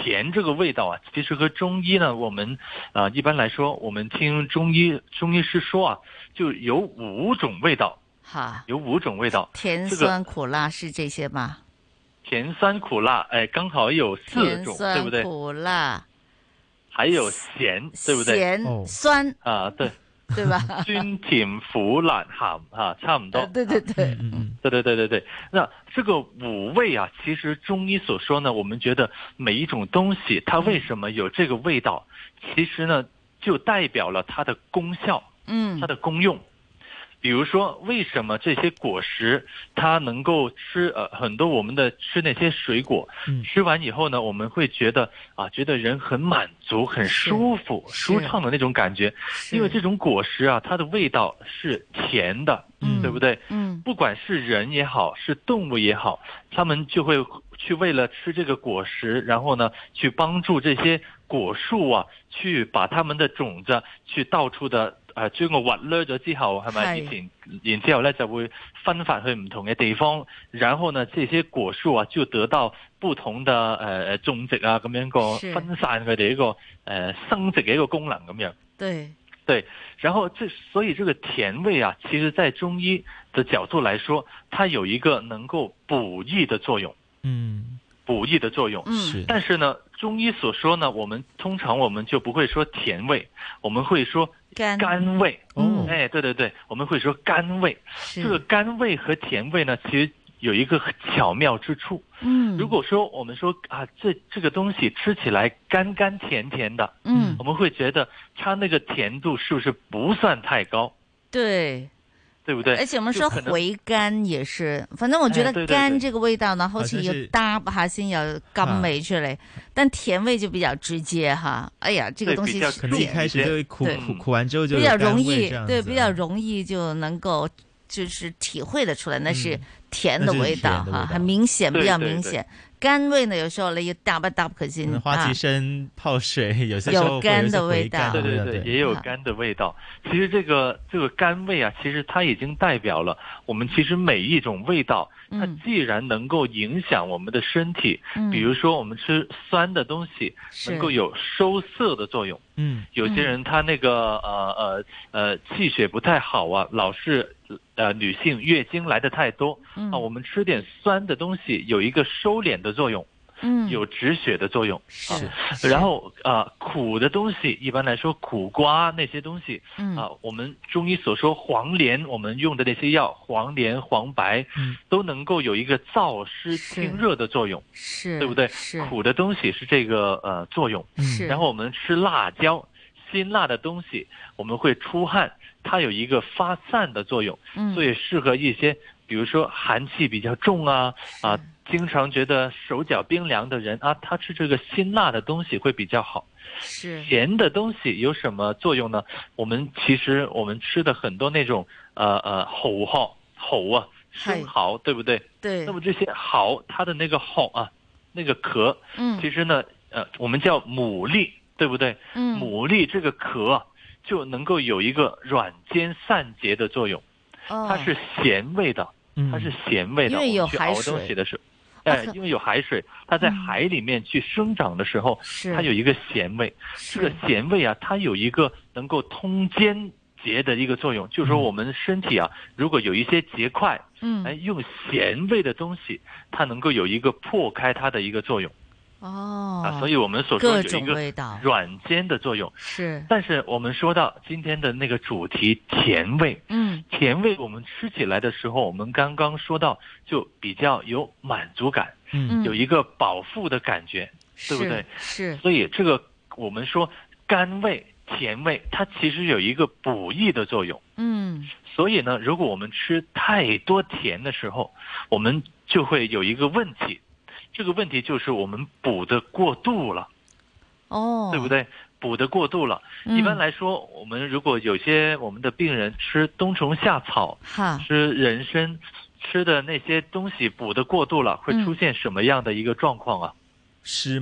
甜这个味道啊，其实和中医呢，我们啊、呃、一般来说，我们听中医中医师说啊，就有五种味道。 哈， 有五种味道， 甜酸苦辣是这些吗？ 甜酸苦辣，哎，刚好有四种，对不对？ 苦辣， 还有咸，对不对？ 咸、酸啊，对， 对吧？ 酸甜苦辣鹹啊，差唔多。 对对对， 嗯，对对对对对。那这个五味啊，其实中医所说呢，我们觉得每一种东西它为什么有这个味道，嗯、其实呢就代表了它的功效， 嗯， 它的功用。比如说，为什么这些果实它能够吃呃很多我们的吃那些水果，嗯、吃完以后呢，我们会觉得啊，觉得人很满足、很舒服、舒畅的那种感觉。因为这种果实啊，它的味道是甜的，嗯，对不对？ 嗯， 不管是人也好，是动物也好，他们就会去为了吃这个果实，然后呢，去幫助這些果樹啊，去把它們的種子去到處的誒將個核掠咗之後，係咪？以前然之後咧就會分發去唔同嘅地方，然後呢，這些果樹啊就得到不同的誒誒、呃、種植啊咁樣個分散佢哋一個誒、呃、生殖嘅一個功能咁樣。 對。 對，然後這所以這個甜味啊，其實在中醫的角度來說，它有一個能夠補益的作用。 嗯， 補益的作用。 嗯， 但是呢，中醫所說呢，我們通常我們就不會說甜味，我們會說甘甘味。 哦， 哎，對對對，我們會說甘味。這個甘味和甜味呢，其實有一個很巧妙之處。 嗯， 如果說我們說啊，這這個東西吃起來甘甘甜甜的， 嗯， 我們會覺得它那個甜度是不是不算太高？ 對。 對不對？ 而且我們說回甘也是，反正我覺得甘這個味道呢，哎、對對對好似要搭下先有甘味出嚟，但甜味就比較直接哈。哎呀，這個東西可能一開始就會苦苦苦完之後就比較容易，對，比較容易就能夠就是體會得出來，那是甜的味道哈、嗯，很明顯，比較明顯。甘味呢，有時候你要搭不搭可惜。 花旗參泡水，啊、有些時候有甘的味道， 對對對，也有甘的味道。其實這個這個甘味啊，其實它已經代表了我們其實每一種味道，它既然能夠影響我們的身體，嗯、比如說我們吃酸的東西，能夠有收澀的作用。嗯，有些人他那個呃呃呃氣血不太好啊，老是。呃，女性月經來的太多，嗯、啊，我們吃點酸的東西，有一個收斂的作用， 嗯， 有止血的作用， 是。 啊、然後啊、呃，苦的東西，一般來說苦瓜那些東西， 嗯啊，我們中醫所說黃連，我們用的那些藥，黃連、黃白，嗯，都能夠有一個燥濕清熱的作用， 是， 對不對？ 是。 苦的東西是這個呃作用， 是。 然後我們吃辣椒。辛辣的東西我們會出汗，它有一個發散的作用，嗯，所以適合一些比如說寒氣比較重啊啊，經常覺得手腳冰涼的人啊，他吃這個辛辣的東西會比較好。 是。 鹹的東西有什麼作用呢？我們其實我們吃的很多那種呃呃蠔殼蠔啊生蠔，對不對？ 對。 那麼這些蠔它的那個殼啊那個殼， 嗯， 其實呢呃我們叫牡蠣。對不對？ 嗯， 牡蠣這個殼就能夠有一個軟堅散結的作用， 哦， 它是鹹味的，它是鹹味的。 因為有海水， 我們去熬東西的時候，哎，因為有海水，它在海裡面去生長的時候， 嗯， 它有一個鹹味。這個鹹味啊，它有一個能夠通肩結的一個作用，就是說我們身體啊，如果有一些結塊， 嗯， 哎，用鹹味的東西，它能夠有一個破開它的一個作用。 哦， 啊，所以我們所說有一個軟堅的作用。 是， 但是我們說到今天的那個主題甜味， 嗯， 甜味我們吃起來的時候，我們剛剛說到就比較有滿足感， 嗯， 有一個飽腹的感覺，對不對？ 是， 所以這個我們說甘味、甜味，它其實有一個補益的作用。 嗯， 所以呢，如果我們吃太多甜的時候，我們就會有一個問題。這個問題就是我們補得過度了， 哦， 對不對？補得過度了， 嗯， 一般來說，我們如果有些我們的病人吃冬蟲夏草，吃人參，吃的那些東西補得過度了，會出現什麼樣的一個狀況啊？ 濕嗎？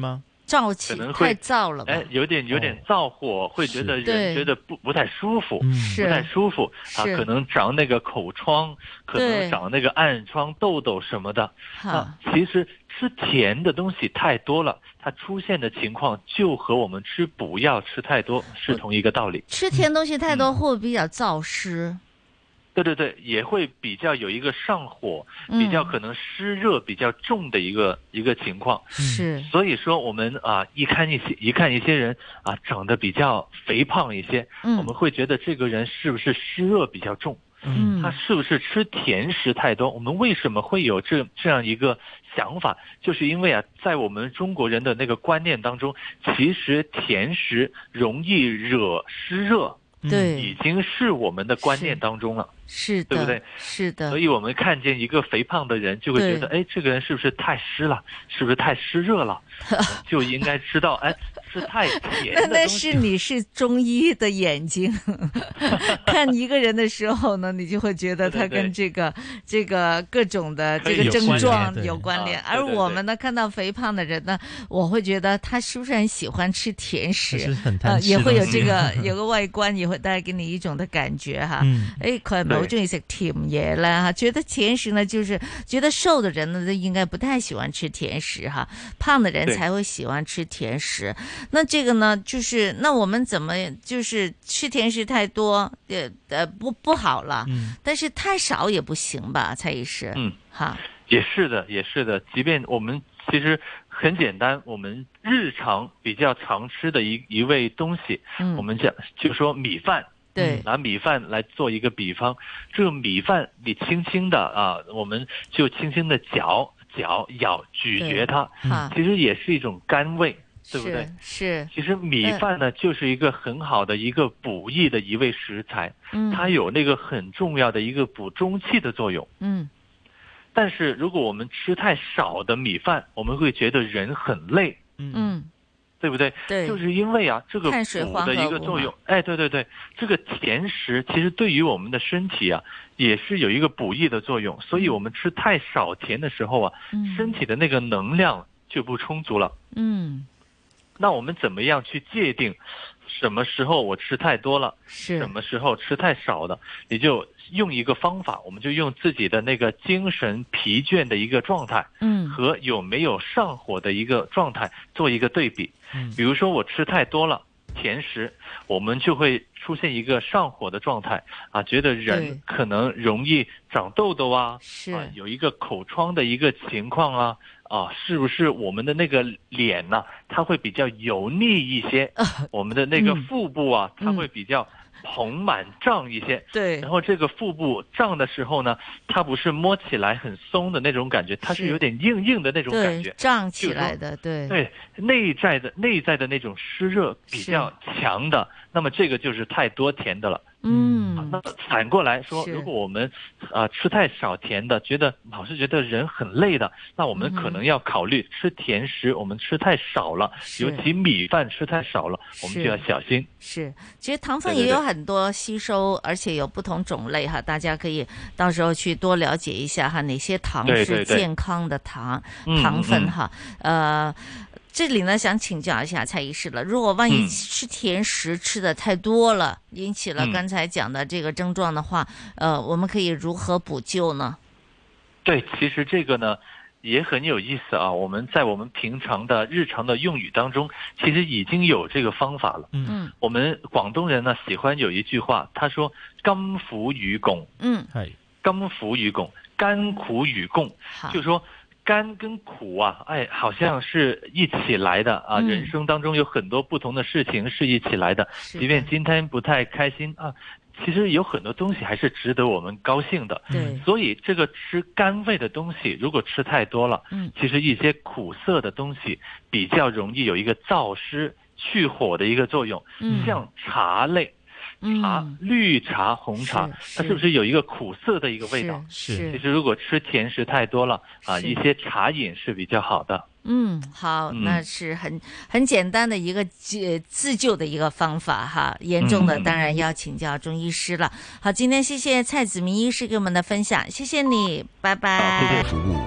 燥气可能会太燥了吧， 哎，有点有点燥火，会觉得人觉得不不太舒服，不太舒服啊，可能长那个口疮，可能长那个暗疮、痘痘什么的。啊，其实吃甜的东西太多了，它出现的情况就和我们吃补药吃太多是同一个道理。 吃甜东西太多会比较燥湿。 对对对，也会比较有一个上火，比较可能湿热比较重的一个、嗯、一个情况。 是， 所以说我们啊，一看一些一看一些人啊，长得比较肥胖一些，嗯、我们会觉得这个人是不是湿热比较重？嗯，他是不是吃甜食太多？我们为什么会有这这样一个想法？就是因为啊，在我们中国人的那个观念当中，其实甜食容易惹湿热。 对， 已经是我们的观念当中了， 是的， 对不对？ 是的。 所以我们看见一个肥胖的人，就会觉得，哎，这个人是不是太湿了？是不是太湿热了？就应该知道，哎，是太甜的东西。 那是你是中医的眼睛，看一个人的时候呢，你就会觉得他跟这个对对对这个各种的这个症状有关联。而我们呢，看到肥胖的人呢，我会覺得他是不是很喜歡吃甜食？ 是很貪吃、 呃、也會有這個有個外觀，也會帶給你一種的感覺哈。嗯，誒，佢係咪好中意食甜嘢咧？哈，覺得甜食呢，就是覺得瘦的人呢，都應該不太喜歡吃甜食哈，胖的人才會喜歡吃甜食。那這個呢，就是那我們怎麼就是吃甜食太多，呃呃不不好了，嗯，但是太少也不行吧，蔡醫師。 嗯， 哈， 也是的，也是的，即便我們其實很簡單，我們日常比較常吃的一一味東西，嗯，我們講就說米飯。 對， 拿米飯來做一個比方，這個米飯你輕輕的啊，我們就輕輕的嚼嚼咬咀嚼它，嗯，其實也是一種甘味，對不對？ 是。 其實米飯呢，就是一個很好的一個補益的一味食材，嗯，它有那個很重要的一個補中氣的作用， 嗯。 但是如果我們吃太少的米飯，我們會覺得人很累， 嗯。 對不對？ 對， 就是因為啊，這個補的一個作用，哎，對對對，這個甜食其實對於我們的身體啊，也是有一個補益的作用，所以我們吃太少甜的時候啊，嗯，身體的那個能量就不充足了。 嗯， 那我們怎麼樣去界定什麼時候我吃太多了， 是什麼時候吃太少了？你就用一個方法，我們就用自己的那個精神疲倦的一個狀態， 嗯， 和有沒有上火的一個狀態做一個對比。嗯，比如說我吃太多了甜食，我們就會出現一個上火的狀態啊，覺得人可能容易長痘痘啊， 是啊，有一個口瘡的一個情況啊，啊，是不是我們的那個臉呢，啊，它會比較油膩一些，呃，我們的那個腹部啊，嗯，它會比較膨滿脹一些， 對， 然後這個腹部脹的時候呢，它不是摸起來很鬆的那種感覺，它是有點硬硬的那種感覺， 脹起來的，對， 對，內在的內在的那種濕熱比較強的，那麼這個就是太多甜的了。 嗯， 那反過來說，如果我們啊、呃、吃太少甜的，覺得老是覺得人很累的，那我們可能要考慮吃甜食，我們吃太少了，尤其米飯吃太少了，我們就要小心。 是，其實糖分也有很多吸收，對對對，而且有不同種類哈，大家可以到時候去多了解一下哈，哪些糖是健康的糖，對對對，糖分哈，嗯嗯、呃。這裏呢，想請教一下蔡醫師了。如果萬一吃甜食吃的太多了，嗯、引起了剛才講的這個症狀的話，嗯、呃，我們可以如何補救呢？ 對，其實這個呢也很有意思啊。我們在我們平常的日常的用語當中，其實已經有這個方法了。 嗯， 我們廣東人呢喜歡有一句話，他說甘苦與共。 嗯， 係甘苦與共，甘苦與共，就是說。甘跟苦啊，哎，好像是一起來的啊！嗯、人生當中有很多不同的事情是一起來的，即便今天不太開心啊，其實有很多東西還是值得我們高興的。 對， 所以這個吃甘味的東西，如果吃太多了， 嗯， 其實一些苦澀的東西比較容易有一個燥濕去火的一個作用。 嗯， 像茶類。茶、嗯、綠茶、紅茶，它是不是有一個苦澀的一個味道？ 是。 其實如果吃甜食太多了啊，一些茶飲是比較好的。 嗯，好，嗯、那是很很簡單的一個自救的一個方法哈。嚴重的當然要請教中醫師了。好，今天謝謝蔡梓銘醫師給我們的分享，謝謝你，拜拜。 服務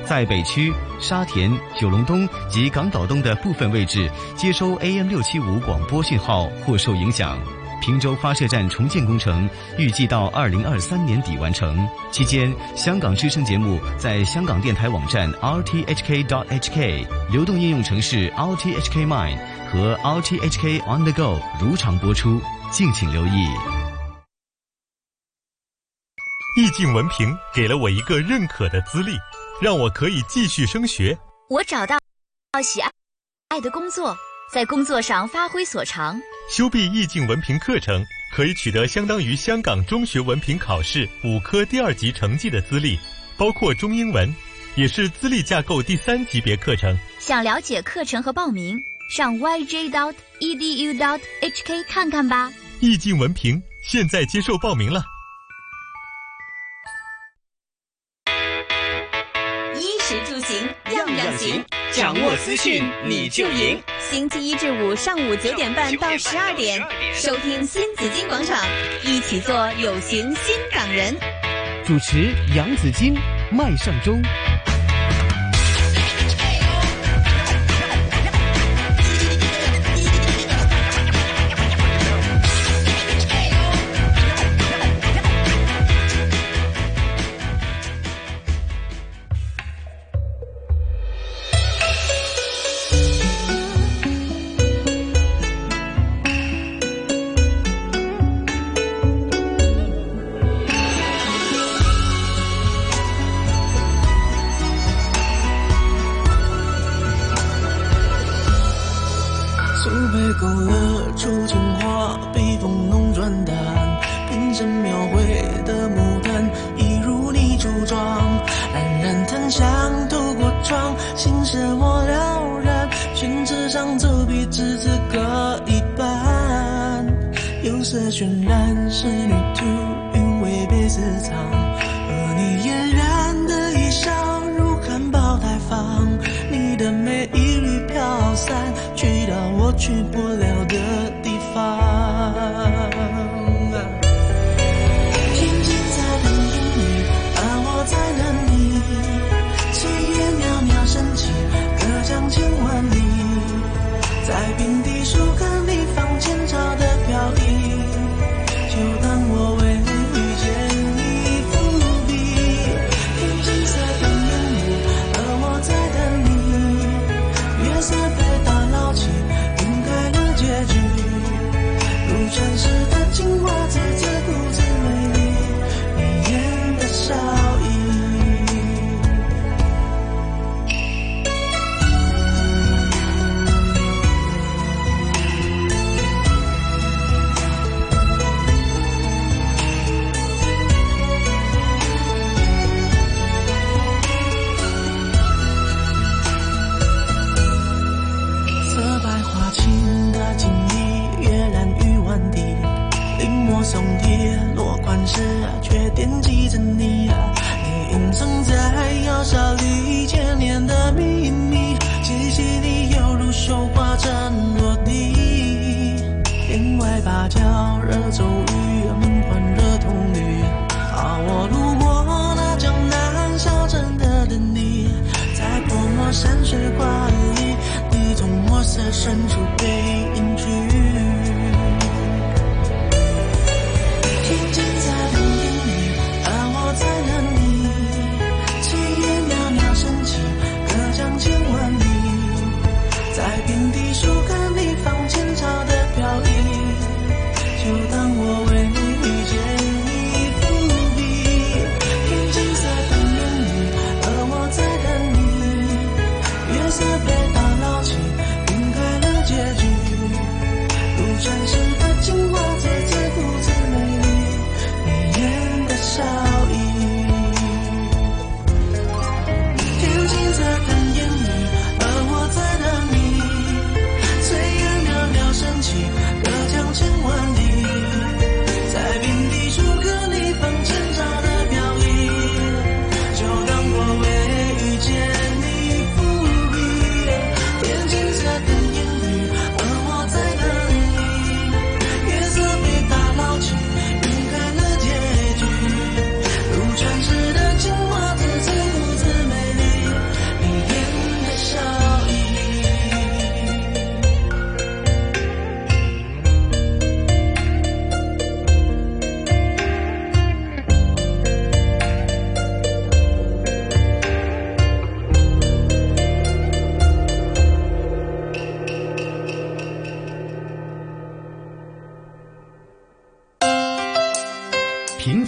在北区、沙田、九龙东及港岛东的部分位置接收 A M 六七五广播讯号或受影响。平洲发射站重建工程预计到二零二三年底完成，期间香港之声节目在香港电台网站 r t h k dot h k、 流动应用程式 r t h k mine 和 r t h k on the go 如常播出，敬请留意。 易境文凭给了我一个认可的资历，让我可以继续升学。 我找到喜爱的工作，在工作上发挥所长。 修毕易境文凭课程，可以取得相当于香港中学文凭考试五科第二级成绩的资历，包括中英文，也是资历架构第三级别课程。 想了解课程和报名，上 y j dot e d u dot h k 看看吧。 易境文凭现在接受报名了。 衣食住行样样行，掌握资讯你就赢。星期一至五上午九点半到十二点，收听新紫金广场，一起做有型新港人。 主持杨紫金、麦尚中。 够了出情话，被风弄转淡，瓶身描绘的牡丹一如你柱状，冉冉檀香透过窗，心事我了然，宣纸上走笔只字各一半，有色渲染是女图韵味被私藏，而你嫣然的一笑如含苞待放，你的美一缕飘散，去到我去不了的地方。天津在等应你，而我在等你，七月袅袅升起，隔江千万里，在平地树根里放前朝的飘逸，就当我为你遇见你伏笔。天津在等应你，而我在等你，月色被打捞起，晕开了结局，如传世的情话，字字不自美丽，你眼的笑意。色白花青的锦衣，跃然于万地，临摹松铁落款时，却惦记着你。你隐藏在窑烧里千年的秘密，气息里犹如绣花针落地。天外芭蕉惹骤雨，门环惹铜绿。啊，我路过那江南小镇的等你，在泼墨山水画里，你从墨色深处被隐去。天津在等应你，而我在等你，七月袅袅升起，隔江千万里，在平地树根里放前朝的飘逸，就当我为你遇见你伏笔。天津在等应你，而我在等你，月色被打捞起，晕开了结局，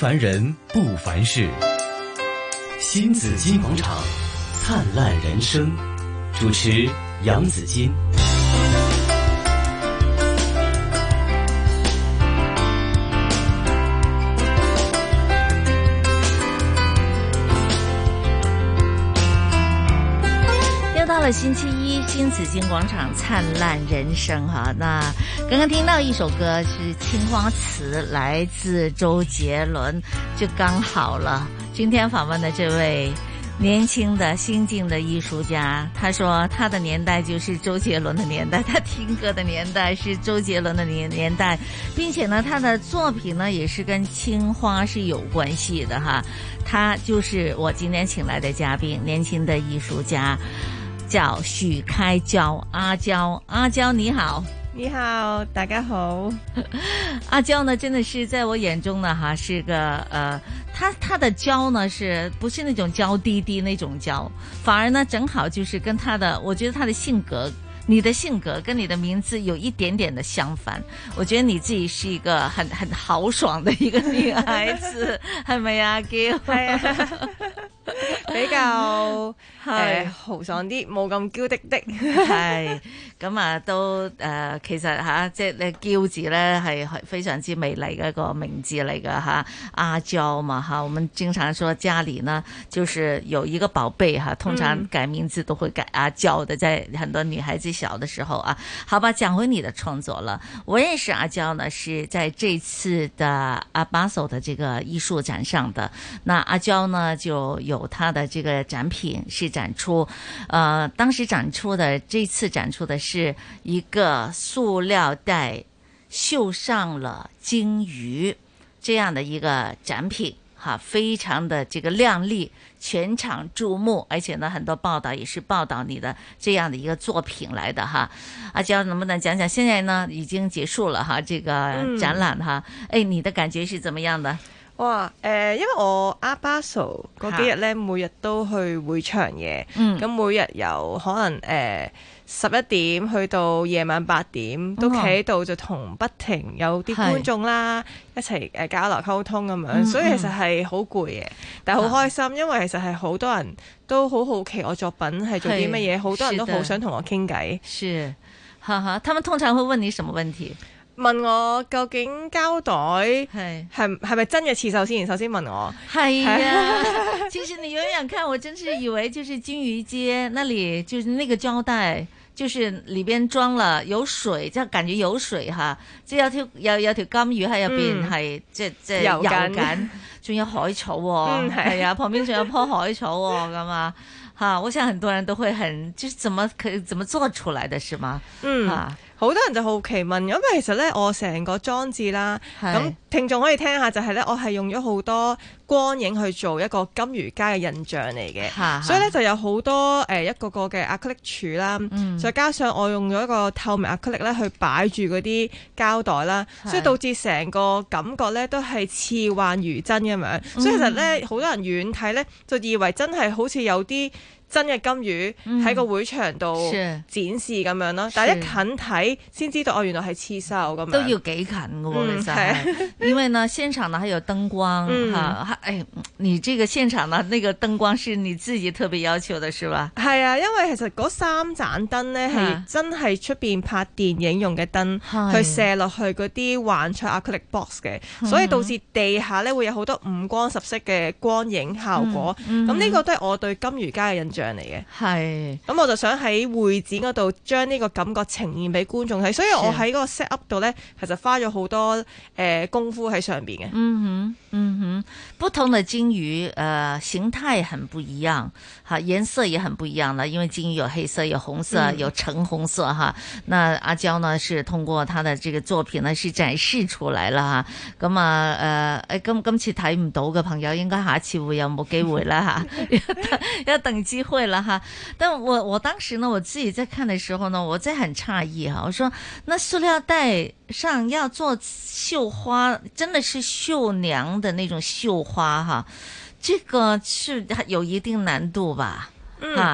凡人不凡事，新紫金广场，灿烂人生。主持杨紫金。 到了星期一，新紫金广场灿烂人生哈。那刚刚听到一首歌是《青花瓷》，来自周杰伦，就刚好了。今天访问的这位年轻的新晋的艺术家，他说他的年代就是周杰伦的年代，他听歌的年代是周杰伦的年年代，并且呢，他的作品呢也是跟青花是有关系的哈。他就是我今天请来的嘉宾，年轻的艺术家。叫許開嬌，阿嬌，阿嬌你好， 你好，大家好。 阿嬌呢，真的是在我眼中呢，哈，是個呃，她她的嬌呢，是不是那種嬌滴滴那種嬌，反而呢，正好就是跟她的，我覺得她的性格。你的性格跟你的名字有一點點的相反，我覺得你自己是一個很很豪爽的一個女孩子，係咪啊？嬌係啊， 比較誒豪爽啲，冇咁嬌滴滴。 係咁啊，都誒、呃、其實嚇，即係你嬌字咧係非常之美麗嘅一個名字嚟㗎嚇，阿嬌嘛嚇，我們經常說家裡呢就是有一個寶貝哈，通常改名字都會改阿嬌的，在很多女孩子小的時候啊，好吧，講回你的創作了。我認識阿嬌呢，是在這次的阿巴索的這個藝術展上的。那阿嬌呢，就有她的這個展品是展出，呃，當時展出的這次展出的是一個塑料袋繡上了金魚這樣的一個展品。哈，非常的這個亮麗，全場注目，而且呢，很多報道也是報道你的這樣的一個作品來的哈。阿嬌能不能講講？現在呢已經結束了哈，這個展覽哈，誒、嗯，你的感覺是怎麼樣的？ 哇，誒、呃，因為我阿巴索嗰幾日咧，每日都去會場嘅，咁、嗯、每日由可能誒十一點去到夜晚八點，都企喺度就同不停有啲觀眾啦一齊誒交流溝通咁樣、嗯，所以其實係好攰嘅，但係好開心、啊，因為其實係好多人都好好奇我作品係做啲乜嘢，好多人都好想同我傾偈。 是，哈哈，他們通常會問你什麼問題？ 問我究竟膠袋係係係咪真嘅刺繡先？首先問我係啊，其實你遠遠看，我真是以為就是金魚街那裡就是那個膠帶，就是裏邊裝了有水，即係感覺有水哈，即係有條有有條金魚喺入邊係即即游緊，仲有海草喎、哦，係、嗯、啊，旁邊仲有棵海草喎、哦，咁啊。哈，我想很多人都會很，就是怎麼可以怎麼做出來的，是嗎？嗯， 好多人就好奇問，因為其實咧，我成個裝置啦，咁聽眾可以聽下，就係咧，我係用咗好多光影去做一個金魚街嘅印象嚟嘅，所以咧就有好多誒、呃、一個個嘅亞克力柱啦，嗯、再加上我用咗一個透明亞克力咧去擺住嗰啲膠袋啦，所以導致成個感覺咧都係似幻如真咁樣，所以其實咧好多人遠睇咧就以為真係好似有啲真嘅金魚喺個會場度展示咁樣咯，但係一近睇先知道哦，原來係刺繡咁樣。 都要幾近㗎喎，其實，因為呢現場呢還有燈光嚇，誒、嗯啊哎，你這個現場呢那個燈光是你自己特別要求的，是吧？ 係啊，因為其實嗰三盞燈呢係真係出邊拍電影用嘅燈，去射落去嗰啲幻彩亞克力 box 嘅，所以導致地下呢會有好多五光十色嘅光影效果。咁、嗯、呢、嗯、個都係我對金魚街嘅印象嚟嘅，係咁我就想喺會展嗰度將呢個感覺呈現俾觀眾睇，所以我喺嗰個 set up 度咧，其實花咗好多誒、呃、功夫喺上邊嘅。 嗯哼，嗯哼，不同的金魚誒、呃、形態很不一樣，哈，顏色也很不一樣啦，因為金魚有黑色、有紅色、嗯、有橙紅色哈。那阿嬌呢是通過她的這個作品呢是展示出來啦哈。咁啊誒誒今今次睇唔到嘅朋友，應該下一次會有冇機會啦哈，要等機會了哈，但我我當時呢，我自己在看的時候呢，我真係很詫異哈。我說，那塑料袋上要做繡花，真的是繡娘的那種繡花哈，這個是有一定難度吧？ 嗯，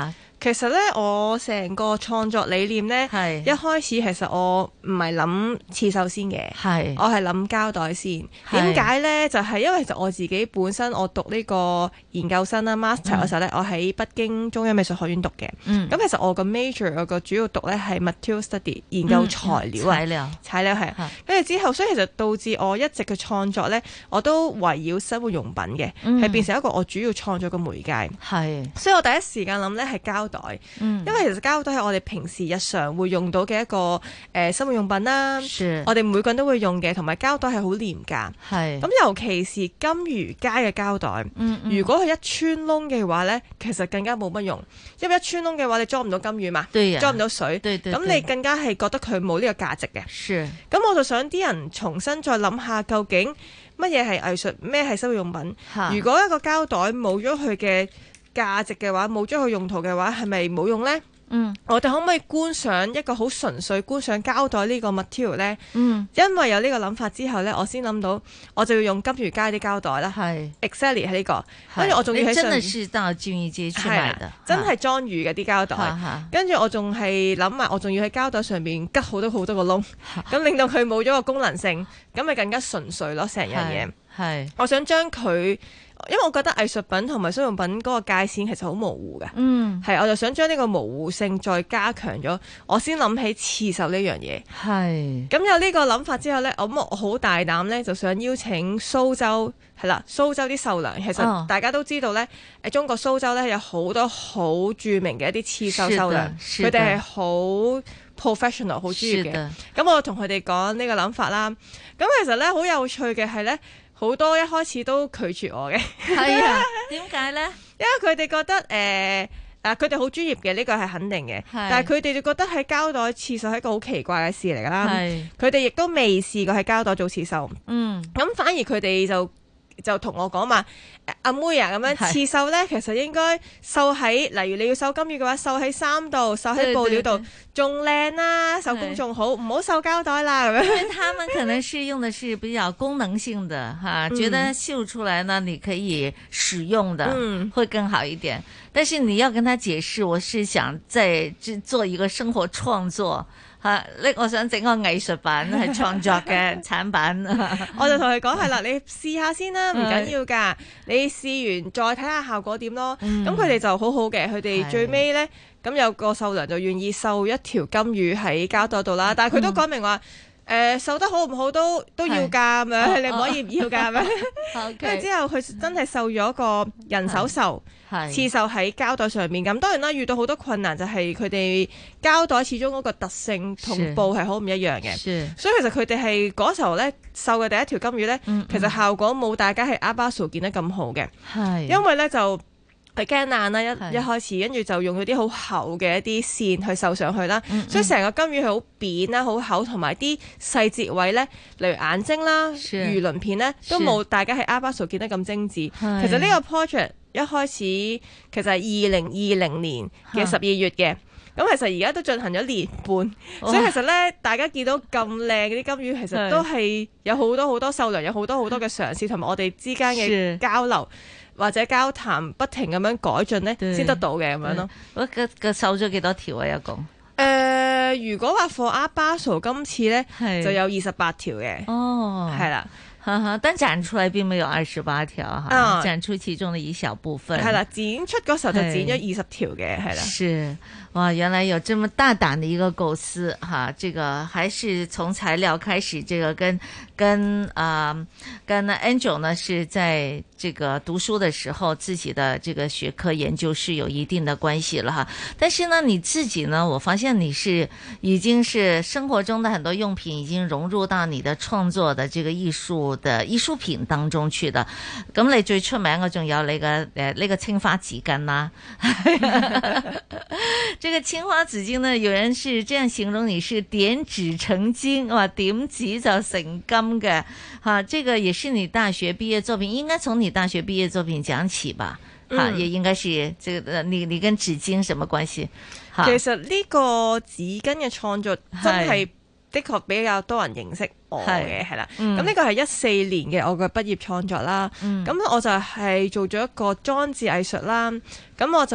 其實咧，我成個創作理念咧，係一開始其實我唔係諗刺繡先嘅，係我係諗膠袋先。點解咧？就係、是、因為其實我自己本身我讀呢個研究生啦 master 嘅時候咧，嗯、我喺北京中央美術學院讀嘅。咁、嗯、其實我個 major 我個主要讀咧係 material study 研究材料啊、嗯嗯，材料材料係。跟住之後，所以其實導致我一直嘅創作咧，我都圍繞生活用品嘅，係、嗯、變成一個我主要創作嘅媒介。係，所以我第一時間諗咧係膠袋。嗯、因為其實膠袋係我哋平時日常會用到嘅一個誒、呃、生活用品啦，我哋每個人都會用嘅，同埋膠袋係好廉價，係咁尤其是金魚街嘅膠袋，嗯嗯、如果佢一穿窿嘅話咧，其實更加冇乜用，因為一穿窿嘅話你裝唔到金魚嘛，裝唔到水，咁你更加係覺得佢冇呢個價值嘅。咁我就想啲人重新再諗下，究竟乜嘢係藝術，咩係生活用品？如果一個膠袋冇咗佢嘅價值嘅話，冇咗佢用途嘅話，係咪冇用呢？嗯，我哋可唔可以觀賞一個好純粹觀賞膠袋呢個 material 呢？嗯，因為有呢個諗法之後呢，我先諗到我就要用金魚街啲膠袋啦。係 ，exactly 係呢個，跟住我仲要喺上面。真係是到金魚街去買的，真係裝魚嘅啲膠袋。跟住我仲係諗埋，我仲要喺膠袋上面吉好多好多個窿，咁令到佢冇咗個功能性，咁咪更加純粹咯，成樣嘢。係，我想將佢。因為我覺得藝術品同埋生活用品嗰個界線其實好模糊嘅，嗯，係，我就想將呢個模糊性再加強咗，我先諗起刺繡呢樣嘢，係，咁有呢個諗法之後呢，我我好大膽呢，就想邀請蘇州，係啦，蘇州啲繡娘，其實大家都知道呢，誒，中國蘇州呢有好多好著名嘅一啲刺繡繡娘，佢哋係好 professional 好專業嘅，咁我同佢哋講呢個諗法啦，咁其實呢，好有趣嘅係呢。好多一開始都拒絕我嘅，係啊，點解呢？因為佢哋覺得誒，誒佢哋好專業嘅，呢個係肯定嘅。但係佢哋就覺得喺膠袋刺繡係一個好奇怪嘅事嚟㗎啦。佢哋亦都未試過喺膠袋做刺繡。嗯，咁反而佢哋就就同我講話，阿妹啊，咁樣刺繡呢，其實應該繡喺，例如你要繡金魚嘅話，繡喺衫度，繡喺布料度，仲靚啦，手工仲好，唔好繡膠袋啦咁樣。因為他們可能是用的是比較功能性的哈，覺得繡出來呢，你可以使用的，嗯，會更好一點。但是你要跟他解釋，我是想在做一個生活創作。啊！呢，我想整個藝術品係創作嘅產品，我就同佢講係啦，你試下先啦，唔緊要㗎，你試完再睇下效果點咯。咁佢哋就好好嘅，佢哋最尾呢，咁有個繡娘就願意繡一條金魚喺膠袋度啦，但係佢都講明話。誒、呃、繡得好唔好都都要㗎咁樣，你唔可以唔要㗎咁樣。跟住之後佢真係繡咗個人手繡，刺繡喺膠袋上面。咁當然啦，遇到好多困難就係佢哋膠袋始終嗰個特性同布係好唔一樣嘅。所以其實佢哋係嗰時候咧繡嘅第一條金魚咧，嗯嗯其實效果冇大家喺阿巴蘇見得咁好嘅。因為咧就。佢驚爛啦，一一開始，跟住就用咗啲好厚嘅一啲線去繡上去啦，嗯嗯所以成個金魚係好扁啦，好厚，同埋啲細節位咧，例如眼睛啦、魚鱗片咧，都冇大家喺阿巴蘇見得咁精緻。其實呢個 project 一開始其實係二零二零年嘅十二月嘅，咁其實而家都進行咗年半，所以其實咧大家見到咁靚嗰啲金魚，其實都係有好多好多繡娘，有好多好多嘅嘗試，同埋我哋之間嘅交流。或者交談不停咁樣改進咧，先得到嘅咁樣咯。我個個繡咗幾多條啊？一共？誒、呃，如果話 for Art Basel 今次咧，就有二十八條嘅。哦，係啦，哈哈，但展出嚟並沒有二十八條哈，嗯、展出其中的一小部分。係啦，展出嗰時候就展咗二十條嘅，係啦。是。哇，原來有這麼大膽的一個構思哈！這個還是從材料開始，這個跟跟啊、呃、跟 Angel 呢是在這個讀書的時候自己的這個學科研究是有一定的關係了哈。但是呢，你自己呢，我發現你是已經是生活中的很多用品已經融入到你的創作的這個藝術的藝術品當中去的。咁你最出名嘅仲有你嘅誒呢個青花紙巾啦。這個青花紙巾呢，有人是這樣形容你是點紙成金，哇，點紙就成金嘅，哈，這個也是你大學畢業作品，應該從你大學畢業作品講起吧，哈、嗯，也應該是這個，你你跟紙巾什麼關係？其實呢個紙巾嘅創作真係的確比較多人認識我嘅，係啦，咁呢個係一四年嘅我嘅畢業創作啦，咁、嗯、我就係做咗一個裝置藝術啦，咁我就。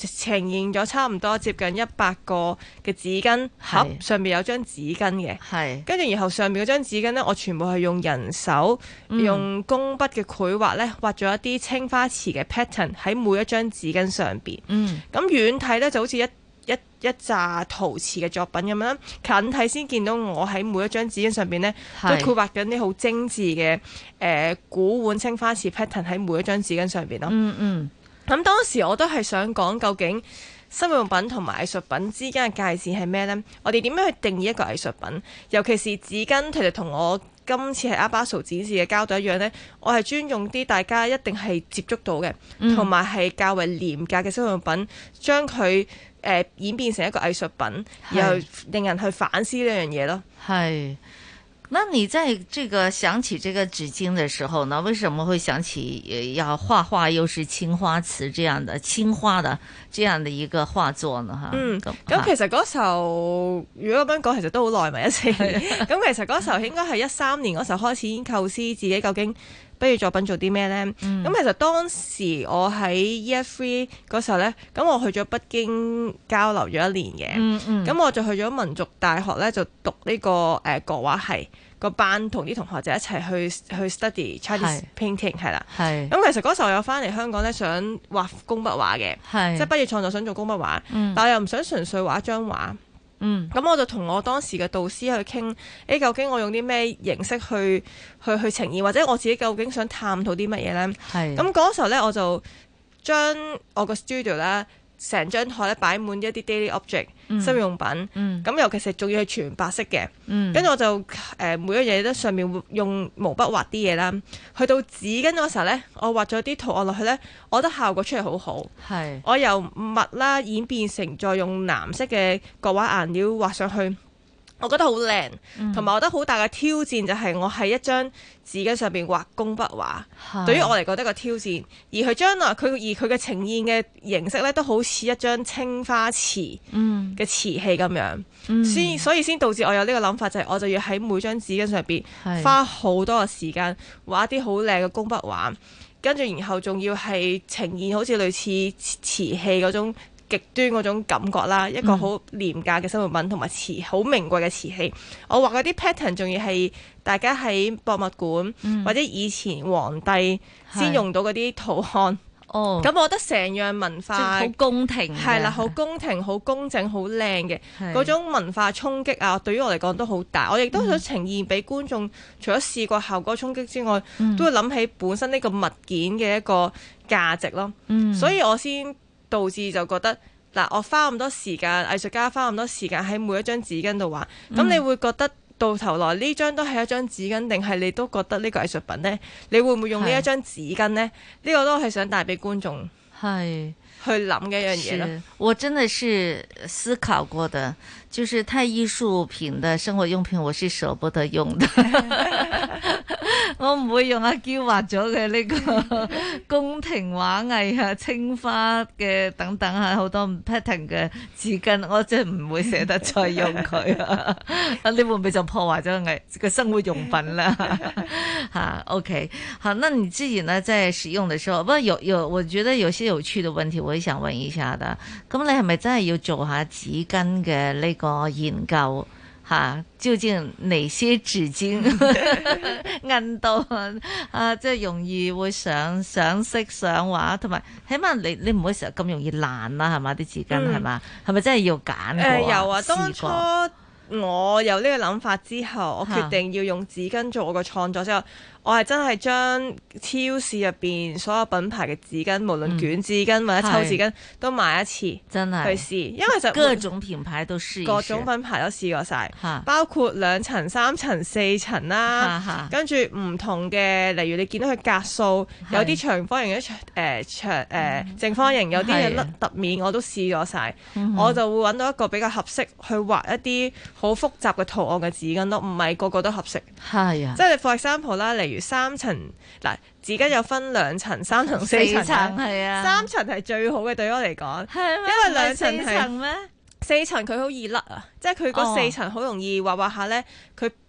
呈現咗差唔多接近一百個嘅紙巾盒，上面有張紙巾嘅，跟住然後上面嗰張紙巾呢，我全部係用人手、嗯、用工筆嘅繪畫呢，畫咗一啲青花瓷嘅 pattern 喺每一張紙巾上邊。嗯，咁遠睇呢就好似一一一紮陶瓷嘅作品咁樣，近睇先見到我喺每一張紙巾上邊呢，都繪畫緊啲好精緻嘅誒古碗青花瓷 pattern 喺每一張紙巾上邊咯。嗯嗯。咁當時我都係想講，究竟生活用品同埋藝術品之間嘅界線係咩呢？我哋點樣去定義一個藝術品？尤其是紙巾，其實同我今次喺阿巴蘇展示嘅膠袋一樣呢，我係專用啲大家一定係接觸到嘅，同埋係較為廉價嘅生活用品，將佢誒、呃、演變成一個藝術品，然後令人去反思呢樣嘢咯。係。 那你在這個想起這個紙巾的時候呢，為什麼會想起要畫畫又是青花瓷這樣的青花的這樣的一個畫作呢？哈，嗯， 咁其實嗰時候如果咁樣講，其實都好耐埋一齊。咁其實嗰時候應該係一三年嗰時候開始已經構思自己究竟畢業作品做啲咩呢？咁、嗯、其實當時我喺 Year Three 嗰時候呢，咁我去咗北京交流咗一年嘅，咁、嗯嗯、我就去咗民族大學呢，就讀呢、這個誒、呃、國畫系個班，同啲同學仔一齊去去 study Chinese painting 係啦。咁其實嗰時候我有翻嚟香港呢，想畫工筆畫嘅，即係畢業創作想做工筆畫，嗯、但係又唔想純粹畫一張畫。嗯，咁我就同我當時嘅導師去傾，誒究竟我用啲咩形式去去去呈現，或者我自己究竟想探討啲乜嘢呢？係。咁嗰時候呢，我就將我個 studio 啦，成張台咧擺滿一啲 daily object、嗯、生活用品，咁、嗯、尤其是仲要係全白色嘅，跟、嗯、住我就誒、呃、每一嘢都上面會用毛筆畫啲嘢啦。去到紙巾嗰時候呢，我畫咗啲圖案落去呢，我覺得效果出嚟好好。係，我由墨啦演變成再用藍色嘅國畫顏料畫上去，我覺得好靚，同、嗯、埋我覺得好大嘅挑戰就係我喺一張紙巾上邊畫工筆畫，對於我嚟講得個挑戰。而佢將來佢而佢嘅呈現嘅形式咧，都好似一張青花瓷嘅瓷器咁樣，嗯、所以所以先導致我有呢個諗法，就係、是、我就要喺每張紙巾上邊花好多嘅時間畫一啲好靚嘅工筆畫，跟住然後仲要係呈現好似類似瓷器嗰種極端嗰種感覺啦，一個好廉價嘅生活品同埋瓷好名貴嘅瓷器。我畫嗰啲 pattern 仲要係大家喺博物館、嗯、或者以前皇帝先用到嗰啲圖案。哦，咁我覺得成樣文化好宮廷， 係啦，好宮廷、好工整、好靚嘅嗰種文化衝擊啊！對於我嚟講都好大。我亦都想呈現俾觀眾，嗯、除咗視覺效果衝擊之外，嗯、都會諗起本身呢個物件嘅一個價值咯。嗯，所以我先導致就覺得嗱，我花咁多時間，藝術家花咁多時間喺每一張紙巾度畫，咁、嗯、你會覺得到頭來呢張都係一張紙巾，定係你都覺得呢個藝術品呢？你會唔會用呢一張紙巾呢？呢、呢個都係想帶俾觀眾係去諗嘅一樣嘢咯。 我真的是思考過的，就是太藝術品的生活用品，我是捨不得用的。我唔會用阿嬌畫咗嘅呢個宮廷畫藝啊、青花嘅等等啊，好多 pattern 嘅紙巾，我真係唔會捨得再用佢啊！你會唔會就破壞咗藝個生活用品啦？哈，OK，好，那你自己呢，在使用的時候，不過有有，我覺得有些有趣的問題，我想問一下的。咁你係咪真係要做下紙巾嘅呢個研究？吓，究竟哪些紙巾印到啊，即係容易會上上色上畫，同埋起碼你你唔會成日咁容易爛啦，係嘛啲紙巾係嘛，係咪真係要揀過？ 誒，有啊，當初我有呢個諗法之後，我決定要用紙巾做我個創作之後，我係真係將超市入邊所有品牌嘅紙巾，無論捲紙巾或者抽紙巾，都買一次， 真係去試，因為就各種品牌都試， 各種品牌都試過晒，包括兩層、三層、四層啦，跟住唔同嘅，例如你見到佢格數，有啲長方形，有啲誒長誒正方形，有啲係凹凸面，我都試咗晒，我就會揾到一個比較合適去畫一啲好複雜嘅圖案嘅紙巾咯，唔係個個都合適。係啊，即係你 for example 啦，例如三層嗱，紙巾有分兩層、三層、四層，係啊，三層係最好嘅對我嚟講，因為兩層係四層佢好易甩啊，即係佢嗰四層好容易畫畫下咧，佢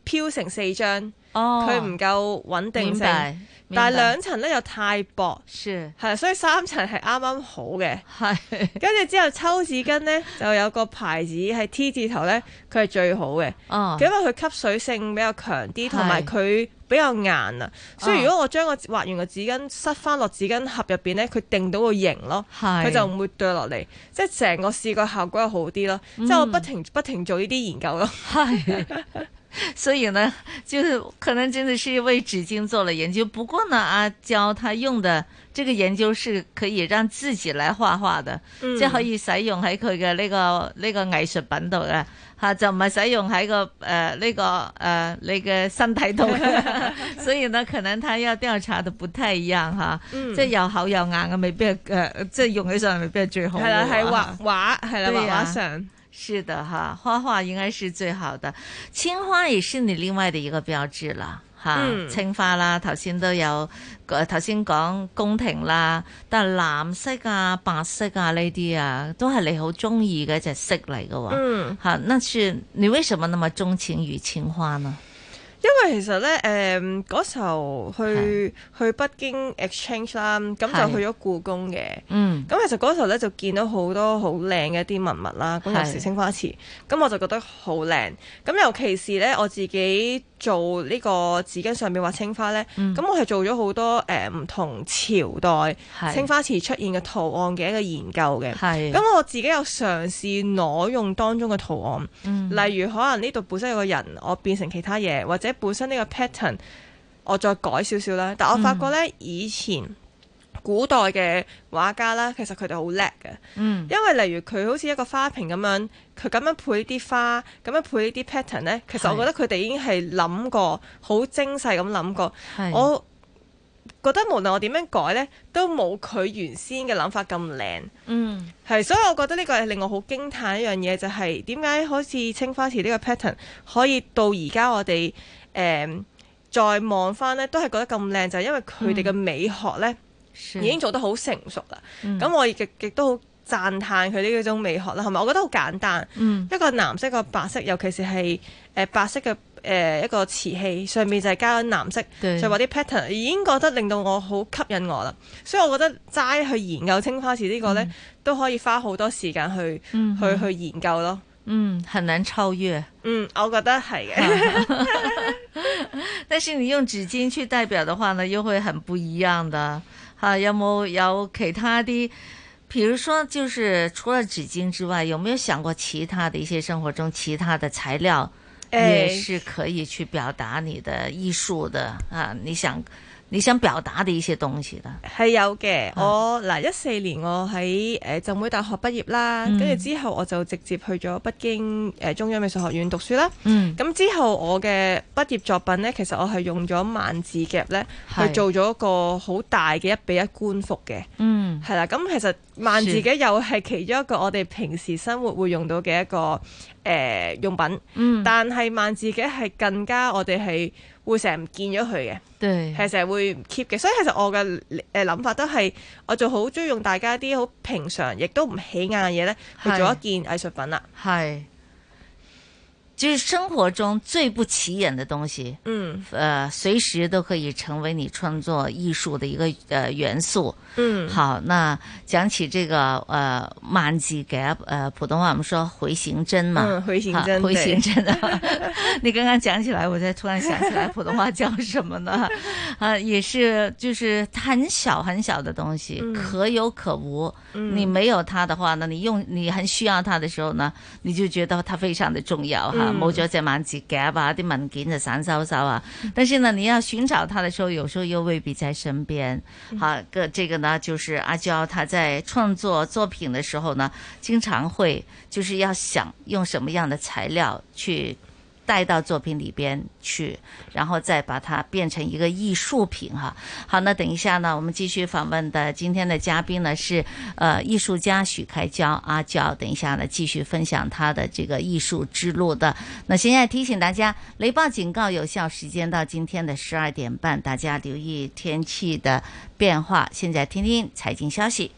飄成四張， 哦， 佢唔夠穩定性。但係兩層咧又太薄，係係，所以三層係啱啱好嘅。 係， 跟住之後抽紙巾咧就有個牌子係 T 字頭咧，佢係最好嘅。哦，因為佢吸水性比較強啲，同埋佢比較硬啊。所以如果我將個畫完個紙巾塞翻落紙巾盒入邊咧，佢定到個型咯，佢就唔會掉落嚟，即係成個視覺效果又好啲咯。即係、嗯、我不停不停做呢啲研究咯。係。 所以呢，就是可能真的是為紙巾做了研究。不過呢，阿嬌他用的這個研究是可以讓自己來畫畫的，嗯、即係可以使用喺佢嘅呢個呢、這個藝術品度嘅吓，就唔係使用喺個誒呢、呃這個誒、呃、你嘅身體度嘅。所以呢，可能他要調查的不太一樣哈，嗯、即係又厚又硬嘅未必誒、呃，即係用起上嚟未必係最好。 係啦，係畫畫，係啦，畫畫上。 是的哈，畫畫應該是最好的。青花也是你另外的一個標誌啦，哈、嗯，青花啦，頭先都有，頭先講宮廷啦，但係藍色啊、白色啊呢啲啊，都係你好中意嘅一隻色嚟嘅喎。嗯，哈，那是你為什麼那麼鐘情於青花呢？ 因為其實咧，誒、呃、嗰時候去去北京 exchange 啦，咁就去咗故宮嘅。嗯，咁其實嗰時候咧就見到好多好靚嘅一啲文物啦，咁尤其是青花瓷，咁我就覺得好靚。咁尤其是咧，我自己做呢個紙巾上面畫青花咧，咁、嗯、我係做咗好多誒唔、呃、同朝代青花瓷出現嘅圖案嘅一個研究嘅。係，咁我自己有嘗試攞用當中嘅圖案，嗯、例如可能呢度本身有個人，我變成其他嘢，或者本身呢個 pattern 我再改少少啦。但我發覺咧，嗯、以前古代嘅畫家啦，其實佢哋好叻嘅。嗯，因為例如佢好似一個花瓶咁樣，佢咁樣配啲花，咁樣配呢啲 pattern 咧，其實我覺得佢哋已經係諗過，好精細咁諗過。我覺得無論我點樣改咧，都冇佢原先嘅諗法咁靚。嗯，係，所以我覺得呢個係令我好驚歎一樣嘢，就係點解好似青花瓷呢個 pattern 可以到而家我哋誒、呃、再望翻咧，都係覺得咁靚，就係、是、因為佢哋嘅美學咧。嗯已經做得好成熟啦，咁、嗯、我亦亦都好讚歎佢呢嗰種美學啦，係咪？我覺得好簡單，嗯、一個藍色一個白色，尤其是係誒、呃、白色嘅誒、呃、一個瓷器上面就係加咗藍色，就話啲 pattern 已經覺得令到我好吸引我啦。所以我覺得齋去研究青花瓷呢個咧，嗯、都可以花好多時間去、嗯、去去研究咯。 嗯，很難超越。 嗯，我覺得係嘅。 但是你用紙巾去代表的話呢，又會很不一樣的。啊，有冇有其他啲，譬如說，就是除了紙巾之外，有沒有想過其他的一些生活中其他的材料，也是可以去表達你的藝術的啊？你想你想表達的一些東西的？ 係有嘅，啊、我嗱一四年我喺誒浸會大學畢業啦，跟住、嗯、之後我就直接去咗北京誒、呃、中央美術學院讀書啦。嗯，咁之後我嘅畢業作品咧，其實我係用咗萬字夾咧去做咗一個好大嘅一比一官服嘅。嗯，係啦，咁其實萬字夾又係其中一個我哋平時生活會用到嘅一個誒、呃、用品。嗯，但係萬字夾係更加我哋係會成日唔見咗佢嘅。對，係成日會唔 keep 嘅，所以其實我嘅誒諗法都係，我就好中意用大家啲好平常，亦都唔起眼嘅嘢咧，去做一件藝術品啦。係。就是生活中最不起眼的東西，嗯，呃，隨時都可以成為你創作藝術的一個呃元素，嗯，好，那講起這個呃萬字夾，呃普通話我們說回形針嘛，嗯，回形針，回形針啊，你剛剛講起來，我才突然想起來普通話叫什麼呢？啊，也是，就是很小很小的東西，嗯、可有可無，嗯、你沒有它的話呢，你用你很需要它的時候呢，你就覺得它非常的重要哈。嗯冇咗隻萬字夾啊，啲文件就散收收啊。但是呢，你要尋找它的時候，有時候又未必在身邊。好，個這個呢，就是阿嬌她在創作作品的時候呢，經常會就是要想用什麼樣的材料去帶到作品裏邊去，然後再把它變成一個藝術品哈。好，那等一下呢，我們繼續訪問的今天的嘉賓呢是呃藝術家許開嬌阿嬌，等一下呢繼續分享他的這個藝術之路的。那現在提醒大家，雷暴警告有效時間到今天的十二點半，大家留意天氣的變化。現在聽聽財經消息。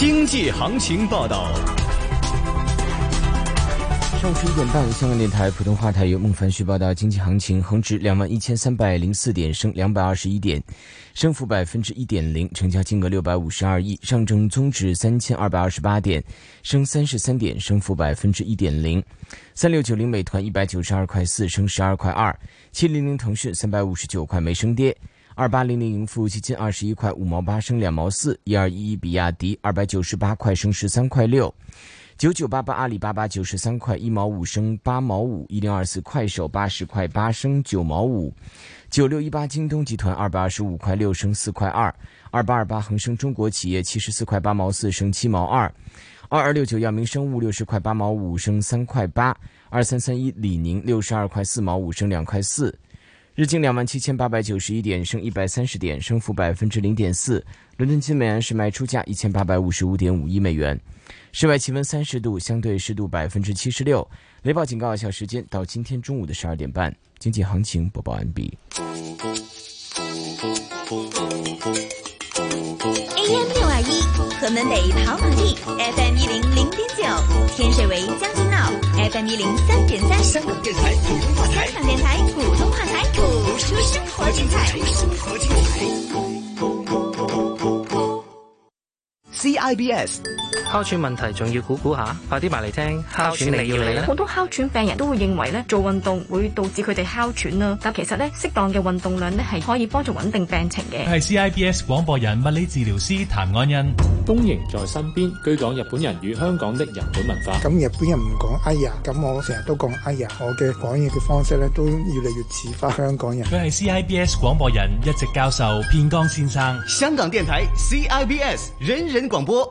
经济行情报道。 上午十一点半，香港电台普通话台由孟凡旭报道经济行情。恒指两万一千三百零四点，升两百二十一点，升幅百分之一点零，成交金额六百五十二亿。上证综指三千二百二十八点，升三十三点，升幅百分之一点零。三六九零美团一百九十二块四，升十二块二。七零零腾讯三百五十九块，没升跌。二八零零盈富基金二十一块五毛八，升两毛四。一二一一比亚迪二百九十八块，升十三块六。九九八八阿里巴巴九十三块一毛五，升八毛五。一零二四快手八十块八，升九毛五。九六一八京东集团二百二十五块六，升四块二。二八二八恒生中国企业七十四块八毛四，升七毛二。二二六九药明生物六十块八毛五，升三块八。二三三一李宁六十二块四毛五，升两块四。日经两万七千八百九十一点，升一百三十点，升幅百分之零点四。伦敦金每安士卖出价一千八百五十五点五一美元。室外气温三十度，相对湿度百分之七十六。雷暴警告有效时间到今天中午的十二点半。经济行情播报完毕。 A M 六二一，河门北跑马地 ，F M 一零零点九，天水围将军澳 ，F M 一零三点三，香港电台普通话台，香港电台普通话台，谱出生活精彩，生活精彩。 C I B S 哮喘問題仲要估估下，快啲埋嚟聽哮喘你要嚟啦！ 好多哮喘病人都會認為咧做運動會導致佢哋哮喘啦，但其實咧適當嘅運動量咧係可以幫助穩定病情嘅。 係 C I B S 廣播人物理治療師譚安欣。 東瀛在身邊，據講日本人與香港的日本文化。 咁日本人唔講哎呀，咁我成日都講哎呀，我嘅講嘢嘅方式咧都越嚟越似翻香港人。 佢係 C I B S 廣播人一直教授片江先生。 香港電台 C I B S 人人廣播。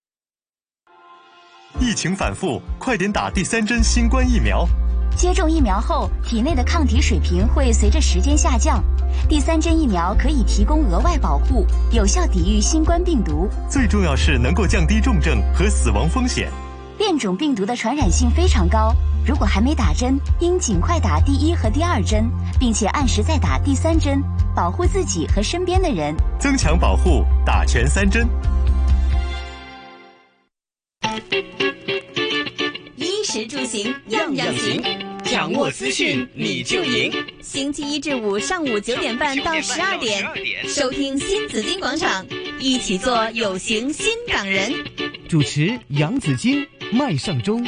疫情反复，快点打第三针新冠疫苗。 接种疫苗后，体内的抗体水平会随着时间下降。第三针疫苗可以提供额外保护，有效抵御新冠病毒。 最重要是能够降低重症和死亡风险。 变种病毒的传染性非常高，如果还没打针，应尽快打第一和第二针，并且按时再打第三针，保护自己和身边的人。 增强保护，打全三针。 衣食住行样样行， 掌握资讯你就赢。 星期一至五上午九点半到十二点，收听新紫金广场，一起做有型新港人。 主持杨紫金、麦尚中。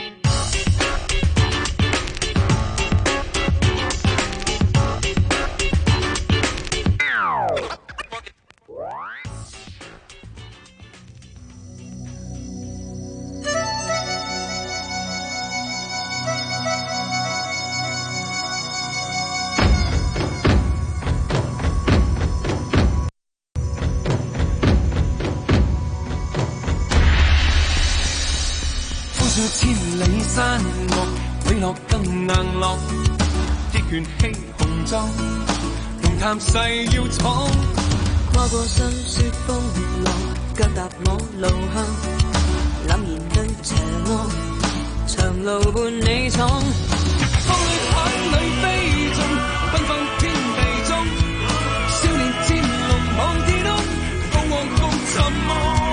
千里山岳，永樂更硬朗，鐵拳氣雄壯，龍潭誓要闖，跨過霜雪風浪，腳踏我路向，凜然對邪惡，長路伴你闖，風裏海裏飛縱，奔放天地中，少年戰龍望天空，風往共尋夢。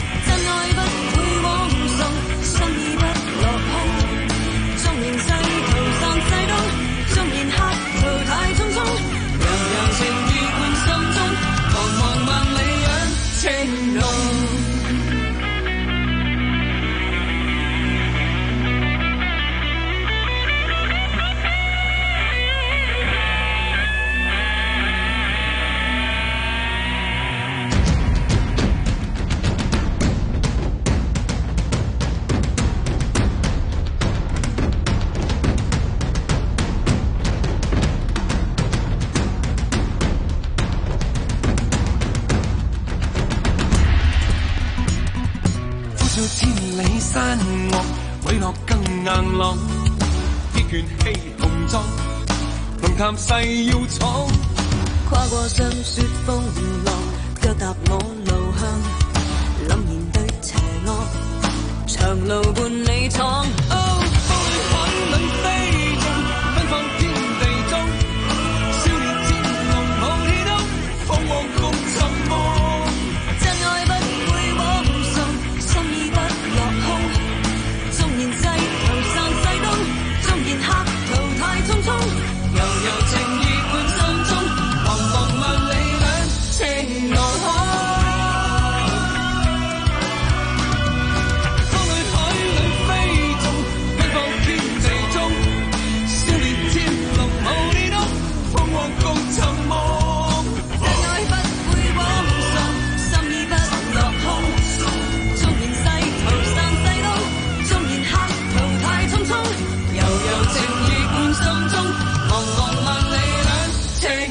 山岳永樂更硬朗，鐵拳氣雄壯，龍潭誓要闖，跨過霜雪風浪，腳踏我路向，凜然對邪惡，長路伴你闖。哦，風裏海裏飛縱，奔放天地中，少年戰龍傲氣東，風往共尋夢，真愛不會枉送。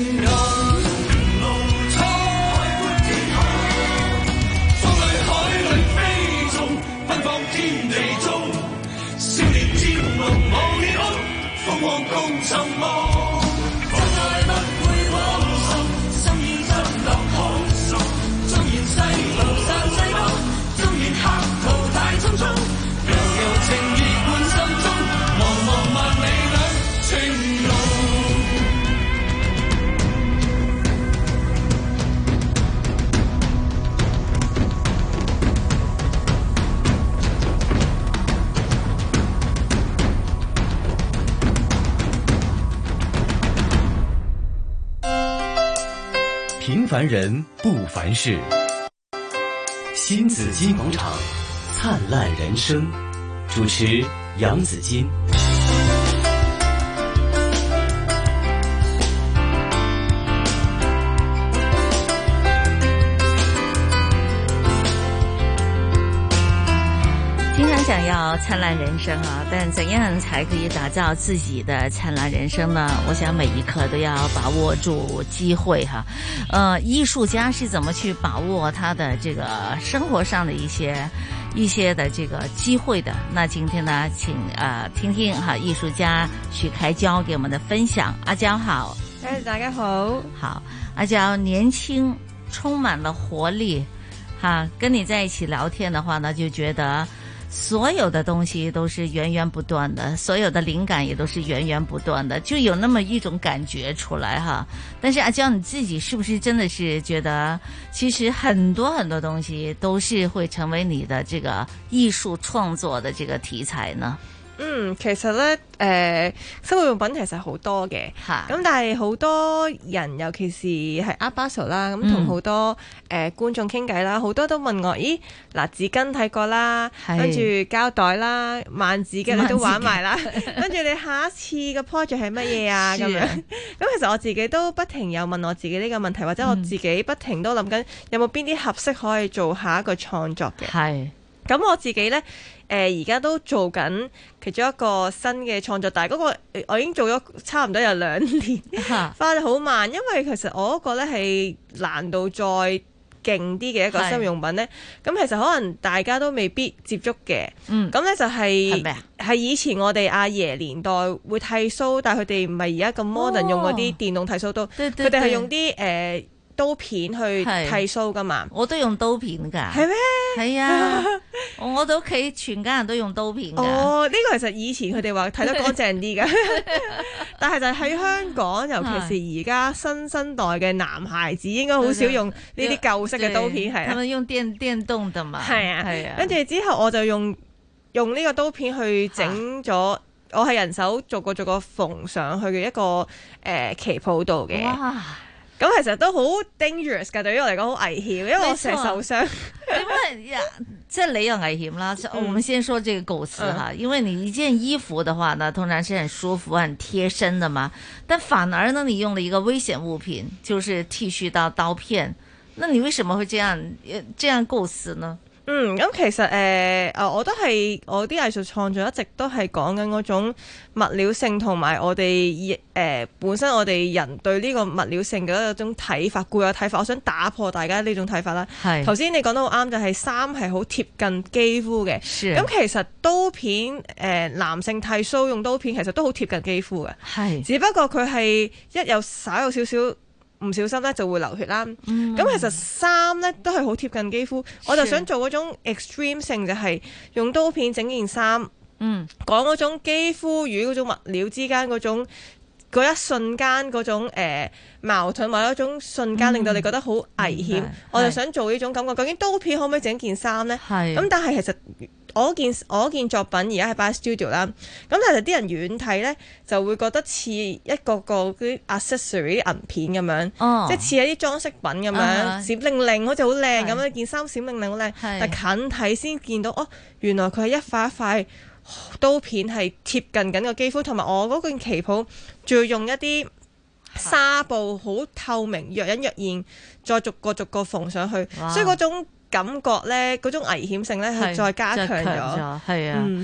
平凡人不凡事，新紫金广场，灿烂人生。主持杨紫金。 经常讲要灿烂人生啊，但怎样才可以打造自己的灿烂人生呢？我想每一刻都要把握住机会哈。呃，艺术家是怎么去把握他的这个生活上的一些一些的这个机会的？那今天呢，请呃听听哈艺术家许凯娇给我们的分享。阿娇好， 哎，大家好， 好，阿娇年轻，充满了活力，哈，跟你在一起聊天的话呢，就觉得所有的东西都是源源不断的，所有的灵感也都是源源不断的，就有那么一种感觉出来哈。但是阿娇你自己是不是真的是觉得，其實很多很多東西都是會成為你的這個藝術創作的這個題材呢？ 嗯，其實咧，誒、呃，生活用品其實好多嘅，咁但係好多人，尤其是係 Art Basel 啦，咁同好多誒、呃、觀眾傾偈啦，好多都問我，咦，嗱紙巾睇過啦，跟住膠袋啦，萬字嘅你都玩埋啦，跟住你下一次嘅 project 係乜嘢啊？咁樣，咁其實我自己都不停有問我自己呢個問題，或者我自己不停都諗緊有冇邊啲合適可以做下一個創作嘅。係，咁我自己咧。誒而家都做緊其中一個新嘅創作，但係嗰個我已經做咗差唔多有兩年，花得好慢，因為其實我嗰個咧係難度再勁啲嘅一個生活用品咧，咁其實可能大家都未必接觸嘅，咁咧就係係以前我哋阿爺年代會剃鬚，但係佢哋唔係而家咁 modern 用嗰啲電動剃鬚刀，佢哋係用啲誒刀片去剃鬚噶嘛， 我都用刀片㗎。係咩？係啊，我哋屋企全家人都用刀片㗎。 哦，呢、這個其實以前佢哋話剃得乾淨啲㗎，但係就喺香港，尤其是而家新生代嘅男孩子，應該好少用呢啲舊式嘅刀片，係啊。 佢哋用電電動的嘛。 係啊，係啊。跟住之後我就用用呢個刀片去整咗，我係人手逐個逐個縫上去嘅一個誒、呃、旗袍度嘅。哇！咁其實都好 dangerous 㗎，對於我嚟講好危險，因為我成日受傷。 因為呀，即係你有危險啦。我們先說這個構思哈，因為你一件衣服的話呢，通常是很舒服、很貼身的嘛。但反而呢，你用了一個危險物品，就是剃鬚刀刀片。那你為什麼會這樣這樣構思呢？ 嗯，咁其實誒，誒、呃，我都係我啲藝術創作一直都係講緊嗰種物料性同埋我哋誒、呃、本身我哋人對呢個物料性嘅一種睇法，固有睇法。我想打破大家呢種睇法啦。係頭先你講得好啱，就係衫係好貼近肌膚嘅。咁其實刀片誒、呃、男性剃鬚用刀片其實都好貼近肌膚嘅。係，只不過佢係一有稍有少少唔小心咧就會流血啦，咁、嗯、其實衫咧都係好貼近肌膚，我就想做嗰種 extreme 性，就係用刀片整件衫，嗯，講嗰種肌膚與嗰種物料之間嗰種嗰一瞬間嗰種誒、呃、矛盾，或者一種瞬間令到你覺得好危險、嗯，我就想做呢種感覺。究竟刀片可唔可以整件衫咧？係，咁但係其實我件我件作品而家係擺喺 studio 啦，咁其實啲人遠睇咧就會覺得似一個個啲 accessory 銀片咁樣，哦、即係似一啲裝飾品咁樣、uh-huh. 閃靈靈，好似好靚咁樣，件衫閃靈靈好靚，但係近睇先見到哦，原來佢係一塊一塊刀片係貼近緊個肌膚，同埋我嗰件旗袍仲要用一啲紗布好透明，若隱若現，再逐個逐個縫上去，所以嗰種感覺咧，嗰種危險性咧係再加強咗，係啊。嗯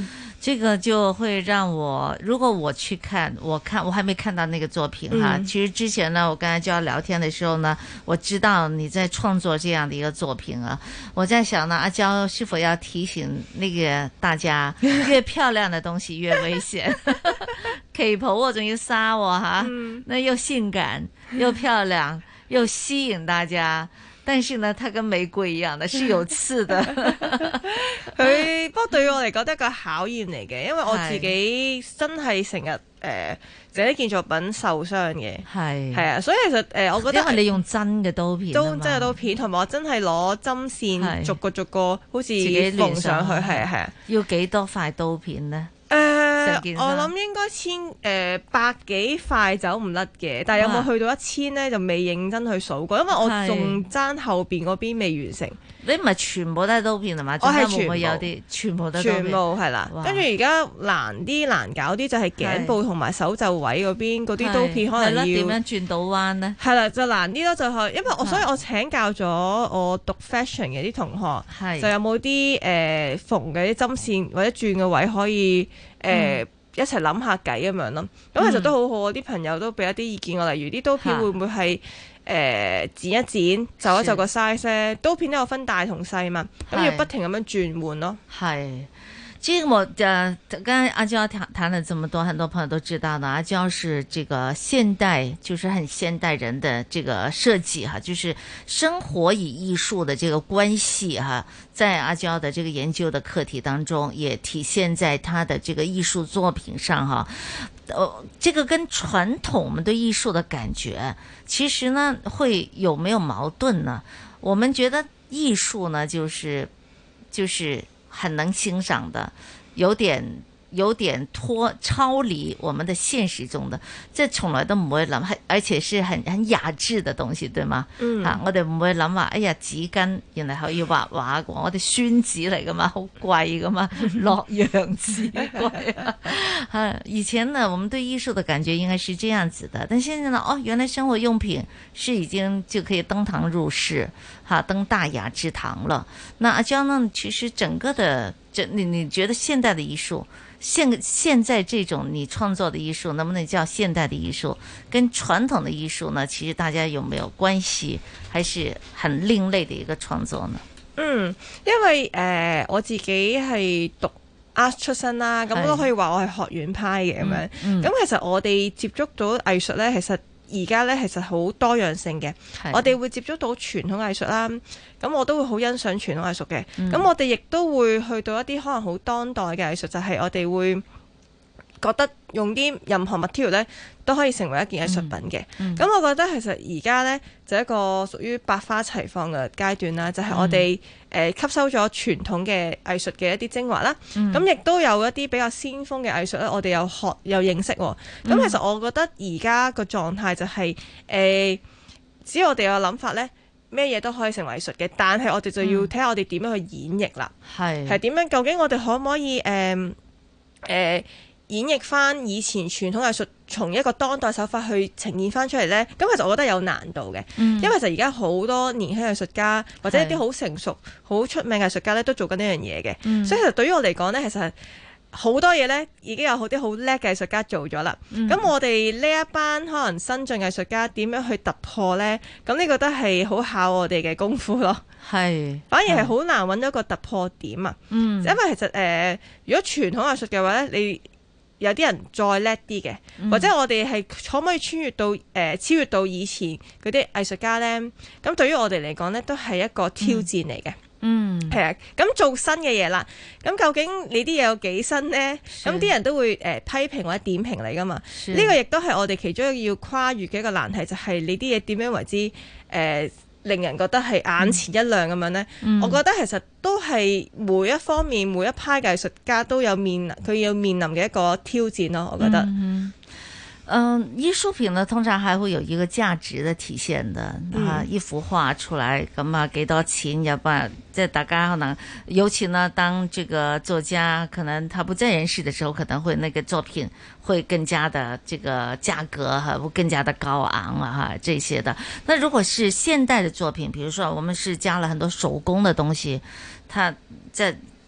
这个就會讓我，如果我去看，我看我還沒看到那個作品哈。嗯、其實之前呢，我跟阿嬌聊天的時候呢，我知道你在創作這樣的一個作品啊。我在想呢，阿嬌是否要提醒那個大家，越漂亮的東西越危險。旗袍我仲要紗喎哈，那又性感又漂亮又吸引大家。但是呢，它跟玫瑰一樣的，是有刺的。 佢不過對於我嚟講都係一個考驗嚟嘅，因為我自己真係成日誒整一件作品受傷嘅，係係啊，所以其實誒、呃，我覺得因為你用真嘅刀片， 都真嘅刀片，同埋我真係攞針線逐個逐個好似縫上去，係啊係啊， 要幾多塊刀片呢？ 誒、呃，我諗應該千誒、呃、百幾塊走唔甩嘅，但係有冇去到一千咧就未認真去數過，因為我仲爭後邊嗰邊未完成。 你唔係全部都係刀片係嘛？ 我係全部有啲全部都全部係啦。跟住而家難啲難搞啲就係頸部同埋手袖位嗰邊嗰啲刀片可能要點樣轉到彎呢？ 係啦，就難啲咯，就係因為我所以我請教咗我讀 fashion 嘅啲同學，就有冇啲誒縫嘅啲針線或者轉嘅位可以誒、呃嗯、一齊諗下計咁樣咯。咁其實都好好，我啲朋友都俾一啲意見我，例如啲刀片會唔會係？誒、呃、剪一剪，就一就個 size 咧，刀片都有分大同細嘛，咁要不停咁樣轉換咯。 係，這個我呃，剛才阿嬌談談了這麼多，很多朋友都知道呢。阿嬌是這個現代，就是很現代人的這個設計哈，就是生活與藝術的這個關係哈，在阿嬌的這個研究的課題當中，也體現在她的這個藝術作品上哈。呃，這個跟傳統我們對藝術的感覺，其實呢會有沒有矛盾呢？我們覺得藝術呢，就是就是很能欣賞的，有點有點脫超離我們的現實中的，這從來都唔會諗，而且是很很雅致的東西，對嗎？嗯，啊，我哋唔會諗話，哎呀，紙巾原來可以畫畫嘅，我哋宣紙嚟噶嘛，好貴噶嘛，洛陽紙貴啊。啊，以前呢，我們對藝術的感覺應該是這樣子的，但現在呢，哦，原來生活用品是已經就可以登堂入室，哈、啊，登大雅之堂了。那阿嬌呢，其實整個的，這你你覺得現代的藝術？現現在這種你創作的藝術，能不能叫現代的藝術？跟傳統的藝術呢？其實大家有沒有關係？還是很另類的一個創作呢？ 嗯，因為誒、呃、我自己係讀 art 出身啦，咁都可以話我係學院派嘅咁樣。咁、嗯嗯、其實我哋接觸到藝術呢，其實而家呢，其實好多樣性嘅。我哋會接觸到傳統藝術啦。咁我都會好欣賞傳統藝術嘅，咁、嗯、我哋亦都會去到一啲可能好當代嘅藝術，就係、是、我哋會覺得用啲任何 material 咧都可以成為一件藝術品嘅。咁、嗯嗯、我覺得其實而家咧就一個屬於百花齊放嘅階段啦，就係、是、我哋誒、嗯呃、吸收咗傳統嘅藝術嘅一啲精華啦，咁亦都有一啲比較先鋒嘅藝術咧，我哋有學有認識。咁、嗯、其實我覺得而家個狀態就係、是、誒、呃，只要我哋有諗法咧，咩嘢都可以成為藝術嘅，但係我哋就要睇下我哋點樣去演繹啦。係係點樣？究竟我哋可唔可以誒誒、呃呃、演繹翻以前傳統藝術，從一個當代手法去呈現翻出嚟呢？咁其實我覺得有難度嘅、嗯，因為其實而家好多年輕藝術家或者一啲好成熟、好出名嘅藝術家咧，都做緊呢樣嘢嘅。所以其實對於我嚟講呢，其實好多嘢呢已經有好啲好叻嘅藝術家做咗啦。咁、嗯、我哋呢一班可能新進藝術家點樣去突破呢？咁呢個都係好考我哋嘅功夫咯。係，反而係好難揾到一個突破點啊。嗯，因為其實誒、呃，如果傳統藝術嘅話呢，你有啲人再叻啲嘅，或者我哋係可唔可以穿越到誒、呃、超越到以前嗰啲藝術家呢？咁對於我哋嚟講呢，都係一個挑戰嚟嘅。嗯嗯，係啊，咁做新嘅嘢啦，咁究竟你啲嘢有幾新呢？咁啲人都會誒、呃、批評或者點評你噶嘛？呢、這個亦都係我哋其中一個要跨越嘅一個難題，就係、是、你啲嘢點樣為之誒、呃、令人覺得係眼前一亮咁樣呢、嗯？我覺得其實都係每一方面每一派藝術家都有面佢要面臨嘅一個挑戰咯，我覺得。嗯嗯，藝術品呢，通常還會有一個價值的體現的、嗯、啊，一幅畫出來咁啊，幾多錢？要不然即係大家可能，尤其呢，當這個作家可能他不在人世的時候，可能會那個作品會更加的這個價格哈，會更加的高昂啊哈，這些的。那如果是現代的作品，比如說我們是加了很多手工的東西，它在。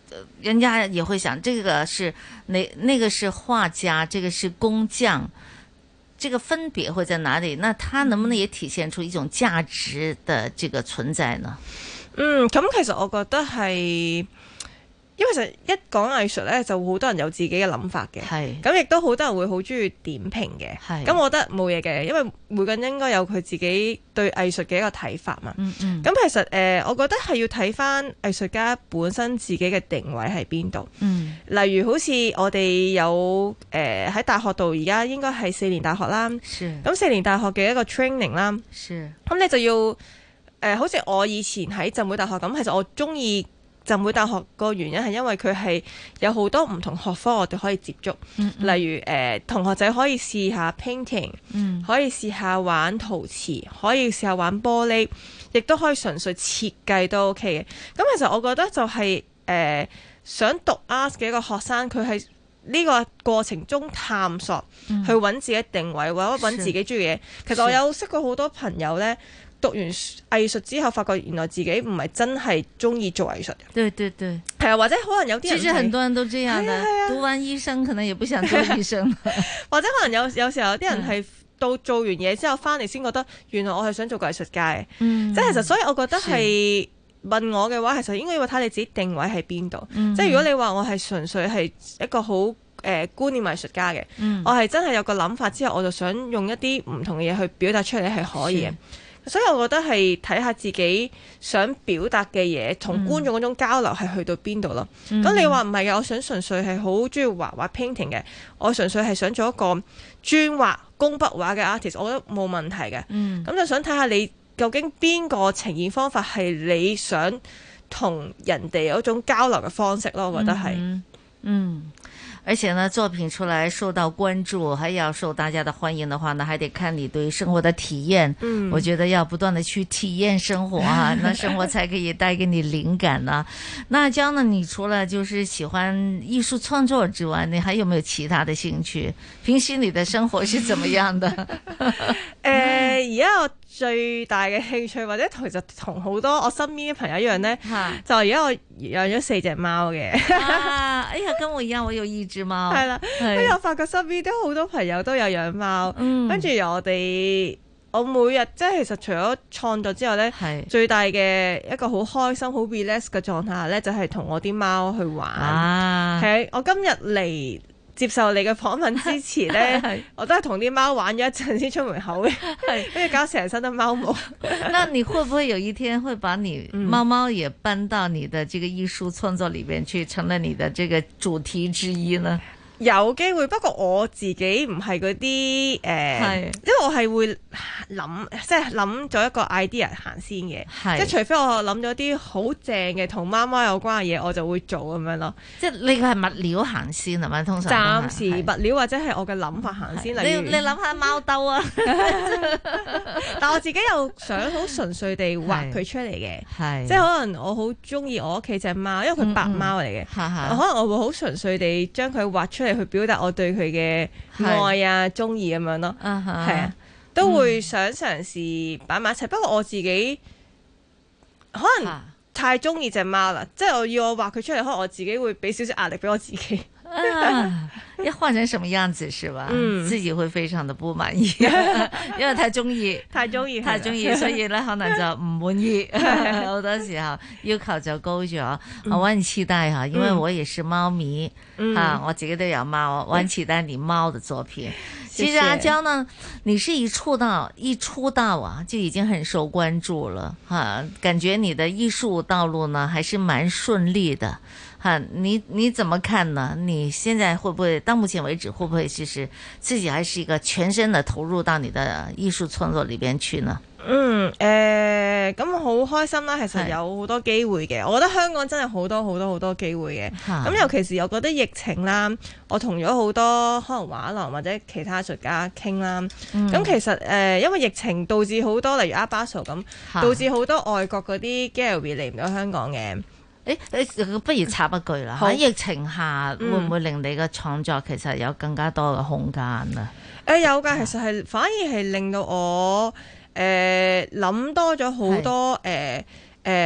人家也會想，這個是那那個是畫家，這個是工匠，這個分別會在哪裡？那它能不能也體現出一種價值的這個存在呢？ 嗯，咁其實我覺得係。因為其實一講藝術咧，就好多人有自己嘅諗法嘅，咁亦都好多人會好中意點評嘅。咁我覺得冇嘢嘅，因為每個人應該有佢自己對藝術嘅一個睇法嘛。咁、嗯嗯、其實誒、呃，我覺得係要睇翻藝術家本身自己嘅定位喺邊度。例如好似我哋有誒喺、呃、大學度，而家應該係四年大學啦。咁四年大學嘅一個 training 啦。咁你就要誒、呃，好似我以前喺浸會大學咁，其實我中意浸會大學個原因係因為佢係有好多唔同學科我哋可以接觸，嗯嗯例如誒、呃、同學仔可以試下 painting，、嗯、可以試下玩陶瓷，可以試下玩玻璃，亦都可以純粹設計都 OK 嘅。咁其實我覺得就係、是、誒、呃、想讀 art 嘅一個學生，佢係呢個過程中探索，嗯、去揾自己定位或者揾自己中意嘅嘢。其實我有識過好多朋友呢。讀完藝術之後，發覺原來自己唔係真係中意做藝術。 對對對， 係啊，或者可能有啲人其實很多人都這樣的，讀完醫生可能也不想做醫生， 或者可能有有時候有啲人係到做完嘢之後翻嚟先覺得，原來我係想做個藝術家嘅。嗯，即係其實所以我覺得係問我嘅話，其實應該要睇你自己定位喺邊度。即係如果你話我係純粹係一個好誒、呃、觀念藝術家嘅，嗯、我係真係有個諗法之後，我就想用一啲唔同嘅嘢去表達出嚟係可以嘅。所以我覺得係睇下自己想表達嘅嘢，同觀眾嗰種交流係去到邊度咯。咁、嗯、你話唔係嘅，我想純粹係好中意畫畫 painting 嘅，我純粹係想做一個專畫工筆畫嘅 artist，我覺得冇問題嘅。咁、嗯、就想睇下你究竟邊個呈現方法係你想同人哋有一種交流嘅方式咯。我覺得係，嗯。 嗯而且呢，作品出來受到關注，還要受大家的歡迎的話呢，還得看你對生活的體驗。嗯，我覺得要不斷的去體驗生活啊，那生活才可以帶給你靈感啊。那阿嬌呢，你除了就是喜歡藝術創作之外，你還有沒有其他的興趣？平時你的生活是怎麼樣的？誒、 呃，而家我最大嘅興趣，或者其實同好多我身邊嘅朋友一樣呢，就而家我養咗四隻貓嘅。 啊，哎呀，跟我一樣，我有一隻貓。係啦， 跟住我發覺身邊都好多朋友都有養貓，跟、嗯、住我哋，我每日即係其實除咗創作之外呢，最大嘅一個好開心、好 relax 嘅狀態呢，就係同我啲貓去玩。啊，係我今日嚟接受你嘅訪問之前呢，我都係同啲貓玩咗一陣先出門口嘅，跟住搞成身都貓毛。 那你會不會有一天會把你貓貓也搬到你的這個藝術創作裏邊去，成了你的這個主題之一呢？ 有機會，不過我自己唔係嗰啲誒，因為我係會諗，即係諗咗一個 idea 行先嘅，即係除非我諗咗啲好正嘅同貓貓有關嘅嘢，我就會做咁樣咯。即係你個係物料行先係咪？通常暫時物料或者係我嘅諗法行先。 你你諗下貓兜啊！ 但我自己又想好純粹地畫佢出嚟嘅，即係可能我好中意我屋企隻貓，因為佢白貓嚟嘅，可能我會好純粹地將佢畫出嚟去表達我對佢嘅愛啊、中意咁樣咯，係啊，都會想嘗試擺埋一齊。不過我自己可能太中意隻貓啦，即係我要我畫佢出嚟，可能我自己會俾少少壓力俾我自己。 啊，要畫成什麼樣子是吧？嗯，自己會非常的不滿意，因為太中意， 太中意， 太中意，所以咧可能就唔滿意。好多時候要求就高咗，嗯、我很期待哈，因為我也是貓迷，嗯、啊，我自己都有貓，我很期待你貓的作品。其實阿嬌呢，你是一出道一出道啊，就已經很受關注了哈、啊，感覺你的藝術道路呢還是蠻順利的。哈，你你怎麼看呢？你現在會不會到目前為止會不會其實自己還是一個全身的投入到你的藝術創作裏邊去呢？ 嗯，誒咁好開心啦！其實有好多機會嘅，我覺得香港真係好多好多好多機會嘅。咁尤其是我覺得疫情啦，我同咗好多可能畫廊或者其他藝術家傾啦。咁、嗯、其實誒、呃，因為疫情導致好多例如 Art Basel 咁，導致好多外國嗰啲 gallery 嚟唔到香港嘅。 誒誒，不如插一句啦，喺疫情下會唔會令你嘅創作其實有更加多嘅空間啊？誒、 嗯、有㗎，其實係反而係令到我誒諗、呃、多咗好多誒誒、呃呃、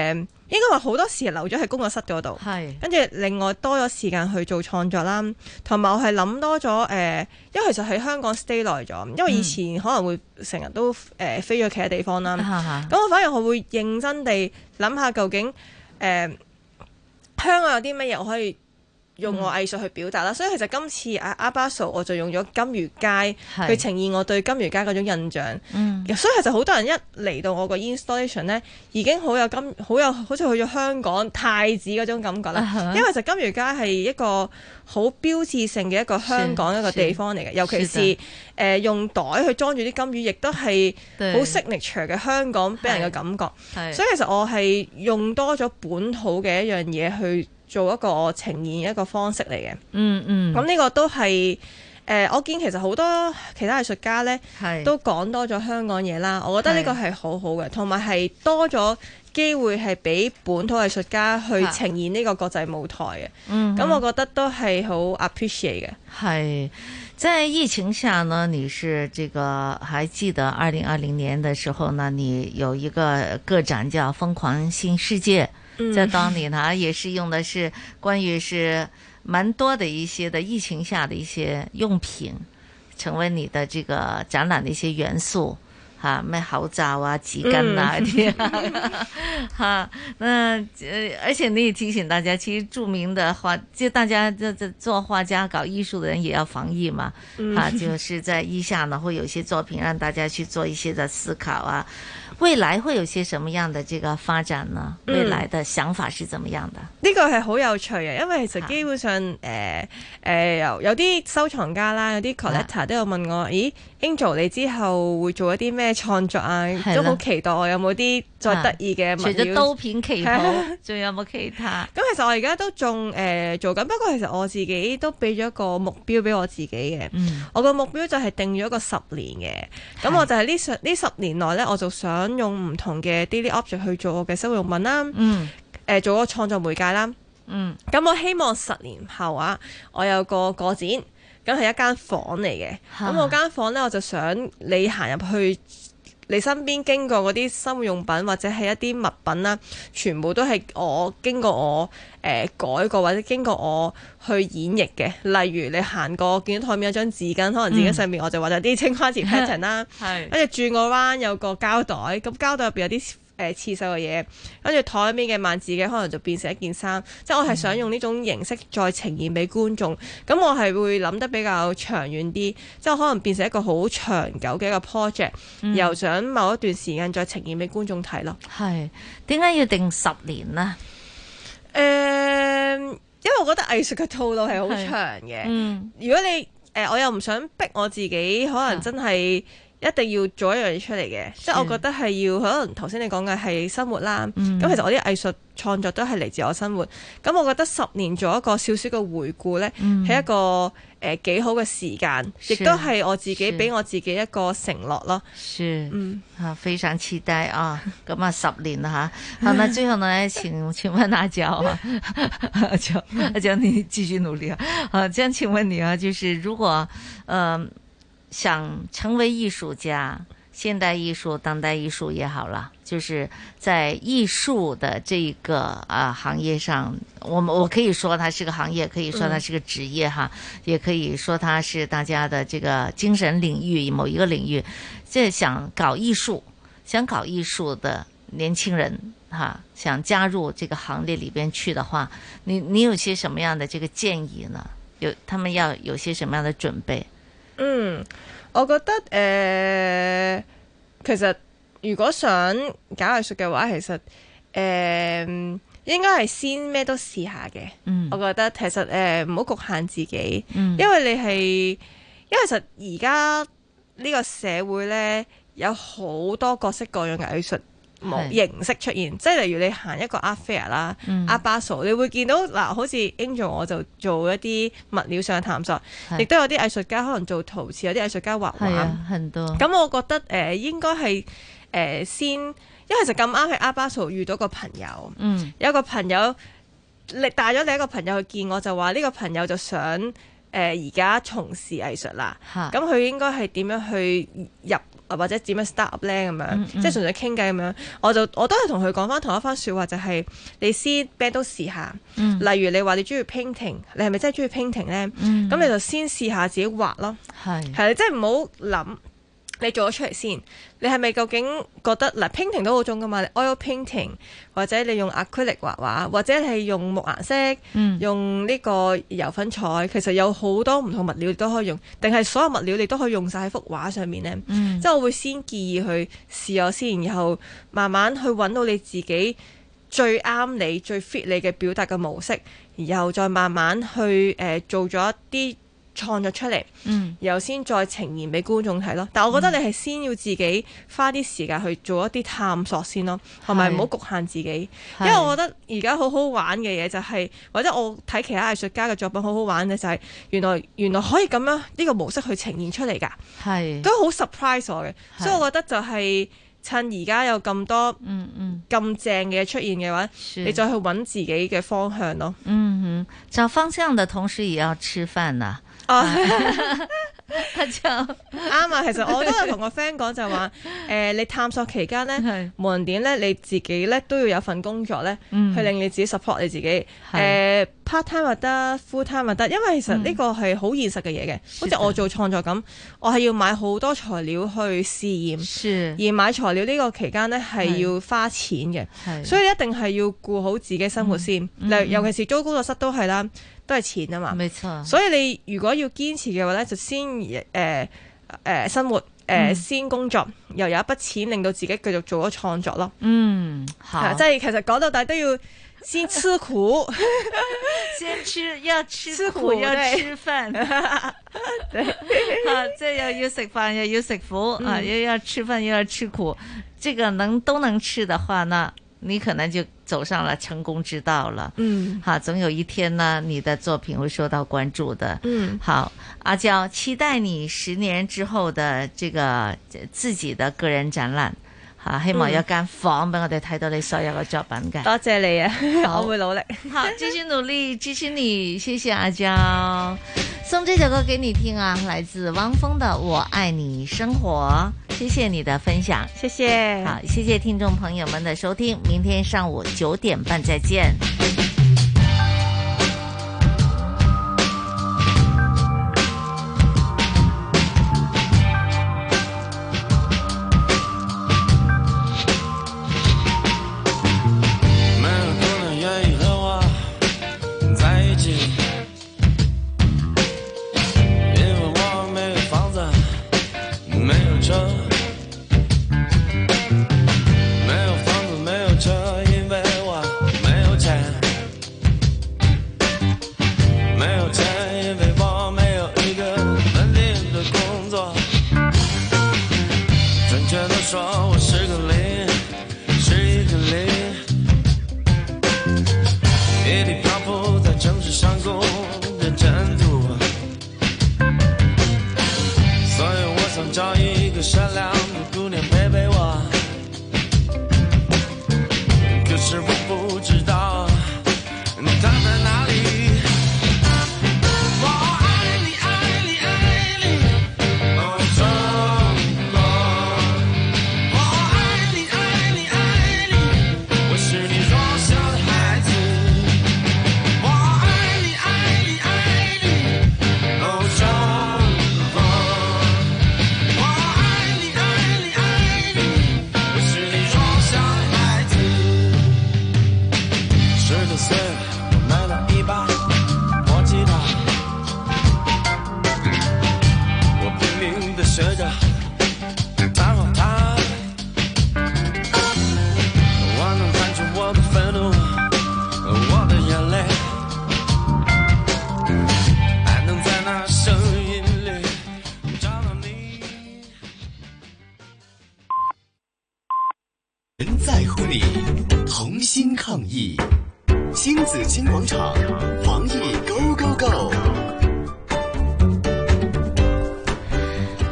應該話好多時留咗喺工作室嗰度，跟住另外多咗時間去做創作啦，同埋我係諗多咗誒、呃，因為其實喺香港 stay 耐咗，因為以前可能會成日都誒、呃、飛咗其他地方啦，咁、嗯、我反而我會認真地諗下究竟誒、呃、香港有啲乜嘢我可以用我藝術去表達啦、嗯，所以其實今次阿阿巴素我就用咗金魚街去呈現我對金魚街嗰種印象。嗯，所以其實好多人一嚟到我個 installation 咧，已經好有金，好有好似去咗香港太子嗰種感覺啦、uh-huh。因為其實金魚街係一個好標誌性嘅一個香港一個地方嚟嘅，尤其是誒、呃、用袋去裝住啲金魚，亦都係好 signature 嘅香港俾人嘅感覺。所以其實我係用多咗本土嘅一樣嘢去做一個呈現一個方式嚟嘅，嗯嗯，咁呢個都係誒、呃，我見其實好多其他藝術家咧都講多咗香港嘢啦，我覺得呢個係好好嘅，同埋係多咗機會係俾本土藝術家去呈現呢個國際舞台嘅，嗯，咁我覺得都係好 appreciate 嘅。 係在疫情下呢，你是這個還記得二零二零年的時候呢，你有一個個展叫《瘋狂新世界》。在當年哈，也是用的是關於是蠻多的一些的疫情下的一些用品，成為你的這個展覽的一些元素，哈，咩口罩啊、紙巾啊啲，哈，那呃，而且你也提醒大家，其實著名的畫，就大家這這做畫家、搞藝術的人也要防疫嘛，哈，就是在疫下呢，會有一些作品讓大家去做一些的思考啊。未來會有些什麼樣的這個發展呢？未來的想法是怎麼樣的？呢、 嗯這個係好有趣嘅，因為其實基本上誒誒有有啲收藏家啦，有啲 collector 都有問我，咦 Angel 你之後會做一啲咩創作啊？都好期待，有冇啲再得意嘅物料？ 除咗刀片旗袍，仲有冇其他？ 咁其實我而家都仲誒、呃、做緊，不過其實我自己都俾咗一個目標俾我自己嘅、嗯。我個目標就係定咗一個十年嘅，咁我就係呢十呢十年內咧，我就想用唔同嘅 daily object 去做我嘅生活用品啦，嗯，誒、呃、做個創作媒介啦，嗯，咁我希望十年後啊，我有個個展，咁係一間房嚟嘅，咁我間房咧，我就想你行入去，你身邊經過嗰啲生活用品或者係一啲物品啦，全部都係我經過我誒、呃、改過或者經過我去演繹嘅。例如你行過見到台面有張紙巾，可能紙巾上面我就畫咗啲青花瓷 pattern 啦，跟住轉個彎有個膠袋，咁膠袋入邊有啲誒刺繡嘅嘢，跟住台面嘅萬字嘅可能就變成一件衫，即係我係想用呢種形式再呈現俾觀眾。咁、嗯、我係會諗得比較長遠啲，即係可能變成一個好長久嘅一個 project，、嗯、又想某一段時間再呈現俾觀眾睇咯。係點解要定十年呢？ 誒、呃，因為我覺得藝術嘅套路係好長嘅、嗯。如果你誒、呃，我又唔想逼我自己，可能真係一定要做一樣嘢出嚟嘅，即係我覺得係要可能頭先你講嘅係生活啦。咁、嗯、其實我啲藝術創作都係嚟自我生活。咁我覺得十年做一個少少嘅回顧呢，係、嗯、一個誒幾、呃、好嘅時間，亦都係我自己俾我自己一個承諾咯。 是，嗯，啊，非常期待啊！咁啊，十年啦吓。好，那最後呢，請請問阿嬌啊，阿嬌，阿嬌，你繼續努力啊！好，這樣請問你啊，就是如果，嗯、呃。想成為藝術家，現代藝術、當代藝術也好啦，就是在藝術的這個啊行業上，我我可以說它是個行業，可以說它是個職業哈、嗯，也可以說它是大家的這個精神領域某一個領域。即係想搞藝術、想搞藝術的年輕人哈，想加入這個行列裏邊去的話，你你有些什麼樣的這個建議呢？有他們要有些什麼樣的準備？ 嗯，我覺得誒、呃，其實如果想搞藝術嘅話，其實誒、呃、應該係先咩都試下嘅。嗯，我覺得其實誒唔好局限自己，嗯、因為你係因為其實而家呢個社會咧有好多各式各樣嘅藝術形式出現，即係例如你行一個 art fair 啦、嗯、art basel，你會見到嗱，好似 Angel 我就做一啲物料上嘅探索，亦都有啲藝術家可能做陶瓷，有啲藝術家畫畫，很多。咁我覺得誒、呃、應該係誒、呃、先，因為就咁啱喺 art basel 遇到個朋友，嗯，有一個朋友你帶咗你一個朋友去見我，就話呢個朋友就想誒而家從事藝術啦，咁佢應該係點樣去入或者點樣 start up 咧咁樣， 嗯嗯即係純粹傾偈咁樣，我就我都係同佢講翻同一番説話，就係、是、你先咩都試下。 嗯、 例如你話你中意 painting，你係咪真係中意 painting 咧？咁、嗯、你就先試下自己畫咯。 係係即係唔好諗。你做咗出嚟先，你係咪究竟覺得嗱 painting 都好種噶嘛？你 oil painting 或者你用 acrylic 畫畫，或者你係用木顏色，嗯、用呢個油粉彩，其實有好多唔同物料你都可以用，定係所有物料你都可以用晒喺幅畫上面呢？嗯、即係我會先建議去試咗先，然後慢慢去揾到你自己最啱你、最 fit 你嘅表達嘅模式，然後再慢慢去誒、呃、做咗一啲創作出嚟，嗯、然後先再呈現俾觀眾睇咯。但係我覺得你係先要自己花啲時間去做一啲探索先咯，同埋唔好局限自己。因為我覺得而家好好玩嘅嘢就係、是，或者我睇其他藝術家嘅作品好好玩嘅就係、是，原來原來可以咁樣呢、這個模式去呈現出嚟㗎，係都好 surprise 我嘅。所以我覺得就係、是。趁而家有咁多嗯嗯咁正嘅出現嘅話，你再去揾自己嘅方向咯。 嗯哼，找方向的同時也要吃飯啊。 哦，就啱啊！其實我都有同個 friend 講就話，誒、呃，你探索期間咧，無論點咧，你自己咧都要有份工作咧，嗯、去令你自己 support 你自己。誒、呃、part time 又得 ，full time 又得，因為其實呢個係好現實嘅嘢嘅。好似、嗯、我做創作咁，我係要買好多材料去試驗，而買材料呢個期間咧係要花錢嘅，所以一定係要顧好自己生活先。例如、嗯，尤其是租工作室都係啦。都係錢啊嘛，冇錯。所以你如果要堅持嘅話咧，就先誒誒、呃呃、生活誒、呃嗯、先工作，又有一筆錢令到自己繼續做咗創作咯。嗯，好，即係其實講到底都要先吃苦， 先吃要吃苦，吃苦要吃飯，對，啊，即係又要食飯又要食苦、嗯、啊，又要吃飯又要吃苦，這個能都能吃的話呢，你可能就走上了成功之道了。嗯，好，總有一天呢，你的作品會受到關注的。嗯，好，阿嬌，期待你十年之後的這個自己的個人展覽。好，希望有間房俾我哋睇到你所有嘅作品嘅。 多謝你啊，我會努力。 好，繼續努力，支持你，謝謝阿嬌。送這首歌給你聽啊，來自汪峰的《我愛你生活》。謝謝你的分享， 謝謝。 好，謝謝聽眾朋友們的收聽，明天上午九點半再見。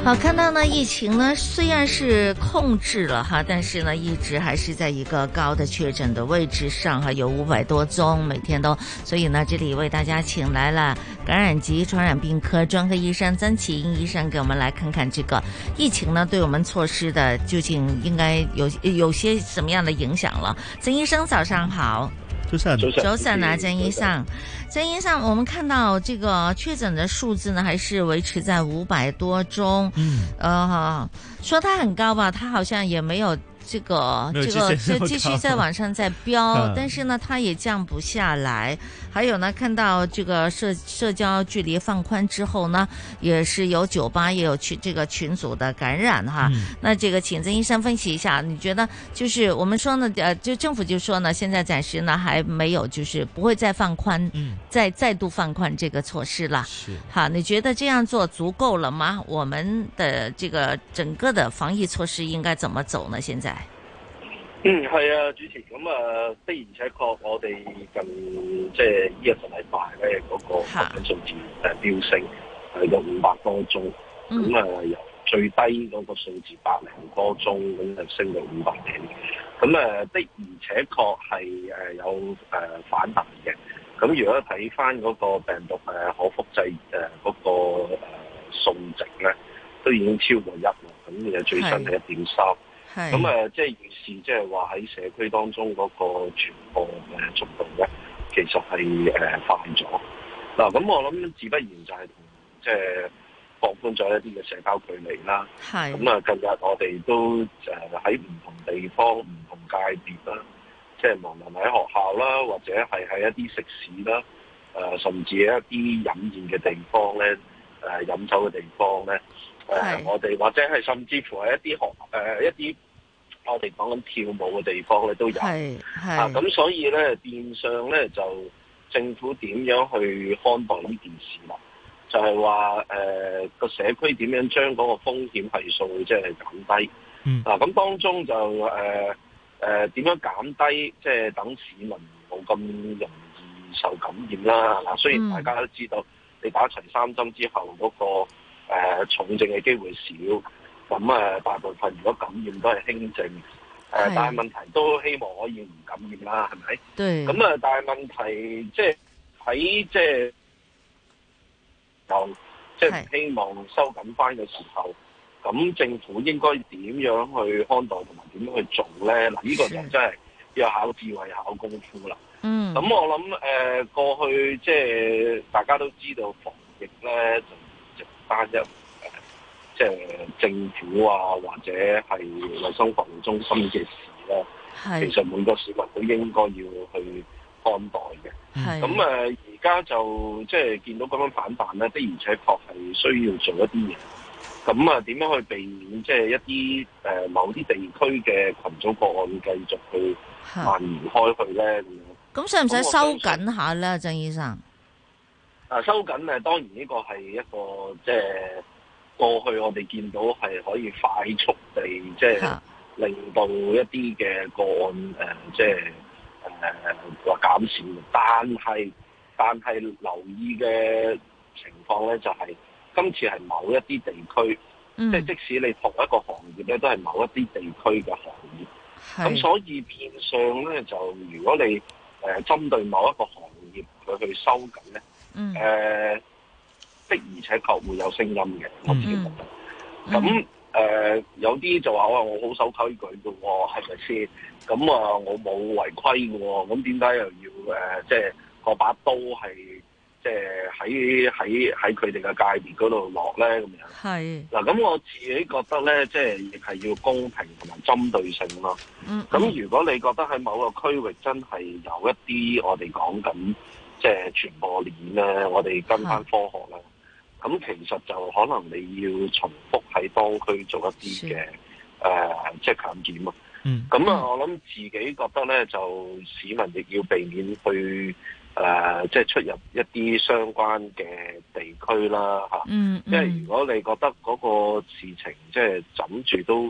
好，看到呢，疫情呢虽然是控制了哈，但是呢，一直还是在一个高的确诊的位置上哈，有五百多宗每天都，所以呢，这里为大家请来了感染及传染病科专科医生曾祈殷医生，给我们来看看这个疫情呢对我们措施的究竟应该有有些什么样的影响了。曾医生早上好。 早晨， 早晨啊，曾医生，曾医生，我们看到这个确诊的数字呢，还是维持在五百多宗。嗯，呃，说它很高吧，它好像也没有这个这个就继续在往上在飙，但是呢，它也降不下来。还有呢，看到这个社社交距离放宽之后呢，也是有酒吧也有群这个群组的感染哈。嗯、那这个请曾医生分析一下，你觉得就是我们说呢，呃，就政府就说呢，现在暂时呢还没有就是不会再放宽，嗯，再再度放宽这个措施了。是，好，你觉得这样做足够了吗？我们的这个整个的防疫措施應該怎麼走呢？現在？ 嗯，係啊，主持，咁啊的而且確，我哋近即係呢一個禮拜咧，嗰、那個確診數字誒飆升，去到五百多宗，咁啊、嗯、由最低嗰個數字百零多宗，咁就升到五百幾，咁啊的而且確係誒有誒反彈嘅。咁如果睇翻嗰個病毒誒可複製誒嗰個誒數值咧，都已經超過一啦，咁就最新係一點三。咁誒，即係預示即係話喺社區當中嗰個傳播嘅速度咧，其實係誒、呃、快咗。嗱，咁我諗自不然就係同即係放寬咗一啲嘅社交距離啦。係。咁啊，近日我哋都誒喺唔同地方、唔同界別啦，即係無論喺學校啦，或者係喺一啲食肆啦，誒、呃，甚至一啲飲宴嘅地方咧，誒、呃、飲酒嘅地方咧。誒、呃，我哋或者係甚至乎係一啲學誒、呃、一啲我哋講緊跳舞嘅地方咧都有，係係啊，咁所以咧變相咧就政府點樣去看待呢件事啦？就係話誒個社區點樣將嗰個風險係數即係減低，嗯啊咁當中就誒誒點樣減低，即係等市民冇咁容易受感染啦。嗱、啊，雖然大家都知道、嗯、你打齊三針之後嗰、那個。誒、呃、重症嘅機會少，咁誒、呃、大部分如果感染都係輕症，誒、呃、但係問題都希望可以唔感染啦，係咪？對。咁啊，但係問題即係喺即係就即係唔希望收緊翻嘅時候，咁政府應該點樣去看待同埋點樣去做咧？嗱，呢個就真係要考智慧、考功夫啦。嗯。咁我諗誒、呃、過去即係大家都知道防疫咧就。單一誒，即係政府啊，或者係衞生防護中心嘅事咧，其實每個市民都應該要去看待嘅。咁誒，而家就即係見到咁樣反彈咧，的而且確係需要做一啲嘢。咁啊，點樣去避免即係一啲誒、呃、某啲地區嘅群組個案繼續去蔓延開去咧？咁咁使唔使收緊下咧，曾醫生？ 啊，收緊誒，當然呢個係一個即係過去我哋見到係可以快速地即係令到一啲嘅個案誒，即係誒話減少。但係但係留意嘅情況咧，就係、是、今次係某一啲地區，嗯、即係即使你同一個行業咧，都係某一啲地區嘅行業。咁所以變相咧，就如果你誒、呃、針對某一個行業佢去收緊咧。嗯，誒、呃、的而且確會有聲音嘅，我自己覺得。咁誒、嗯呃、有啲就話哇，我好守規矩嘅喎，係咪先？咁啊，我冇違規嘅喎，咁點解又要誒，即係個把刀係即係喺喺喺佢哋嘅界別嗰度落咧咁樣？係嗱，咁我自己覺得咧，即係亦係要公平同埋針對性咯。嗯，咁如果你覺得喺某個區域真係有一啲我哋講緊。即係傳播鏈咧，我哋跟翻科學啦。咁其實就可能你要重複喺當區做一啲嘅誒，即係強檢啊。咁啊，我諗自己覺得咧，就市民亦要避免去誒、呃，即係出入一啲相關嘅地區啦嚇。嗯，因為如果你覺得嗰個事情即係枕住都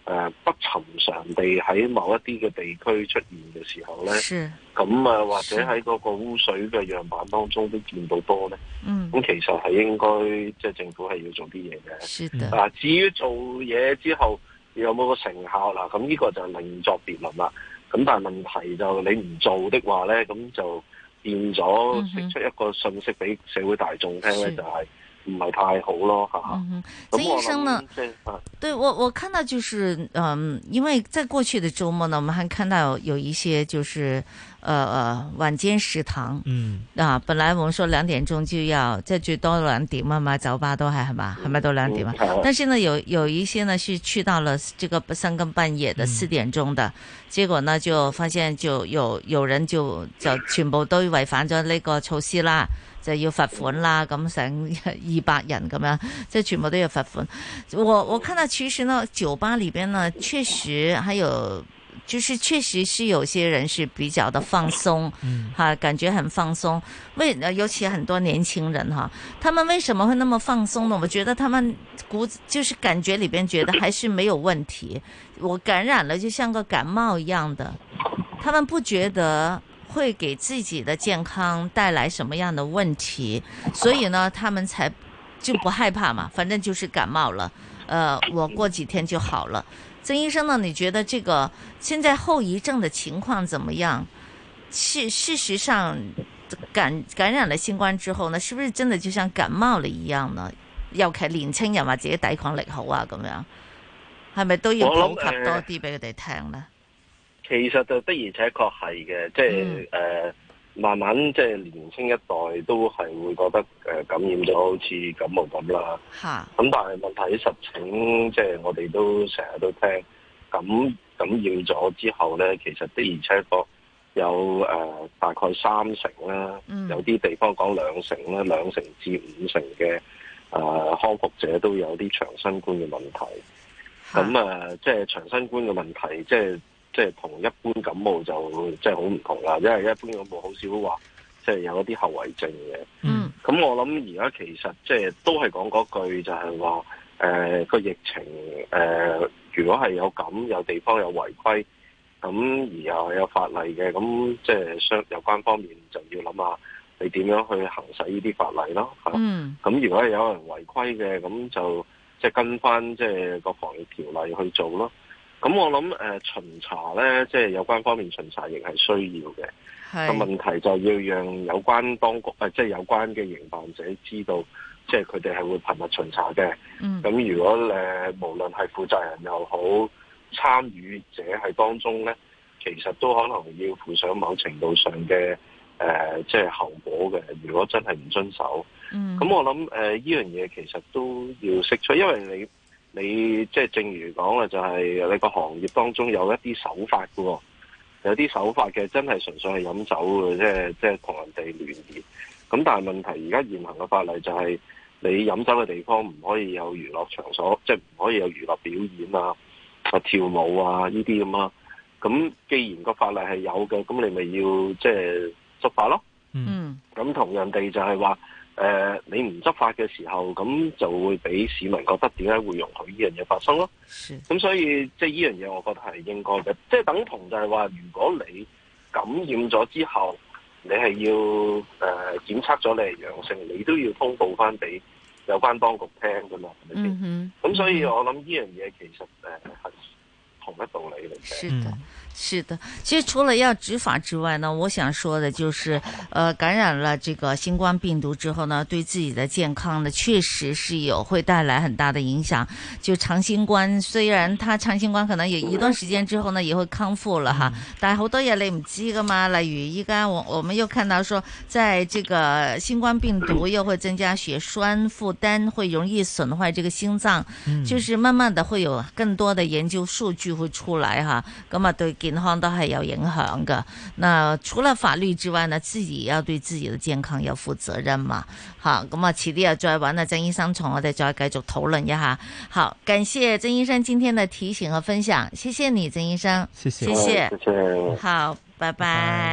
誒不尋常地喺某一啲嘅地區出現嘅時候咧，咁啊或者喺嗰個污水嘅樣板當中都見到多咧，咁、嗯、其實係應該即係政府係要做啲嘢嘅。嗱、啊，至於做嘢之後有冇個成效啦，咁呢個就另作別論啦。咁但係問題就你唔做的話咧，咁就變咗釋出一個訊息俾社會大眾聽咧，就係、是。唔係太好咯，吓、嗯。 曾醫生呢？對我我看到就是，嗯，因為在過去的周末呢，我們還看到有一些就是，呃呃，晚間食堂，嗯，啊，本來我們說兩點鐘就要，即係最多兩點啊嘛，酒吧都係係嘛，係咪都兩點啊？嗯、但是呢，有有一些呢是去到了這個三更半夜的四點鐘的，嗯、結果呢就發現就有有人就就全部都違反咗呢個措施啦。就要罰款啦，咁成二百人咁樣，即係全部都要罰款。我我看到其實呢，酒吧裏邊呢，確實還有，就是確實是有些人是比較的放鬆，嗯，哈，感覺很放鬆。為尤其很多年輕人哈，他們為什麼會那麼放鬆呢？我覺得他們骨就是感覺裏邊覺得還是沒有問題。我感染了就像個感冒一樣的，他們不覺得會給自己的健康帶來什麼樣的問題，所以呢，他們才就不害怕嘛，反正就是感冒了，呃，我過幾天就好了。曾醫生呢，你覺得這個現在後遺症的情況怎麼樣？事事實上感感染了新冠之後呢，是不是真的就像感冒了一樣呢？尤其年輕人或者抵抗力好啊咁樣，係咪都要普及多啲俾佢哋聽呢？ 其實就的而且確係嘅，即係誒慢慢即係年輕一代都係會覺得誒、呃、感染咗好似感冒咁啦。嚇！咁但係問題實情，即係我哋都成日都聽感感染咗之後咧，其實的而且確有誒、呃、大概三成啦、嗯，有啲地方講兩成啦，兩成至五成嘅誒、呃、康復者都有啲長新冠嘅問題。咁啊、呃，即係長新冠嘅問題，即係。即係同一般感冒就即係好唔同啦，因為一般感冒好少話即係有一啲後遺症嘅。嗯，咁我諗而家其實即係都係講嗰句就係話誒個疫情誒、呃，如果係有咁有地方有違規，咁而又有法例嘅，咁即係相有關方面就要諗下你點樣去行使呢啲法例咯。嗯，咁如果係有人違規嘅，咁就即係跟翻即係個防疫條例去做咯。咁我諗誒、呃、巡查咧，即係有關方面巡查亦係需要嘅。個問題就要讓有關當局誒、呃，即係有關嘅營辦者知道，即係佢哋係會頻密巡查嘅。咁、嗯、如果誒、呃、無論係負責人又好，參與者喺當中咧，其實都可能要負上某程度上嘅誒、呃，即係後果嘅。如果真係唔遵守，咁、嗯、我諗誒呢樣嘢其實都要釋出，因為你。你即係正如講啦，就係你個行業當中有一啲手法嘅喎，有啲手法嘅真係純粹係飲酒嘅，即係即係同人哋聯誼。咁但係問題而家現行嘅法例就係你飲酒嘅地方唔可以有娛樂場所，即係唔可以有娛樂表演啊、啊跳舞啊呢啲咁啊。咁既然個法例係有嘅，咁你咪要即係執法咯。嗯。咁同人哋就係話。誒、呃，你唔執法嘅時候，咁就會俾市民覺得點解會容許呢樣嘢發生咯？咁所以即係呢樣嘢，我覺得係應該嘅。即係等同就係話，如果你感染咗之後，你係要誒、呃、檢測咗你係陽性，你都要通報翻俾有關當局聽噶嘛，係咪先？咁、嗯、所以我諗呢樣嘢其實誒係同一道理嚟嘅。 是的。是的，其實除了要執法之外呢，我想說的就是，呃，感染了這個新冠病毒之後呢，對自己的健康呢，確實是有會帶來很大的影響。就長新冠，雖然它長新冠可能也一段時間之後呢，也會康復了哈，但係好多嘢你唔知噶嘛。例如依家我我們又看到說，在這個新冠病毒又會增加血栓負擔，會容易損壞這個心臟，就是慢慢的會有更多的研究數據會出來哈。咁啊對。健康都係有影響噶，那除了法律之外呢，自己要對自己的健康要負責任嘛。好，咁啊，遲啲又再揾阿曾醫生同我哋再繼續討論一下。好，感謝曾醫生今天的提醒和分享，謝謝你，曾醫生， 謝謝， 謝謝，好，拜拜。